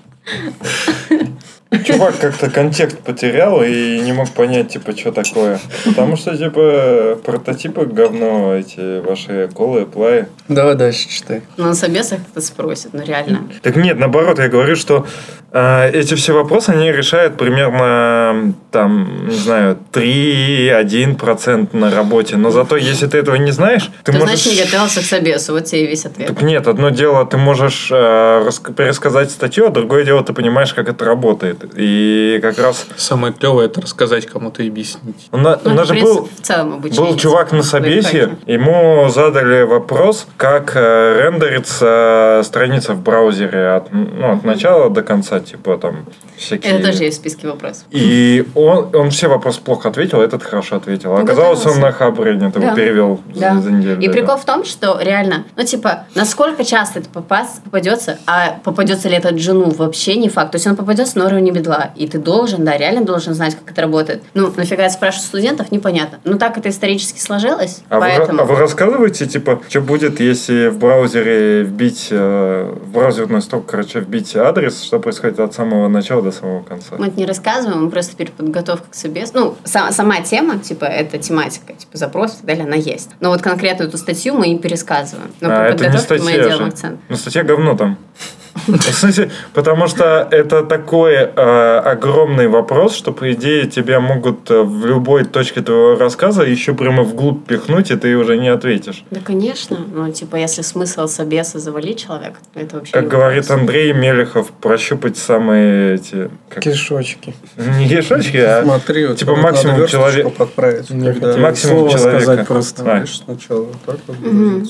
Чувак как-то контекст потерял и не мог понять, типа, что такое. Потому что, типа, прототипы говно, эти ваши колы, плаи. Давай дальше читай. Ну, на собесах это спросят, ну реально. Так нет, наоборот, я говорю, что э, эти все вопросы, они решают примерно, там, не знаю, три-один процент на работе. Но зато, если ты этого не знаешь, ты Ты, можешь... значит, не готовился к собесу, вот тебе и весь ответ. Так нет, одно дело, ты можешь э, рас- пересказать статью, а другое дело, ты понимаешь, как это работает. И как раз... Самое клевое это рассказать кому-то и объяснить. У, на- у Ну, нас это, же в принципе, был... в целом обучение. Был чувак на собесе, Лайфхаки. ему задали вопрос, как э, рендерится страница в браузере от, ну, от начала до конца, типа там всякие... Это тоже есть в списке вопросов. И он, он все вопросы плохо ответил, а этот хорошо ответил. Ну, Оказалось, он готовился. на Хабре этого Да. перевел Да. за, за неделю. И до прикол этого. в том, что реально, ну, типа, насколько часто это попас- попадется, а попадется ли это джуну, вообще не факт. То есть он попадется на уровне бедла, и ты должен, да, реально должен знать, как это работает. Ну, нафига я спрашиваю студентов, непонятно. Ну, так это исторически сложилось, А, поэтому... вы, а вы рассказываете, типа, что будет, если в браузере вбить, э, в браузерную строку, короче, вбить адрес, что происходит от самого начала до самого конца? Мы это не рассказываем, мы просто перед подготовкой к собес. Ну, са- сама тема, типа, это тематика, типа, запрос и так далее, она есть. Но вот конкретно эту статью мы не пересказываем. Но А, по это не подготовке мы статья делаем же. акцент. Ну, статья говно там. В смысле, потому что это такой э, огромный вопрос, что, по идее, тебя могут э, в любой точке твоего рассказа еще прямо вглубь пихнуть, и ты уже не ответишь. Да, конечно. Ну, типа, если смысл собеса завалить человека, то это вообще Как не говорит вопрос. Андрей Мелехов, прощупать самые эти... Как... Кишочки. Не кишочки, а Смотри, вот типа вот максимум надо версточку человек- подправить. Я когда- хотел максимум слово человека. сказать просто. А. Видишь, сначала вот так вот Мгм. грузится.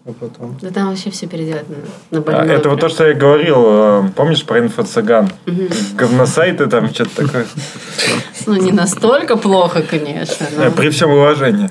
а потом... Да там вообще все переделать на, на А, больной. это вот то, что я говорил, э, помнишь про инфо-цыган? Говносайты там, что-то такое. Ну, не настолько плохо, конечно. Э, Но... При всем уважении.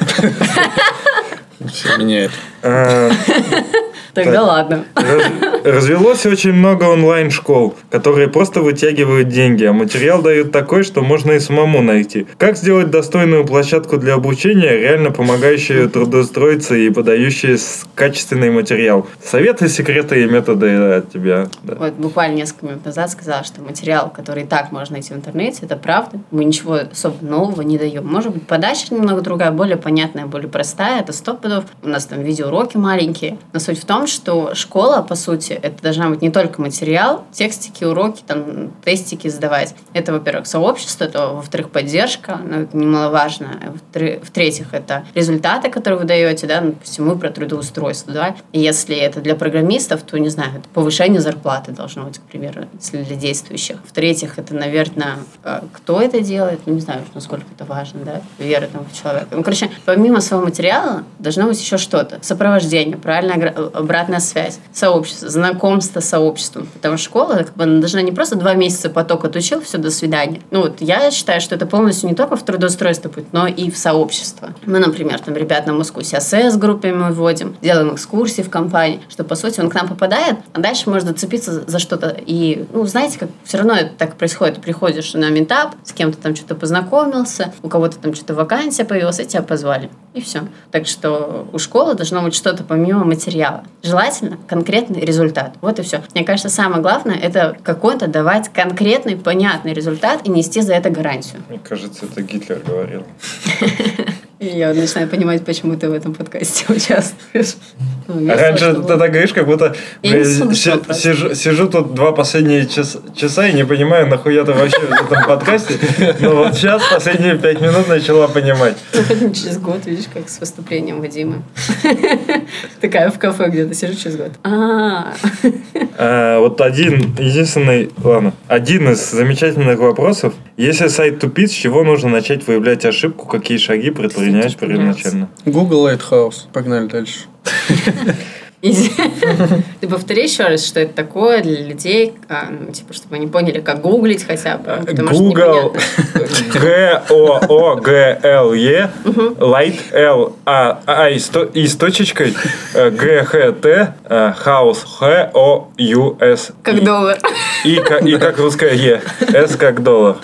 Все меняет. Э, Тогда ладно. Раз- Развелось очень много онлайн-школ, которые просто вытягивают деньги, а материал дают такой, что можно и самому найти. Как сделать достойную площадку для обучения, реально помогающую трудоустроиться и подающую с- качественный материал? Советы, секреты и методы от тебя. Да. Вот буквально несколько минут назад сказала, что материал, который и так можно найти в интернете, это правда. Мы ничего особо нового не даем. Может быть, подача немного другая, более понятная, более простая. Это сто пудов. У нас там видеоуроки маленькие. Но суть в том, что школа, по сути, это должна быть не только материал, текстики, уроки, там, тестики сдавать. Это, во-первых, сообщество, это, во-вторых, поддержка, ну, это немаловажно. В-третьих, это результаты, которые вы даете, да, ну, допустим, мы про трудоустройство, да. И если это для программистов, то, не знаю, это повышение зарплаты должно быть, к примеру, если для действующих. В-третьих, это, наверное, кто это делает, ну, не знаю, насколько это важно, да, вера там в человека. Ну, короче, помимо своего материала должно быть еще что-то. Сопровождение, правильная обратная связь, сообщество, знакомство с сообществом. Потому что школа как бы, должна не просто два месяца поток отучил, все, до свидания. Ну, вот я считаю, что это полностью не только в трудоустройство будет, но и в сообщество. Мы, например, там, ребят на Москву-Си Эс Эс-группе мы вводим, делаем экскурсии в компании, что, по сути, он к нам попадает, а дальше может зацепиться за что-то. И, ну, знаете, как все равно это так происходит. Ты приходишь на митап, с кем-то там что-то познакомился, у кого-то там что-то вакансия появилась, и тебя позвали. И все. Так что у школы должно быть что-то помимо материала. Желательно конкретный результат. Вот и все. Мне кажется, самое главное, это какой-то давать конкретный, понятный результат и нести за это гарантию. Мне кажется, это Гитлер говорил. И я начинаю понимать, почему ты в этом подкасте участвуешь. Ну, мне А раньше сложно ты было. так говоришь, как будто Я не бля, слушала си- просто. сижу, сижу тут два последние час- часа и не понимаю, нахуя ты вообще в этом подкасте. Но вот сейчас, последние пять минут, начала понимать. Ну, хоть через год, видишь, как с выступлением Вадима. Такая в кафе где-то сижу через год. А, А, вот один, единственный, ладно, один из замечательных вопросов. Если сайт тупит, с чего нужно начать выявлять ошибку, какие шаги предпринять Кстати, понравился. первоначально? Google Lighthouse. Погнали дальше. иди. Ты повтори еще раз, что это такое для людей, а, ну, типа, чтобы они поняли, как гуглить хотя бы. ну, потому что Google непонятно. Г О О Г Л Е Light L А А и с то- и с точечкой Г Х Т House Х О Ю С Как доллар. И ка- и как русское Е. С как доллар.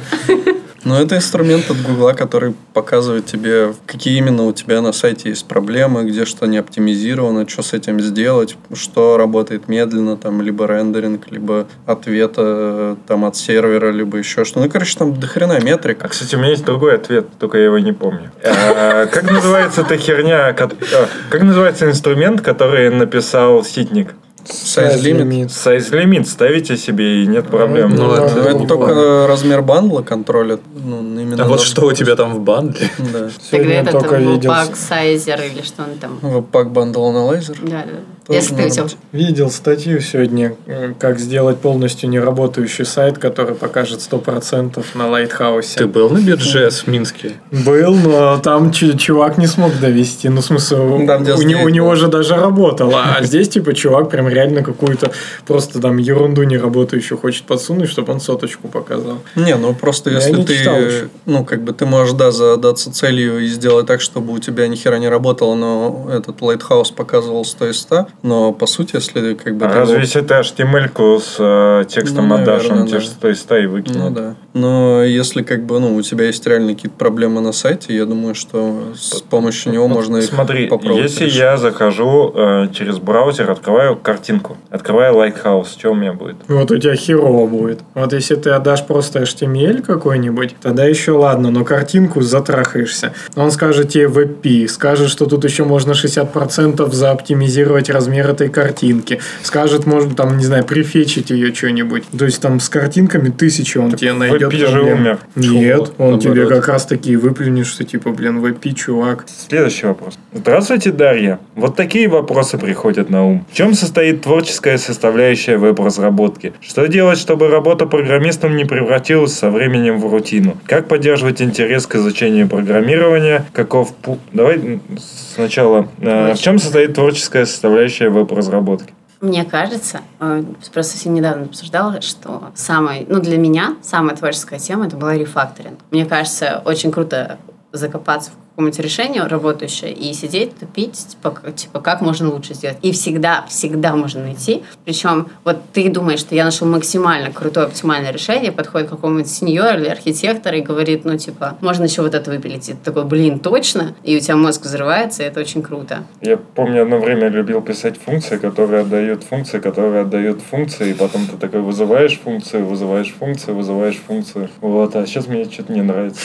Ну, это инструмент от Гугла, который показывает тебе, какие именно у тебя на сайте есть проблемы, где что не оптимизировано, что с этим сделать, что работает медленно, там, либо рендеринг, либо ответа там, от сервера, либо еще что. Ну, короче, там дохрена А, метрик. кстати, у меня есть другой ответ, только я его не помню. А, Как называется эта херня? ко- а, Как называется инструмент, который написал Ситник? Size limit. Size limit ставите себе, и нет проблем. Ну, Вот. это- Это только размер бандла контролит. Ну, именно А вот на- что у тебя там в бандле? Да. Тогда Сегодня это только там видел, пак сайзер или что он там. Веб-пак бандл аналайзер. Да, да. Тоже Если ты может взял. быть. видел статью сегодня, э, как сделать полностью неработающий сайт, который покажет сто процентов на Lighthouse. Ты был на бирже в Минске? Был, но там чу- чувак не смог довести. Ну, в смысле, Там, где у, не- у стоит, него да. же даже работало. А здесь, типа, чувак прям реально какую-то просто там ерунду неработающую хочет подсунуть, чтобы он соточку показал. Не, ну просто Я если не ты, читал еще. ну как бы ты можешь, да, задаться целью и сделать так, чтобы у тебя ни хера не работало, но этот Lighthouse показывал сто из ста, но по сути, если как бы... А ты разве его- если ты эйч ти эм эль-ку с э, текстом Ну, отдашь, он наверное, тебе да. сто из ста и выкинет? Ну да. Но если как бы, ну, у тебя есть реально какие-то проблемы на сайте, я думаю, что с помощью него можно их Смотри, попробовать если решить. я захожу э, через браузер, открываю картинку, открываю Lighthouse, что у меня будет? Вот у тебя херово будет. Вот если ты отдашь просто эйч ти эм эль какой-нибудь, тогда еще ладно, но картинку затрахаешься. Он скажет тебе ви пи, скажет, что тут еще можно шестьдесят процентов заоптимизировать размер этой картинки. Скажет, может, там, не знаю, прифетчить ее что-нибудь. То есть там с картинками тысячи он тебе найдет создает Пи же проблем. умер. Нет, Чего? он тебе Наоборот. как раз таки выплюнет, что типа, блин, вэ пи, чувак. Следующий вопрос. Здравствуйте, Дарья. Вот такие вопросы приходят на ум. В чем состоит творческая составляющая веб-разработки? Что делать, чтобы работа программистом не превратилась со временем в рутину? Как поддерживать интерес к изучению программирования? Каков пу... Давай сначала. Э, в чем состоит творческая составляющая веб-разработки? Мне кажется, э, просто совсем недавно обсуждала, что самая, ну, для меня самая творческая тема это была рефакторинг. Мне кажется, очень круто закопаться в какому-нибудь решению работающее и сидеть, тупить, типа, как, типа, как можно лучше сделать. И всегда, всегда можно найти. Причем вот ты думаешь, что я нашел максимально крутое, оптимальное решение, подходит к какому-нибудь сеньору или архитектору и говорит, ну, типа, можно еще вот это выпилить. И ты такой, блин, точно? И у тебя мозг взрывается, и это очень круто. Я помню, одно время любил писать функции, которые отдают функции, которые отдают функции, и потом ты такой вызываешь функцию, вызываешь функцию, вызываешь функцию. Вот, а сейчас мне что-то не нравится.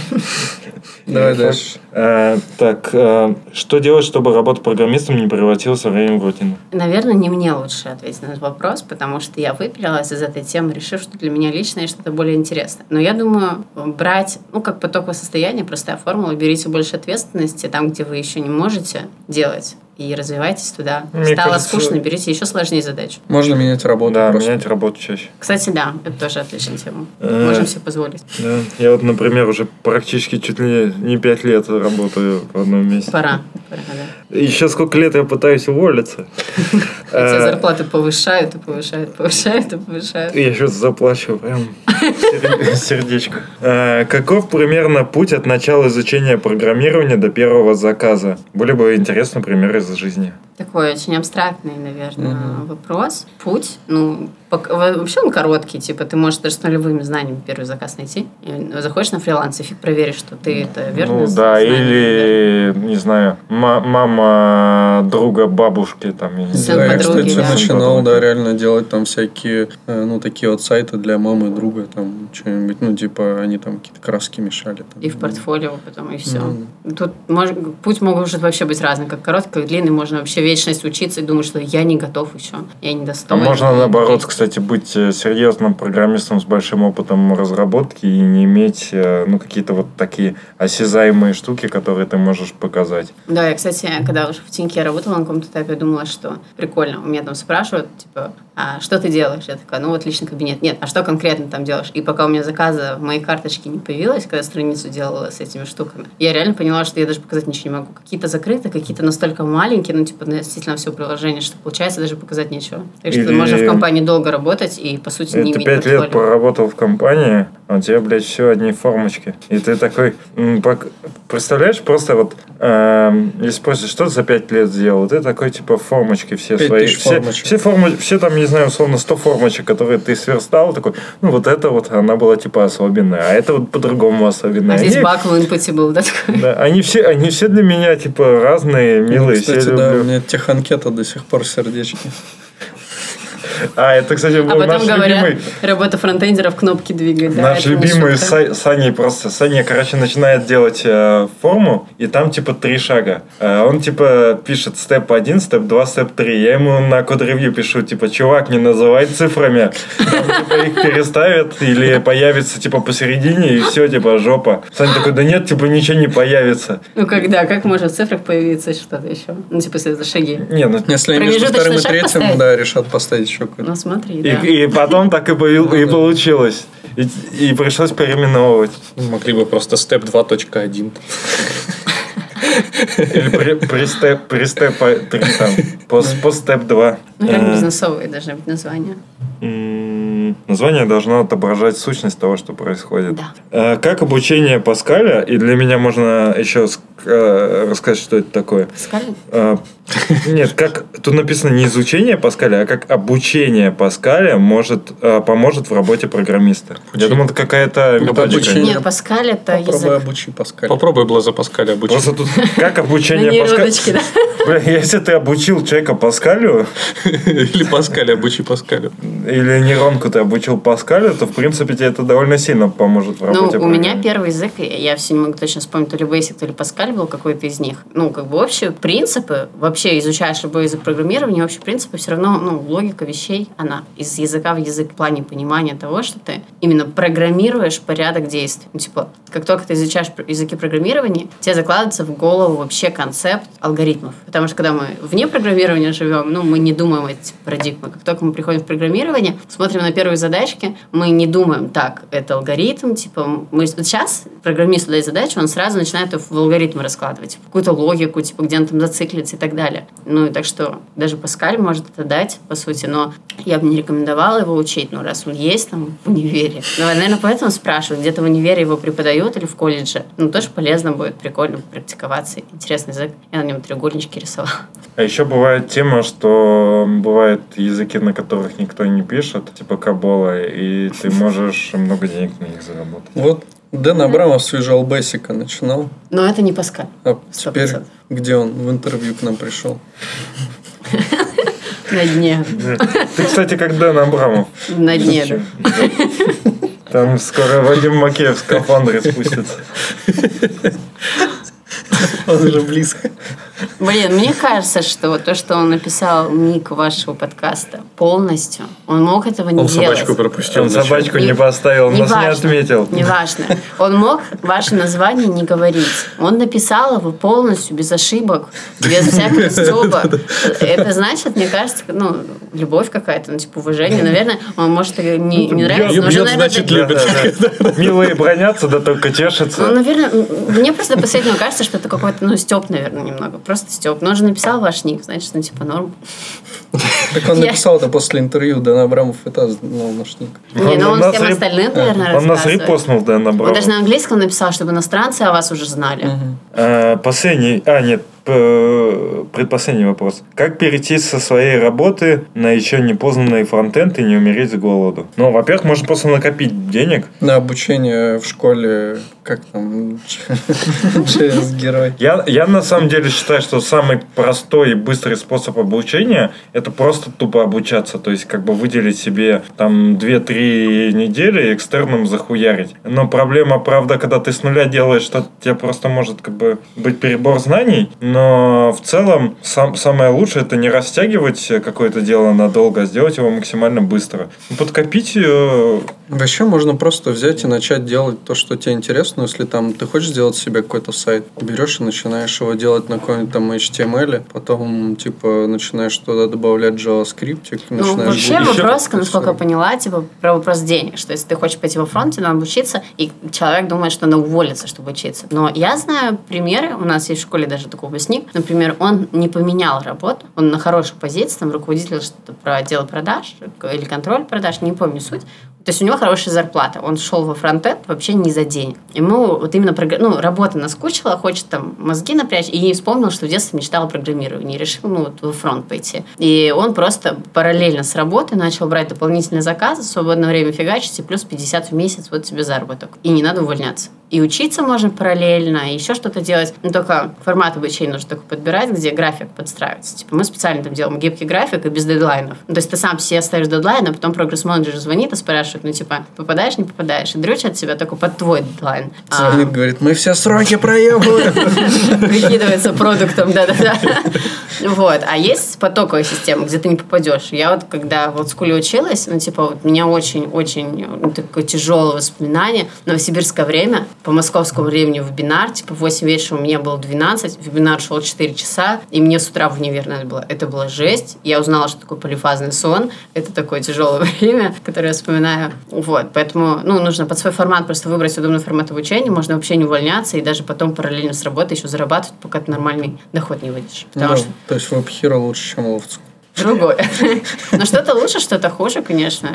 Давай дальше. Э, так, э, что делать, чтобы работа программистом не превратилась со временем в рутину? Наверное, не мне лучше ответить на этот вопрос, потому что я выпилилась из этой темы, решив, что для меня лично есть что-то более интересное. Но я думаю, брать, ну, как потоковое состояние, простая формула, берите больше ответственности там, где вы еще не можете делать, и развивайтесь туда. Мне Стало кажется, скучно, берите еще сложнее задачу. Можно менять работу Да, просто. менять работу чаще. Кстати, да, это тоже отличная тема. Э, Можем себе позволить. Да. Я вот, например, уже практически чуть ли не пять лет работаю в одном месте. Пора. Пора, да. Еще сколько лет я пытаюсь уволиться. Хотя Э, зарплаты повышают и повышают, повышают и повышают. Я сейчас заплачу прям сер- сердечко. Э, Каков примерно путь от начала изучения программирования до первого заказа? Были бы интересны примеры из жизни. Такой очень абстрактный, наверное, Мгм. вопрос. Путь, ну, пок- вообще он короткий, типа, ты можешь даже с нулевыми знаниями первый заказ найти. И заходишь на фриланс и фиг проверишь, что ты это верно Ну з- да, знания, или, не знаю, ма- мама друга бабушки там. я не Сын знаю. Да, я, подруги, кстати, да. начинал, Подруги. да, реально делать там всякие, э, ну, такие вот сайты для мамы, друга, там, что-нибудь, ну, типа, они там какие-то краски мешали. Там. И в портфолио потом, и все. Ну. Тут может, путь может вообще быть разный, как короткий, как длинный. Можно вообще вечность учиться и думать, что я не готов еще, я не А достоин. можно, И- наоборот, кстати, быть э, серьезным программистом с большим опытом разработки и не иметь, э, ну, какие-то вот такие осязаемые штуки, которые ты можешь показать. Да, я, кстати, когда уже в Тиньке работала на каком-то этапе, я думала, что прикольно. У меня там спрашивают, типа, а что ты делаешь? Я такая, ну вот личный кабинет. Нет, а что конкретно там делаешь? И пока у меня заказа в моей карточке не появилось, когда страницу делала с этими штуками, я реально поняла, что я даже показать ничего не могу. Какие-то закрыты, какие-то настолько маленькие, ну, типа, относительно всего приложения, что получается даже показать ничего. Так что Или- можно в компании долго работать и, по сути, не Ты иметь пять лет портфолио. проработал в компании, а у тебя, блядь, все одни формочки. И ты такой... м, пок- Представляешь, просто вот... эм, если спросишь, что ты за пять лет сделал, ты такой, типа, формочки все Пять свои... тысяч Все, формочек. все, формы, все там, не знаю, условно, сто формочек, которые ты сверстал, такой, ну, вот это вот, она была, типа, особенная, а это вот по-другому особенная. А здесь Они- баг в инпуте был, да, такой? да, они все, они все для меня, типа, разные, Ну, милые, все кстати, да, у люблю. меня теханкета до сих пор сердечки. А, это, кстати, был А потом наш говорят, любимый... работа фронтендеров кнопки двигать. Да, Наш это любимый шутка. Са- Саня просто. Саня, короче, начинает делать э, форму, и там типа три шага. Э, он типа пишет степ один, степ два, степ три. Я ему на код-ревью пишу, типа, чувак, не называй цифрами. Там, типа, их переставят или появится типа посередине, и все, типа, жопа. Саня такой, да нет, типа, ничего не появится. Ну, когда, как может в цифрах появиться что-то еще? Ну, типа, если это шаги. Не, ну, Если они между Промежуточный вторым и шаг третьим, поставить? да, решат поставить еще какой-то. Ну, смотри, и, да. и потом так и, появ- и получилось. И, и пришлось переименовывать. Могли бы просто степ два точка один. Или при, при степ, при степ три, там, по, по степ два. Ну, реально Э, бизнесовые должны быть названия. м, Название должно отображать сущность того, что происходит. Да. Э, Как обучение Паскаля, и для меня можно еще ск- э, рассказать, что это такое. Паскаль? Э, Нет, как тут написано не изучение Паскаля, а как обучение Паскаля может, э, поможет в работе программиста. Я думал, это какая-то методика. обучение. Нет, Паскаль это Попробуй язык. обучи Паскаль. Попробуй Блаза Паскаля обучить. Просто тут как На обучение Паскаля. нейроночке, да? Бля, если ты обучил человека Паскалю, Или Паскаля обучи Паскалю. или нейронку ты обучил Паскалю, то, в принципе, тебе это довольно сильно поможет в Ну, работе у меня программиста. первый язык, и я все не могу точно вспомнить, то ли Basic, то ли Pascal, Паскаль был какой-то из них. Ну, как бы общие принципы, вообще изучаешь любой язык программирования, общие принципы, все равно, ну, логика вещей, она из языка в язык в плане понимания того, что ты именно программируешь порядок действий. Ну, типа, как только ты изучаешь языки программирования, тебе закладывается в голову вообще концепт алгоритмов. Потому что когда мы вне программирования живем, ну, мы не думаем эти парадигмы. Как только мы приходим в программирование, смотрим на первые задачки, мы не думаем, так, это алгоритм, типа, мы сейчас программисту дает задачу, он сразу начинает ее в алгоритмы раскладывать, в какую-то логику, типа, где он там зациклится и так далее. Ну, и так что даже Паскаль может это дать, по сути, но я бы не рекомендовала его учить, ну, раз он есть там в универе. Ну, наверное, поэтому спрашивают, где-то в универе его преподают или в колледже. Ну, тоже полезно будет, прикольно практиковаться. Интересный язык. Я на нем треугольнички рисовала. А еще бывает тема, что бывают языки, на которых никто не пишет, типа Кабола, и ты можешь много денег на них заработать. Вот Дэн Абрамов с Visual Basic начинал. Но это не Паскаль. А теперь где он в интервью к нам пришел? На дне. Ты, кстати, как Дэн Абрамов. На дне, да. Там скоро Вадим Макеев в скафандре спустится. Он уже близко. Блин, мне кажется, что то, что он написал ник вашего подкаста полностью, он мог этого не он делать. Он собачку пропустил. Он собачку не, не поставил, он не нас важно, не отметил. Неважно. Он мог ваше название не говорить. Он написал его полностью, без ошибок, без всякого стёба. Это значит, мне кажется, ну, любовь какая-то, ну, типа, уважение. Наверное, он, может, не, не нравится, но уже, наверное... значит, любит. Милые бронятся, да только тешатся. Ну, наверное, мне просто до последнего кажется, что это какой-то, ну, стёб, наверное, немного. Просто стёб. Но он же написал ваш ник, значит, ну, типа, норм. Так он написал это после интервью, Дэн Абрамов это знал наш ник. Не, ну он всем остальным, наверное, Он нас репостнул, Дэн Абрамов. Он даже на английском написал, чтобы иностранцы о вас уже знали. Последний, а, нет, предпоследний вопрос. Как перейти со своей работы на еще не познанный фронтенд и не умереть с голоду? Ну, во-первых, можно просто накопить денег. На обучение в школе, как там, джей эс-герой. Я, я на самом деле считаю, что самый простой и быстрый способ обучения – это просто тупо обучаться. То есть, как бы выделить себе там две-три недели и экстерном захуярить. Но проблема, правда, когда ты с нуля делаешь, что тебе просто может как бы быть перебор знаний. Но в целом сам, самое лучшее – это не растягивать какое-то дело надолго, а сделать его максимально быстро. Подкопить... Э... Вообще можно просто взять и начать делать то, что тебе интересно. Если там ты хочешь сделать себе какой-то сайт, берешь и начинаешь его делать на каком-нибудь там эйч ти эм эл, потом типа начинаешь туда добавлять JavaScript. Ну, вообще вопрос, насколько я поняла, типа про вопрос денег, что если ты хочешь пойти во фронт, тебе надо учиться, и человек думает, что надо уволиться, чтобы учиться. Но я знаю примеры, у нас есть в школе даже такой выпускник, например, он не поменял работу, он на хорошей позиции, там руководитель что-то про отдел продаж или контроль продаж, не помню суть. То есть у него хорошая зарплата. Он шел во фронтенд вообще не за денег. Ему вот именно прогр... ну, работа наскучила, хочет там мозги напрячь, и вспомнил, что в детстве мечтал о программировании, и решил ну, вот, во фронт пойти. И он просто параллельно с работой начал брать дополнительные заказы, в свободное время фигачить, и плюс пятьдесят в месяц, вот тебе заработок. И не надо увольняться. И учиться можно параллельно, и еще что-то делать. Но только формат обучения нужно такой подбирать, где график подстраивается. Типа мы специально там делаем гибкий график и без дедлайнов. Ну, то есть ты сам себе ставишь дедлайн, а потом прогресс-менеджер звонит и спрашивает, ну типа, попадаешь, не попадаешь. И дрючат от себя только под твой дедлайн. Звонит, а... говорит, мы все сроки проебываем. Прикидывается продуктом, да-да-да. Вот. А есть потоковая система, где ты не попадешь. Я вот когда в олдскуле училась, ну типа вот у меня очень-очень ну, такое тяжелое воспоминание. Новосибирское время, по московскому времени вебинар, типа в восемь вечера у меня было двенадцать, вебинар шел четыре часа, и мне с утра в универ надо было. Это была жесть. Я узнала, что такое полифазный сон. Это такое тяжелое время, которое я вспоминаю. Вот. Поэтому ну, нужно под свой формат просто выбрать удобный формат обучения. Можно вообще не увольняться и даже потом параллельно с работой еще зарабатывать, пока ты нормальный доход не выйдешь. Потому ну, что... То есть веб-хиро лучше, чем ловцу. Другое. Но что-то лучше, что-то хуже, конечно.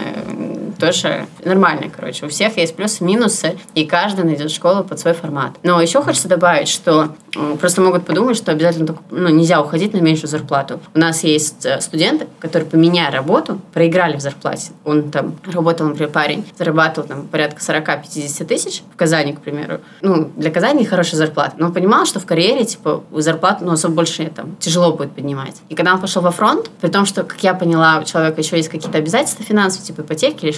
Тоже нормально, короче. У всех есть плюсы, минусы, и каждый найдет школу под свой формат. Но еще хочется добавить, что просто могут подумать, что обязательно ну, нельзя уходить на меньшую зарплату. У нас есть студенты, которые, поменяя работу, проиграли в зарплате. Он там работал, например, парень, зарабатывал там порядка сорок-пятьдесят тысяч в Казани, к примеру. Ну, для Казани хорошая зарплата. Но он понимал, что в карьере, типа, зарплату, ну, особо больше там тяжело будет поднимать. И когда он пошел во фронт, при том, что, как я поняла, у человека еще есть какие-то обязательства финансовые, типа ипотеки или еще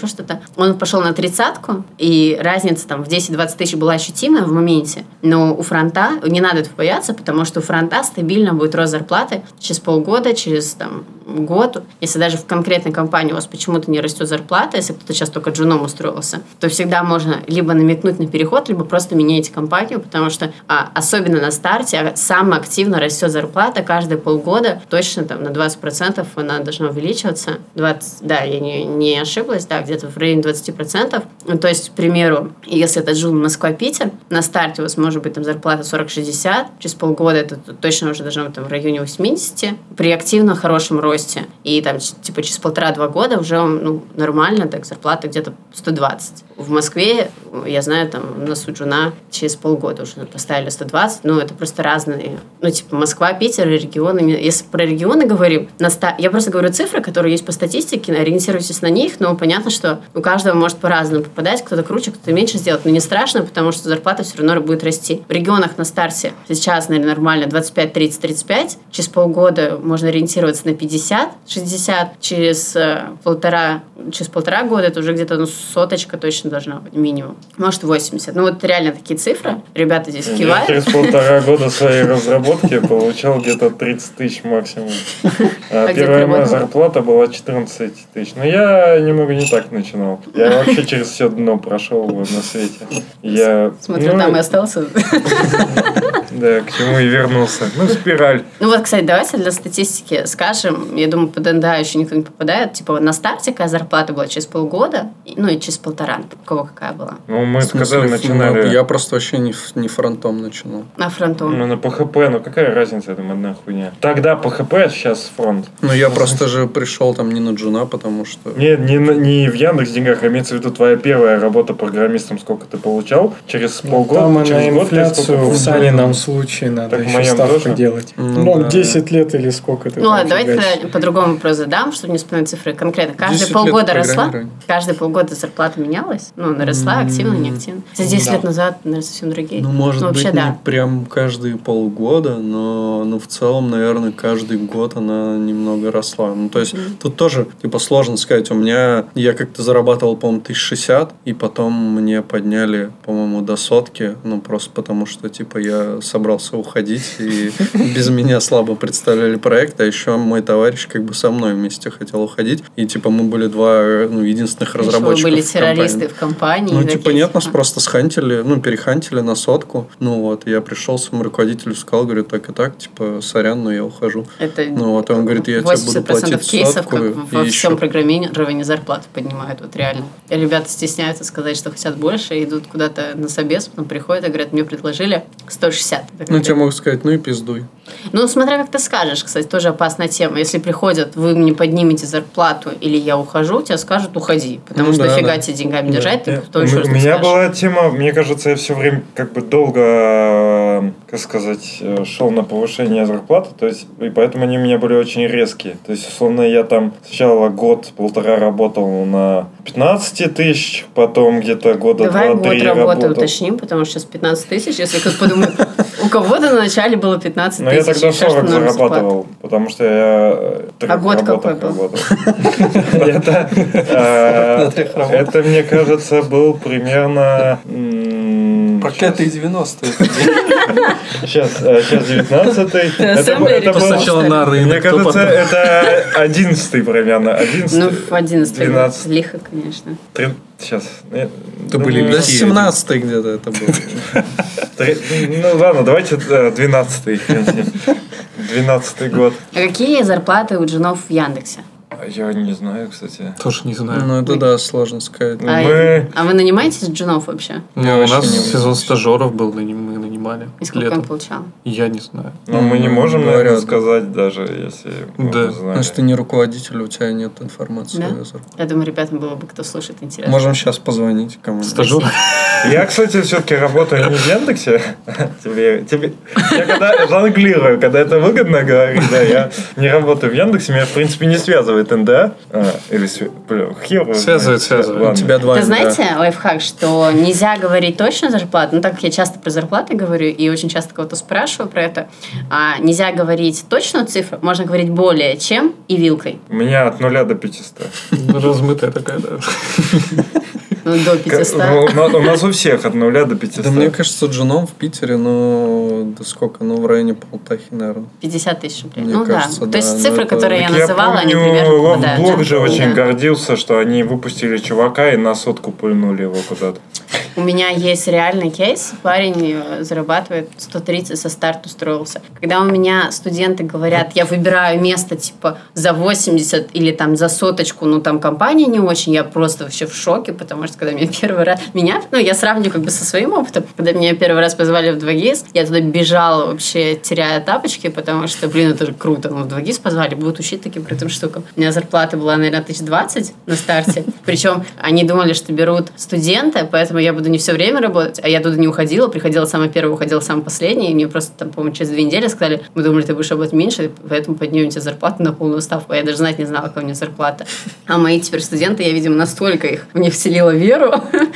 что-то. Он пошел на тридцатку, и разница там в десять-двадцать тысяч была ощутимая в моменте. Но у фронта не надо этого бояться, потому что у фронта стабильно будет рост зарплаты через полгода, через там, год. Если даже в конкретной компании у вас почему-то не растет зарплата, если кто-то сейчас только джуном устроился, то всегда можно либо намекнуть на переход, либо просто меняйте компанию, потому что а, особенно на старте самая активно растет зарплата каждые полгода, точно там на двадцать процентов она должна увеличиваться. двадцать, да, я не, не ошиблась, да, где-то в районе двадцать процентов. Ну, то есть, к примеру, если это джун Москва-Питер, на старте у вас может быть там зарплата сорок-шестьдесят, через полгода это точно уже должно быть там в районе восемьдесят, при активно хорошем росте. И там типа через полтора-два года уже ну, нормально, так зарплата где-то сто двадцать. В Москве, я знаю, там на Суджуна через полгода уже поставили сто двадцать, ну это просто разные. Ну типа Москва, Питер, регионы. Если про регионы говорим, на ста... я просто говорю цифры, которые есть по статистике, ориентируйтесь на них, но понятно, что у каждого может по-разному попадать, кто-то круче, кто-то меньше сделать, но не страшно, потому что зарплата все равно будет расти. В регионах на старте сейчас, наверное, нормально двадцать пять, тридцать, тридцать пять, через полгода можно ориентироваться на пятьдесят, шестьдесят, через э, полтора, через полтора года это уже где-то ну, соточка точно должна быть, минимум. Может, восемьдесят. Ну, вот реально такие цифры. Ребята здесь кивают. Я через полтора года своей разработки получал где-то тридцать тысяч максимум. А первая моя зарплата была четырнадцать тысяч. Но я немного не так начинал. Я вообще через все дно прошел на свете. Я... Смотрю, там и остался. Да, к чему и вернулся. Ну, спираль. Ну вот, кстати, давайте для статистики скажем, я думаю, по ДНД еще никто не попадает, типа на старте какая зарплата была через полгода, ну и через полтора, у кого какая была? Ну, мы смысле, когда начинали... Я просто вообще не, не фронтом начинал. На фронтом? Ну, на ПХП, ну какая разница, это одна хуйня. Тогда ПХП, сейчас фронт. Ну, я просто же пришел там не на джуна, потому что... Нет, не, не в Яндекс.Деньгах, а имеется в виду твоя первая работа программистом, сколько ты получал, через Ну, полгода, там через на год инфляцию ты в Санином случае надо Так в еще моем ставку тоже? делать. Ну, Ну, да. десять лет или сколько ты Ну там ладно, давайте фигачишь. тогда по-другому вопрос задам, чтобы не вспоминать цифры конкретно. Каждые десять полгода лет росла? программирования. Каждые полгода зарплата менялась? Ну, она росла, активно, неактивно? За десять Да. лет назад, наверное, совсем другие. Ну, может ну, вообще, быть, да. не прям каждые полгода, но ну, в целом, наверное, каждый год она немного росла. Ну, то есть, mm-hmm. тут тоже, типа, сложно сказать. У меня, я как-то зарабатывал, по-моему, тысяча шестьдесят, и потом мне подняли, по-моему, до сотки, ну, просто потому что, типа, я собрался уходить, и без меня слабо представляли проект, а еще мой товарищ как бы со мной вместе хотел уходить, и, типа, мы были два, ну, единственных Еще разработчиков были в компании. террористы в компании. Ну, такие, типа, нет, нас типа. просто схантили, ну, перехантили на сотку. Ну, вот, я пришел своему руководителю, сказал, говорю, так и так, типа, сорян, но я ухожу. Это Ну, вот, и он говорит, я тебе буду платить кейсов, сотку. как и во еще. всем программировании зарплаты поднимают, вот реально. И ребята стесняются сказать, что хотят больше, идут куда-то на собес, потом приходят и говорят, мне предложили сто шестьдесят. Ну, тебе могут сказать, ну и пиздуй. Ну, смотря как ты скажешь, кстати, тоже опасная тема. Если приходят, вы мне поднимете зарплату или я ухожу, тебе скажут, уходи. Потому Ну, что да, дофига да. тебе деньгами Да. держать, ты Я- кто у еще м- что У меня скажешь? была тема, мне кажется, я все время как бы долго, э, как сказать, э, шел на повышение зарплаты, то есть, и поэтому они у меня были очень резкие. То есть, условно, я там сначала год-полтора работал на пятнадцать тысяч, потом где-то года Давай год два-три работы работал. уточним, потому что сейчас пятнадцать тысяч, если кто-то подумает, у кого-то на начале было пятнадцать Но тысяч. я тогда и кажется, сорок норм зарплата. зарабатывал, потому что я э, в трех А год какой работах был? работал. Это, э, это, мне кажется, был примерно... м, Проклятые девяностые. Сейчас, э, сейчас девятнадцатый. Это был- это был- Сначала на рынок, Мне то кажется, потом- это одиннадцатый примерно. одиннадцатый. Ну, в одиннадцатый год. двенадцатый. Лихо, конечно. Три- Сейчас. Это были Да, лихие. семнадцатый где-то это был. Ну ладно, давайте э, двенадцатый. Двенадцатый год. А какие зарплаты у джунов в Яндексе? А Я не знаю, кстати. Тоже не знаю. Ну, это да, сложно сказать. Ну, А, мы- а вы нанимаетесь джунов вообще? Ну, Я у вообще нас не сезон уверен. стажеров был, наним- мы нанимали. И сколько он летом. получал? Я не знаю. Но мы не Ну, можем, говорят, наверное, да. сказать, даже если мы Да. бы знали. Потому что ты не руководитель, у тебя нет информации. Да? о зарплате. Я думаю, ребятам было бы кто слушает интересно. Можем сейчас позвонить кому-нибудь. Стажер? Я, кстати, все-таки работаю не в Яндексе. Тебе, тебе, я когда жонглирую, когда это выгодно говорить, да, я не работаю в Яндексе, меня, в принципе, не связывает эн дэ а. А, или свя- бля, хер его Связывает, знает. связывает. Ладно. У тебя два Вы эн дэ а. знаете, лайфхак, что нельзя говорить точно зарплату, ну так как я часто про зарплаты говорю, говорю, и очень часто кого-то спрашиваю про это, а, нельзя говорить точную цифру, можно говорить более чем и вилкой. У меня от нуля до пятисот. Размытая такая, да. Ну, до пятисот. Ну, у нас- у нас у всех от нуля до пятисот. Да мне кажется, джуном в Питере, ну, да сколько, ну, в районе полтахи, наверное. пятьдесят тысяч рублей. Мне ну кажется, да. да, То есть ну, цифры, это- которые я Так называла, они помню, примерно попадают. Лавблог да? же очень Да. гордился, что они выпустили чувака и на сотку пульнули его куда-то. У меня есть реальный кейс. Парень э, зарабатывает сто тридцать, со старта устроился. Когда у меня студенты говорят, я выбираю место типа за восемьдесят или там за соточку, ну там компания не очень, я просто вообще в шоке, потому что когда меня первый раз... Меня, ну я сравниваю как бы со своим опытом. Когда меня первый раз позвали в два гис, я туда бежала вообще, теряя тапочки, потому что, блин, это же круто. Ну в два гис позвали, будут учить таким крутым штукам. У меня зарплата была, наверное, тысяч двадцать на старте. Причем они думали, что берут студента, поэтому я буду не все время работать, а я туда не уходила, приходила самая первая, уходила самая последняя, и мне просто, там, по-моему, через две недели сказали, мы думали, ты будешь работать меньше, поэтому поднимем тебе зарплату на полную ставку. А я даже знать не знала, какая у меня зарплата. А мои теперь студенты, я, видимо, настолько их в них вселила веру,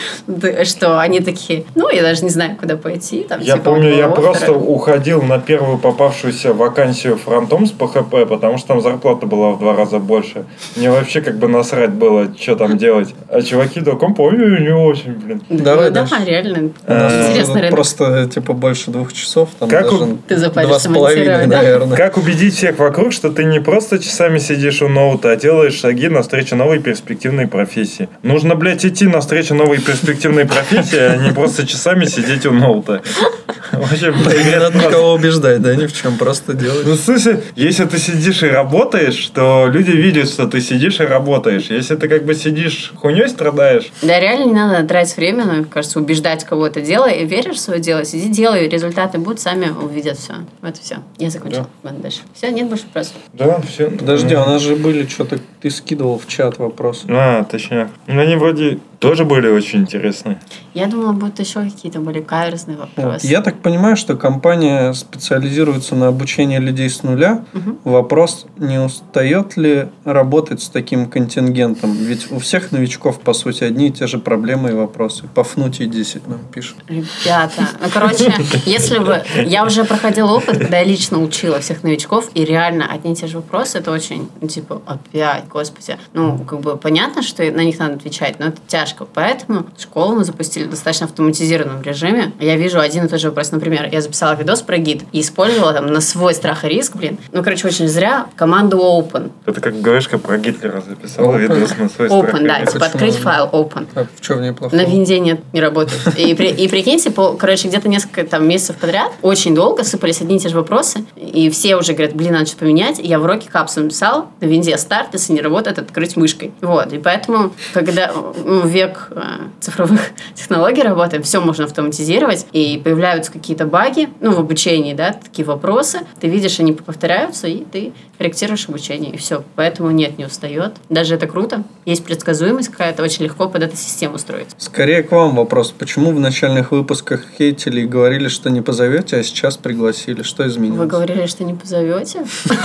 что они такие, ну, я даже не знаю, куда пойти. Там, Я типа, помню, я офферы. просто уходил на первую попавшуюся вакансию фронтом с пэ хэ пэ, потому что там зарплата была в два раза больше. Мне вообще как бы насрать было, что там делать. А чуваки таком, ой, не очень, блин. Давай Да, дальше. реально. У нас Интересный тут рынок. просто, типа, больше двух часов, там Как даже у- Ты запаришься два с половиной, монтировать, да? наверное. Как убедить всех вокруг, что ты не просто часами сидишь у ноута, а делаешь шаги навстречу новой перспективной профессии? Нужно, блядь, идти навстречу новой перспективной профессии, а не просто часами сидеть у ноута. Вообще, Не привет, надо просто. никого убеждать, да, ни в чем, просто делать. Ну, в смысле, если ты сидишь и работаешь, то люди видят, что ты сидишь и работаешь. Если ты как бы сидишь, хуйней страдаешь. Да, реально не надо тратить время, мне кажется, убеждать кого-то. Делай, веришь в свое дело, сиди, делай, результаты будут, сами увидят все. Вот все. Я закончила. Ладно, дальше. Все, нет больше вопросов. Да, все. Подожди, у нас же были что-то, ты скидывал в чат вопросы. А, точняк. Ну, они вроде тоже были очень интересные. Я думала, будут еще какие-то более каверзные вопросы. Я так понимаю, что компания специализируется на обучении людей с нуля. Мгм. Вопрос, не устает ли работать с таким контингентом? Ведь у всех новичков, по сути, одни и те же проблемы и вопросы. Пафнутий десять нам пишет. Ребята, ну, короче, если бы... Я уже проходила опыт, когда я лично учила всех новичков, и реально одни и те же вопросы, это очень, ну, типа, опять, господи. Ну, как бы понятно, что на них надо отвечать, но это тяжко. Поэтому школу мы запустили в достаточно автоматизированном режиме. Я вижу один и тот же вопрос. Например, я записала видос про гид и использовала там на свой страх и риск, блин. Ну, короче, очень зря команду Open. Это как Галешка про Гитлера записала Open. видос на свой страх Open, и да, риск. типа открыть Почему? файл Open. А в чем неплохо? На винде нет, не работает. И, при, и прикиньте, по, короче, где-то несколько там, месяцев подряд очень долго сыпались одни и те же вопросы, и все уже говорят, блин, надо что-то поменять. И я в уроке капсу написал, на винде старт, если не работает, открыть мышкой. Вот, и поэтому, когда ну, век э, цифровых технологий работаем, все можно автоматизировать, и появляются какие-то баги, ну, в обучении, да, такие вопросы, ты видишь, они повторяются, и ты корректируешь обучение, и все. Поэтому нет, не устает. Даже это круто. Есть предсказуемость какая-то, очень легко под эту систему строить. Скорее к вам вопрос. Почему в начальных выпусках хейтили и говорили, что не позовете, а сейчас пригласили? Что изменилось? Вы говорили, что не позовете?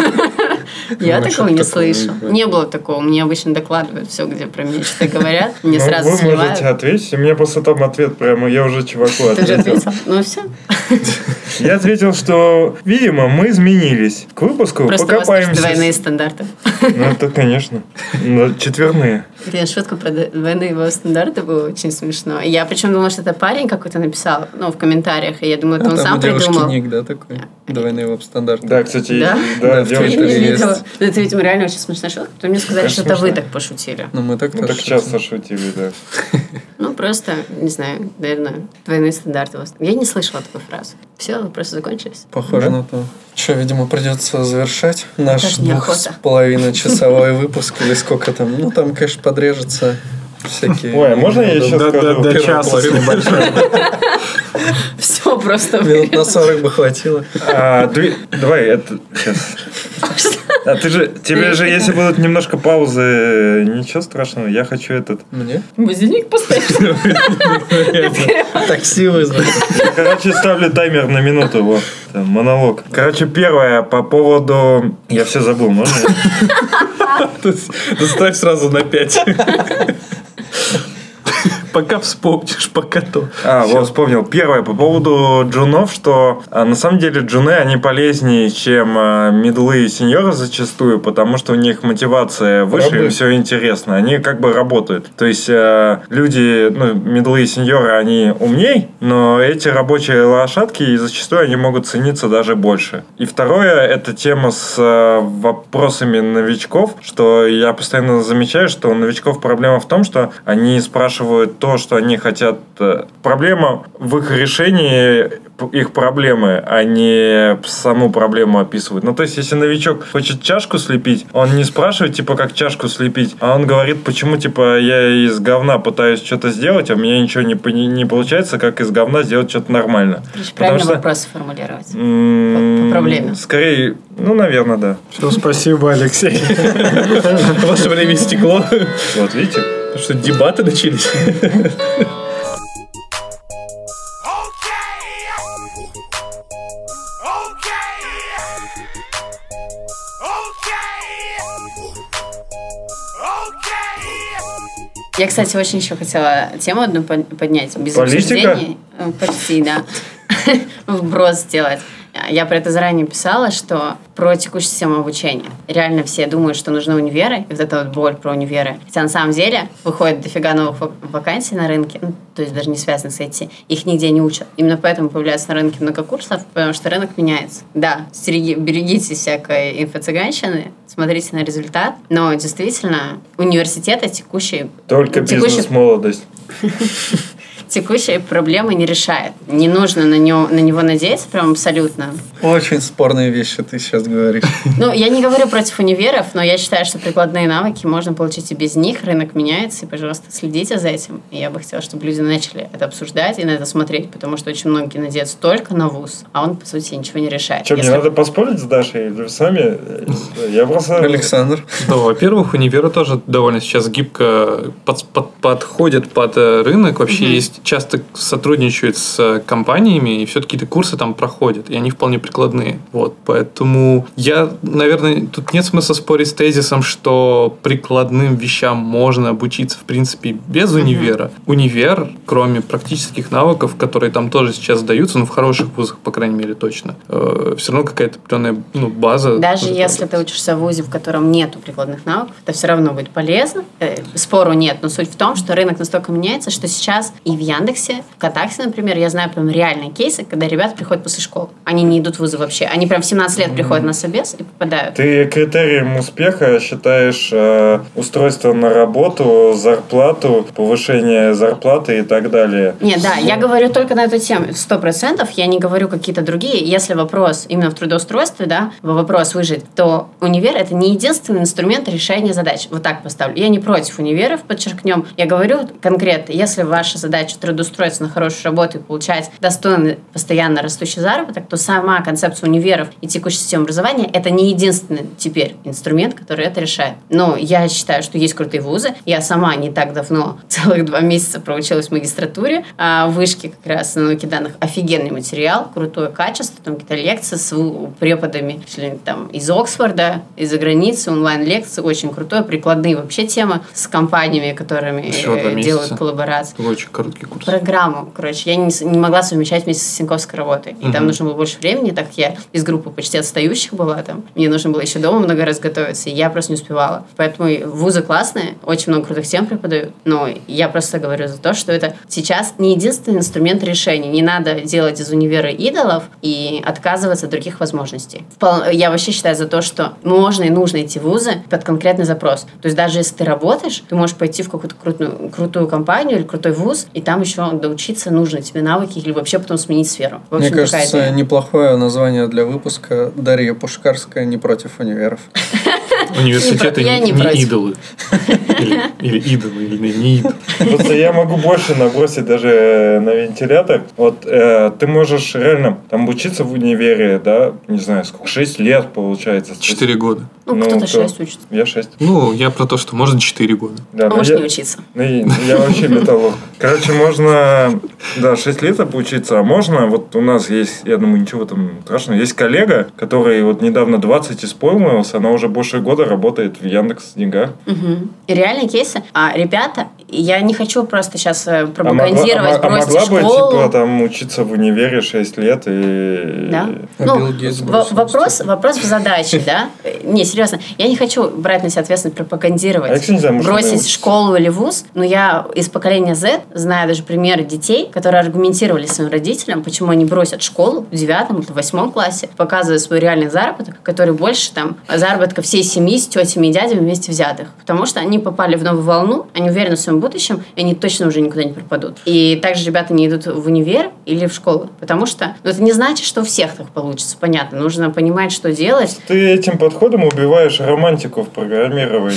Я Ну, такого что-то не такое, слышу. да. Не было такого. Мне обычно докладывают все, где про меня что-то говорят. Мне Ну, сразу вы сливают. можете ответить. У меня просто там ответ прямо, я уже чуваку Ты уже ответил. ответил? Ну все. Я ответил, что, видимо, мы изменились. К выпуску Просто у вас тоже покопаемся. двойные стандарты. Ну, это, конечно. Но четверные. Блин, шутка про двойные его стандарты была очень смешно. Я причем думала, что это парень какой-то написал, ну, в комментариях, и я думала, это А он там сам у девушки придумал. ник, да, такой? Двойные веб-стандарты. Да, кстати, Да? да, Да, в Я девочка. не Твиттере видела. есть. Ну, это, видимо, реально очень смешная шутка. Потом мне сказали, Конечно, что это вы смешная. так пошутили. Ну, мы так Мы тоже так часто шутили, да. Ну, просто, не знаю, наверное, двойные стандарты у вас. Я не слышала такой фразы. Все, вопросы закончились. Похоже Да. на то. Че, видимо, придется завершать наш Даже двух неохота. с половиной часовой выпуск или сколько там. Ну, там, конечно, подрежется всякие... Ой, а можно я еще До, до- скажу? до Первая часа с половина. небольшим. Все просто. Минут на сорок бы хватило. А, ты- давай, это сейчас. А ты же, тебе же, если будут немножко паузы, ничего страшного, я хочу этот. Мне? Будильник поставишь? Такси вызвать. Короче, ставлю таймер на минуту, вот, там, монолог. Короче, первое, по поводу... Я все забыл, можно? Ставь сразу на пять. Пока вспомнишь, пока то. А, вот вспомнил. Первое, по поводу джунов, что а, на самом деле джуны, они полезнее, чем а, мидлы и сеньоры зачастую, потому что у них мотивация выше, им все интересно. Они как бы работают. То есть а, люди, ну, мидлы и сеньоры, они умней, но эти рабочие лошадки, зачастую они могут цениться даже больше. И второе, это тема с а, вопросами новичков, что я постоянно замечаю, что у новичков проблема в том, что они спрашивают то, что они хотят. Проблема в их решении их проблемы, а не саму проблему описывают. Ну, то есть, если новичок хочет чашку слепить, он не спрашивает, типа, как чашку слепить, а он говорит, почему, типа, я из говна пытаюсь что-то сделать, а у меня ничего не, не получается, как из говна сделать что-то нормально. Короче, правильно что, вопросы формулировать. М- по, по проблеме. Скорее, ну, наверное, да. Все, спасибо, Алексей. Ваше время истекло. Вот, видите? Что, дебаты начались? Я, кстати, очень еще хотела тему одну поднять. Без Политика? обсуждений. Почти, да. Вброс сделать. Я про это заранее писала, что про текущую систему обучения. Реально все думают, что нужны универы, и вот эта вот боль про универы. Хотя на самом деле выходит дофига новых вакансий на рынке, ну, то есть даже не связанных с ай ти. Их нигде не учат. Именно поэтому появляется на рынке много курсов, потому что рынок меняется. Да, стереги, берегите всякой инфо-цыганщины, смотрите на результат, но действительно университеты текущие... Только текущие... бизнес-молодость. Текущие проблемы не решает. Не нужно на него, на него надеяться прям абсолютно. Очень спорные вещи ты сейчас говоришь. Ну, я не говорю против универов, но я считаю, что прикладные навыки можно получить и без них. Рынок меняется, и, пожалуйста, следите за этим. И я бы хотела, чтобы люди начали это обсуждать и на это смотреть, потому что очень многие надеются только на вуз, а он, по сути, ничего не решает. Что, Если... мне надо поспорить с Дашей? Или вы сами? Я просто... Александр. Да, во-первых, универы тоже довольно сейчас гибко под, под, подходят под рынок. Вообще mm-hmm. есть часто сотрудничают с компаниями, и все-таки какие-то курсы там проходят, и они вполне прикладные. Вот, поэтому я, наверное, тут нет смысла спорить с тезисом, что прикладным вещам можно обучиться, в принципе, без универа. Mm-hmm. Универ, кроме практических навыков, которые там тоже сейчас даются, ну, в хороших вузах, по крайней мере, точно, э, все равно какая-то определенная ну, база. Даже если ты учишься в вузе, в котором нету прикладных навыков, это все равно будет полезно. Э, спору нет, но суть в том, что рынок настолько меняется, что сейчас и в Яндексе, в Катаксе, например, я знаю прям реальные кейсы, когда ребята приходят после школы. Они не идут в вузы вообще. Они прям в семнадцать лет приходят на собес и попадают. Ты критерием успеха считаешь э, устройство на работу, зарплату, повышение зарплаты и так далее? Нет, да, я говорю только на эту тему. Сто процентов я не говорю какие-то другие. Если вопрос именно в трудоустройстве, да, вопрос выжить, то универ — это не единственный инструмент решения задач. Вот так поставлю. Я не против универов, подчеркнем. Я говорю конкретно, если ваша задача трудоустроиться на хорошую работу и получать достойный, постоянно растущий заработок, то сама концепция универов и текущей системы образования — это не единственный теперь инструмент, который это решает. Но я считаю, что есть крутые вузы. Я сама не так давно, целых два месяца проучилась в магистратуре а в вышке как раз на науке данных. Офигенный материал, крутое качество, там какие-то лекции с преподами там, из Оксфорда, из-за границы, онлайн-лекции, очень крутой, прикладные вообще темы с компаниями, которыми делают коллаборации. Очень короткий курс. Программу, короче, я не, не могла совмещать вместе с синьковской работой. И угу. там нужно было больше времени, так как я из группы почти отстающих была там. Мне нужно было еще дома много раз готовиться, и я просто не успевала. Поэтому вузы классные, очень много крутых тем преподают, но я просто говорю за то, что это сейчас не единственный инструмент решения. Не надо делать из универа идолов и отказываться от других возможностей. Я вообще считаю за то, что можно и нужно идти в вузы под конкретный запрос. То есть даже если ты работаешь, ты можешь пойти в какую-то крутую, крутую компанию или крутой вуз, и там еще доучиться нужно тебе навыки или вообще потом сменить сферу. В общем, мне кажется, неплохое название для выпуска. Дарья Пушкарская не против универов. Университеты не идолы. Или идолы, или не идолы. Просто я могу больше набросить даже на вентилятор. Вот ты можешь реально там учиться в универе, да, не знаю, сколько, шесть лет получается. Четыре года. Ну, ну, кто-то шесть учится. Я шесть. Ну, я про то, что можно четыре года. Да, а может я, не учиться. Ну, я, я вообще металлург. Короче, можно, да, шесть лет обучиться, а можно, вот у нас есть, я думаю, ничего там страшного, есть коллега, который вот недавно двадцать исполнилось, она уже больше года работает в Яндекс.Деньгах. Угу. И реальные кейсы. А ребята я не хочу просто сейчас пропагандировать, а могла, бросьте а могла школу. бы, типа, там, учиться в универе шесть лет и... Да? А Ну, Билл Гейтс в- бросил вопрос, вопрос в задаче, да? Не, серьезно, я не хочу брать на себя ответственность пропагандировать, А я, кстати, не знаю, может, она бросить учится. школу или вуз, но я из поколения Z знаю даже примеры детей, которые аргументировали своим родителям, почему они бросят школу в девятом или восьмом классе, показывая свой реальный заработок, который больше там заработка всей семьи с тетями и дядями вместе взятых. Потому что они попали в новую волну, они уверены в своем будущем, и они точно уже никуда не пропадут. И также ребята не идут в универ или в школу, потому что ну, это не значит, что у всех так получится, понятно. Нужно понимать, что делать. Ты этим подходом убиваешь романтику в программировании.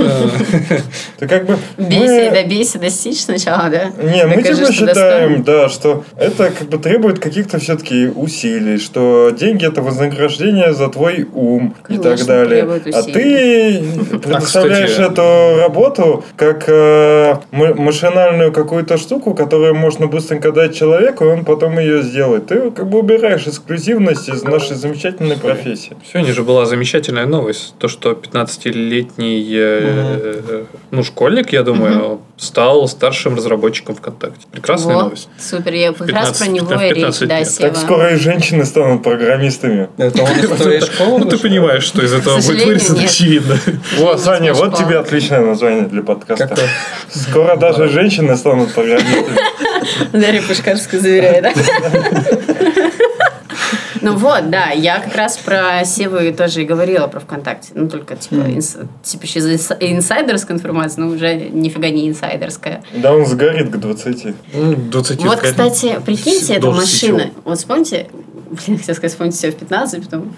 Ты как бы... Бейся и мы- добейся, достичь сначала, да? Не, мы Докажи, типа что считаем, да, что это как бы требует каких-то все-таки усилий, что деньги это вознаграждение за твой ум и Конечно, так далее. требует А усилий. ты предоставляешь кстати- эту работу как э, м- машинальную какую-то штуку, которую можно быстренько дать человеку, и он потом ее сделает. Ты как бы убираешь эксклюзивность из нашей замечательной профессии. Сегодня же была замечательная новость, то, что пятнадцатилетний э, э, ну, школьник, я думаю, стал старшим разработчиком ВКонтакте. Прекрасная Вот, новость. супер, я как раз про пятнадцать, него и речь, пятнадцать да, лет. Сева. Так скоро и женщины станут программистами. Это он из твоей школы Ну, ты вышел? понимаешь, что из этого будет сожалению, вырезано, нет. очевидно. Вот, Саня, вот школа. тебе отличное название для подкаста. Какое? Скоро даже женщины станут программистами. Дарья Пушкарская заверяет, да? Ну вот, да, я как раз про Севу тоже и говорила, про ВКонтакте. Ну, только, типа, инс- типа из инс- инсайдерская информация, но уже нифига не инсайдерская. Да, он сгорит к двадцати. Ну, двадцать Вот, лет. кстати, прикиньте, эта Должен машина. сечёт. Вот вспомните, блин, хотела сказать, вспомните себя в пятнадцать, потом...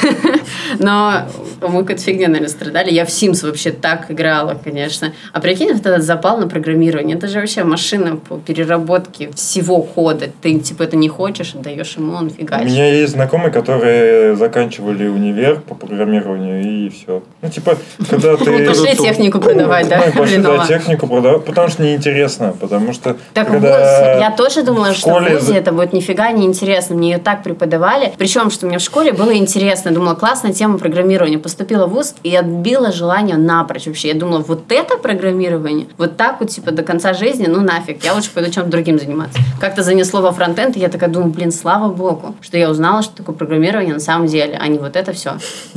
Но мы какой-то фигня, наверное, страдали. Я в Sims вообще так играла, конечно. А прикинь, вот этот запал на программирование. Это же вообще машина по переработке всего кода. Ты, типа, это не хочешь, отдаешь ему, он У фигачит. меня есть знакомые, которые заканчивали универ по программированию, и все. Ну, типа, когда ты... Пошли технику продавать, да? Ну, пошли, Блин, да, технику продавать, потому что неинтересно, потому что... Так когда вот, я тоже думала, в что школе в ВУЗе это будет нифига не интересно. Мне ее так преподавали. Причем, что мне в школе было интересно. Я думала, классная тема программирования. Поступила в ВУЗ и отбила желание напрочь вообще. Я думала, вот это программирование, вот так вот, типа, до конца жизни, ну нафиг. Я лучше пойду чем-то другим заниматься. Как-то занесло во фронтенд, и я такая думаю, блин, слава богу, что я узнала, что такое программирование на самом деле, а не вот это все.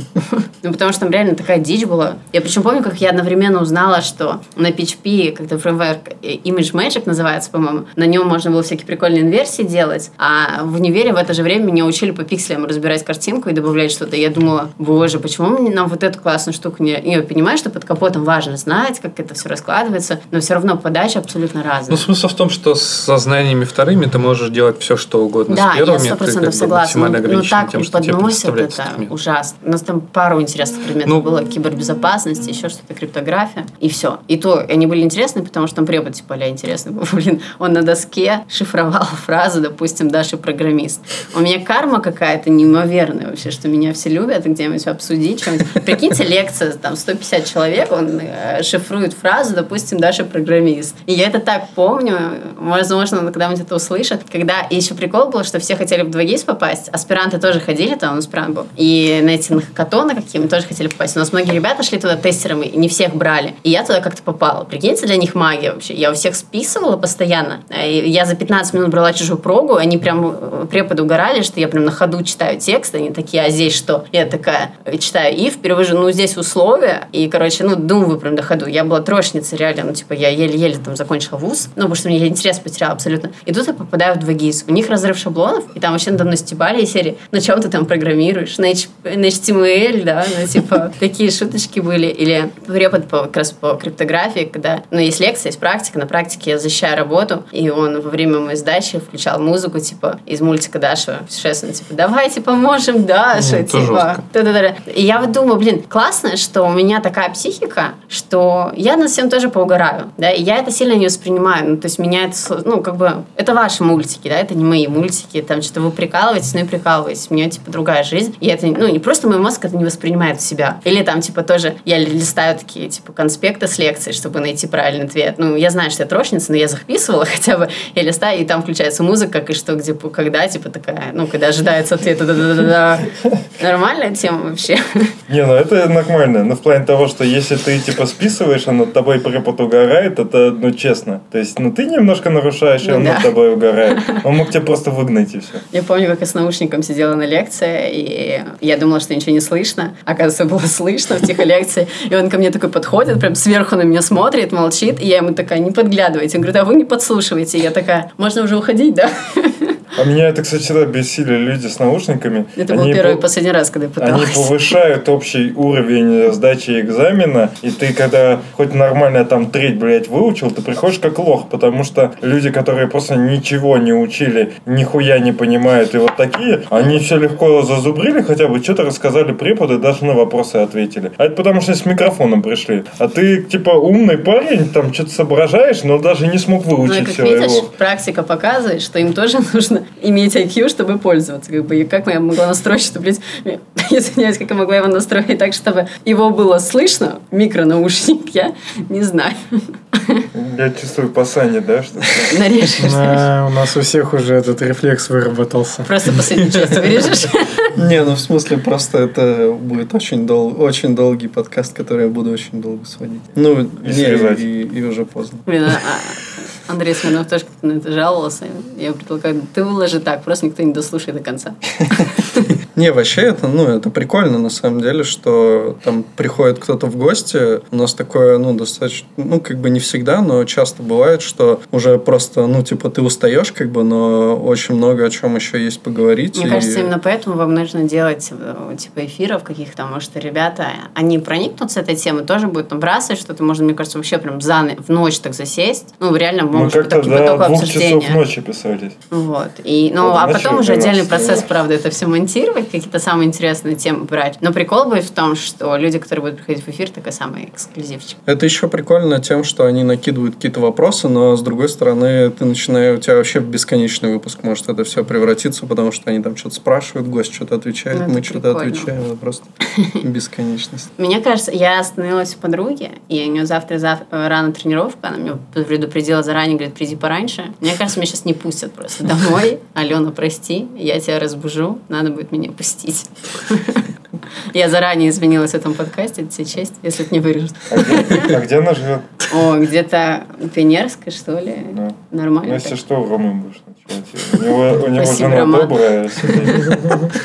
Ну, потому что там реально такая дичь была. Я причем помню, как я одновременно узнала, что на пи эйч пи, как-то фреймворк ImageMagick называется, по-моему, на нем можно было всякие прикольные инверсии делать, а в универе в это же время меня учили по пикселям разбирать картинку и добавлять что-то. И я думала, боже, почему мне- нам вот эту классную штуку не... Я понимаю, что под капотом важно знать, как это все раскладывается, но все равно подача абсолютно разная. Ну, смысл в том, что со знаниями вторыми ты можешь делать все, что угодно. Да, с я первыми сто ты как процентов бы согласна. максимально Ну, ну, ограничен так тем, что тебе преподносят представляет это инструмент. ужасно. У нас там пару интересных предметов Ну, было. Кибербезопасность, еще что-то, криптография. И все. И то они были интересны, потому что там препод типа а интересный был. Блин, он на доске шифровал фразу, допустим, Даша программист. У меня карма какая-то неимоверная вообще, что меня все любят, где-нибудь обсудить что-нибудь. Прикиньте, лекция, там сто пятьдесят человек, он э, шифрует фразу, допустим, Даша программист. И я это так помню. Возможно, он когда-нибудь это услышит. Когда и еще прикол был, что все хотели в два гейс попасть. Аспиранты тоже ходили, там он аспирант был. И на эти на хакатоны какие мы тоже хотели попасть. У нас многие ребята шли туда тестерами, и не всех брали. И я туда как-то попала. Прикиньте, для них магия вообще. Я у всех списывала постоянно. И я за пятнадцать минут брала чужую прогу, они прям преподы угорали, что я прям на ходу читаю текст, они такие, а здесь что? Я такая читаю if, перевожу, ну здесь условия, и, короче, ну думаю прям на ходу. Я была трошница реально, ну типа я еле-еле там закончила вуз, ну потому что мне интерес потерял абсолютно. И тут я попадаю в два гейс. У них разрыв шаблонов, и там вообще надо мной стебали из серии, на чем ты там программируешь? На, H- на эйч ти эм эль, да, ну типа такие шуточки были. Или препод по, как раз по криптографии, когда, ну есть лекция, есть практика, на практике я защищаю работу, и он во время моей сдачи включал музыку, типа, из мультика Даша Шессон, типа, давайте поможем Даше, Ну, это типа. жестко. Да-да-да. И я вот думаю, блин, классно, что у меня такая психика, что я над всем тоже поугараю, да, и я это сильно не воспринимаю, ну, то есть меня это, сло- ну, как бы, это ваши мультики, да, это не мои мультики, там, что вы прикалываетесь, ну и прикалываетесь, у меня, типа, другая жизнь, и это, ну, не просто мой мозг это не воспринимает, воспринимает в себя. Или там, типа, тоже я листаю такие, типа, конспекты с лекций, чтобы найти правильный ответ. Ну, я знаю, что я троечница, но я записывала хотя бы. Я листаю, и там включается музыка, как и что, где, когда, типа, такая, ну, когда ожидается ответа. Да-да-да-да. Нормальная тема вообще. Не, ну это нормально. Ну, в плане того, что если ты, типа, списываешь, а над тобой препод угорает, это, ну, честно. То есть, ну, ты немножко нарушаешь, и ну, он да. над тобой угорает. Он мог тебя просто выгнать, и все. Я помню, как я с наушником сидела на лекции, и я думала, что ничего не слышно. Оказывается, было слышно в тихолекции. И он ко мне такой подходит, прям сверху на меня смотрит, молчит, и я ему такая, не подглядывайте. Он говорит, а вы не подслушиваете. И я такая, можно уже уходить, да? А меня это, кстати, всегда бесили люди с наушниками. Это был они первый и по... последний раз, когда я пыталась. Они повышают общий уровень сдачи экзамена, и ты, когда хоть нормально там треть, блядь, выучил, ты приходишь как лох, потому что люди, которые просто ничего не учили, нихуя не понимают, и вот такие, они все легко зазубрили, хотя бы что-то рассказали преподы, даже на вопросы ответили. А это потому, что с микрофоном пришли. А ты, типа, умный парень, там что-то соображаешь, но даже не смог выучить ну, как все видишь, его. Практика показывает, что им тоже нужно иметь ай кью, чтобы пользоваться. Как бы, и как я могла настроить, чтобы, блядь, извиняюсь, как я могла его настроить так, чтобы его было слышно, микронаушник, я не знаю. Я чувствую по Сане, да? Что нарежешь. Да, у нас у всех уже этот рефлекс выработался. Просто последнюю часть вырежешь. Не, ну в смысле, просто это будет очень, дол- очень долгий подкаст, который я буду очень долго сводить. Ну, И не, срезать. и, и уже поздно. Блин, а Андрей Смирнов тоже как-то на это жаловался. Я предполагаю, ты выложи так, просто никто не дослушает до конца. Не, вообще это, ну, это прикольно на самом деле, что там приходит кто-то в гости. У нас такое, ну, достаточно, ну, как бы не всегда, но часто бывает, что уже просто, ну, типа, ты устаешь, как бы, но очень много о чем еще есть поговорить. Мне и... кажется, именно поэтому вам нужно делать, типа, эфиров каких-то, может, ребята, они проникнутся этой темой, тоже будут набрасывать что-то, можно, мне кажется, вообще прям за, в ночь так засесть. Ну, реально, мы может быть, как-то такие до потоки двух обсуждения. часов ночи писались. Вот. И, ну, Вот, а начали потом уже отдельный двенадцать. процесс, правда, это все монтировать, какие-то самые интересные темы брать. Но прикол будет в том, что люди, которые будут приходить в эфир, такой самый эксклюзивчик. Это еще прикольно тем, что они накидывают какие-то вопросы, но с другой стороны, ты начинаешь, у тебя вообще в бесконечный выпуск может это все превратиться, потому что они там что-то спрашивают, гость что-то отвечает, Ну, мы это что-то прикольно. отвечаем, это просто бесконечность. Мне кажется, я остановилась у подруги, и у нее завтра зав... рано тренировка, она меня предупредила заранее, говорит, приди пораньше. Мне кажется, меня сейчас не пустят просто домой. Алена, прости, я тебя разбужу, надо будет меня пустить. Я заранее извинилась в этом подкасте, это тебе честь, если это не вырежут. А где, а где она живет? О, где-то Пионерская, что ли? Да. Нормально. Ну, если так? что, в Ромы будешь ночевать. У него, у него Спасибо, жена Роман. добрая. сидит.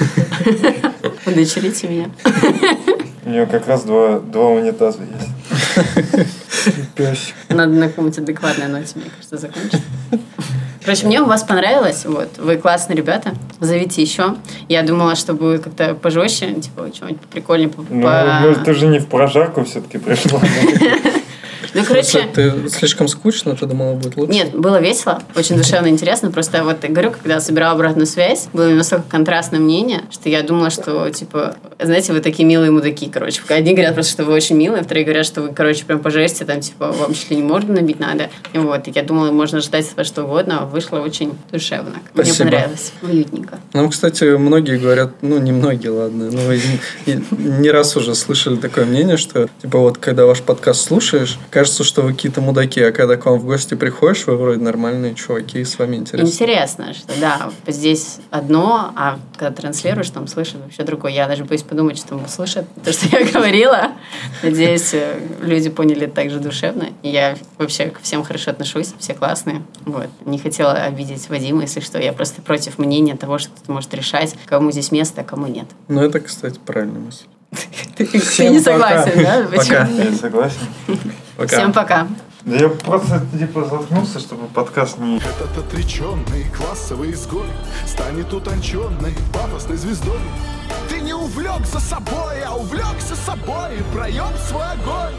Удочерите меня. У нее как раз два, два унитаза есть. Пёс. Надо на каком-нибудь адекватной ноте, мне кажется, закончить. Короче, мне у вас понравилось. Вот, вы классные ребята. Зовите еще. Я думала, что будет как-то пожестче, типа, что-нибудь прикольнее. По... Ну, ну, ты же не в прожарку все-таки пришла. Ну, короче... Ты слишком скучно, ты думала, будет лучше? Нет, было весело, очень душевно и интересно. Просто вот я говорю, когда собирала обратную связь, было настолько контрастное мнение, что я думала, что, типа, знаете, вы такие милые мудаки, короче. Одни говорят просто, что вы очень милые, вторые говорят, что вы, короче, прям по жести, там, типа, вам чуть ли не морду набить надо. И вот, и я думала, можно ждать от вас что угодно, а вышло очень душевно. Мне Спасибо. понравилось, уютненько. Нам, кстати, многие говорят, ну, не многие, ладно, но вы не- не раз уже слышали такое мнение, что, типа, вот, когда ваш подкаст слушаешь, кажется, что вы какие-то мудаки, а когда к вам в гости приходишь, вы вроде нормальные чуваки, и с вами интересно. Интересно, что да, здесь одно, а когда транслируешь, там слышат вообще другое. Я даже боюсь подумать, что слышат то, что я говорила. Надеюсь, люди поняли это так же душевно. И я вообще ко всем хорошо отношусь, все классные. Вот. Не хотела обидеть Вадима, если что. Я просто против мнения того, что кто-то может решать, кому здесь место, а кому нет. Ну, это, кстати, правильная мысль. Ты, ты Всем не пока. согласен, да? Пока. Я согласен. Пока. Всем пока. Да я просто типа заткнулся, чтобы подкаст не... Этот отреченный классовый изгой станет утонченной пафосной звездой. Ты не увлек за собой, а увлекся собой и проем свой огонь.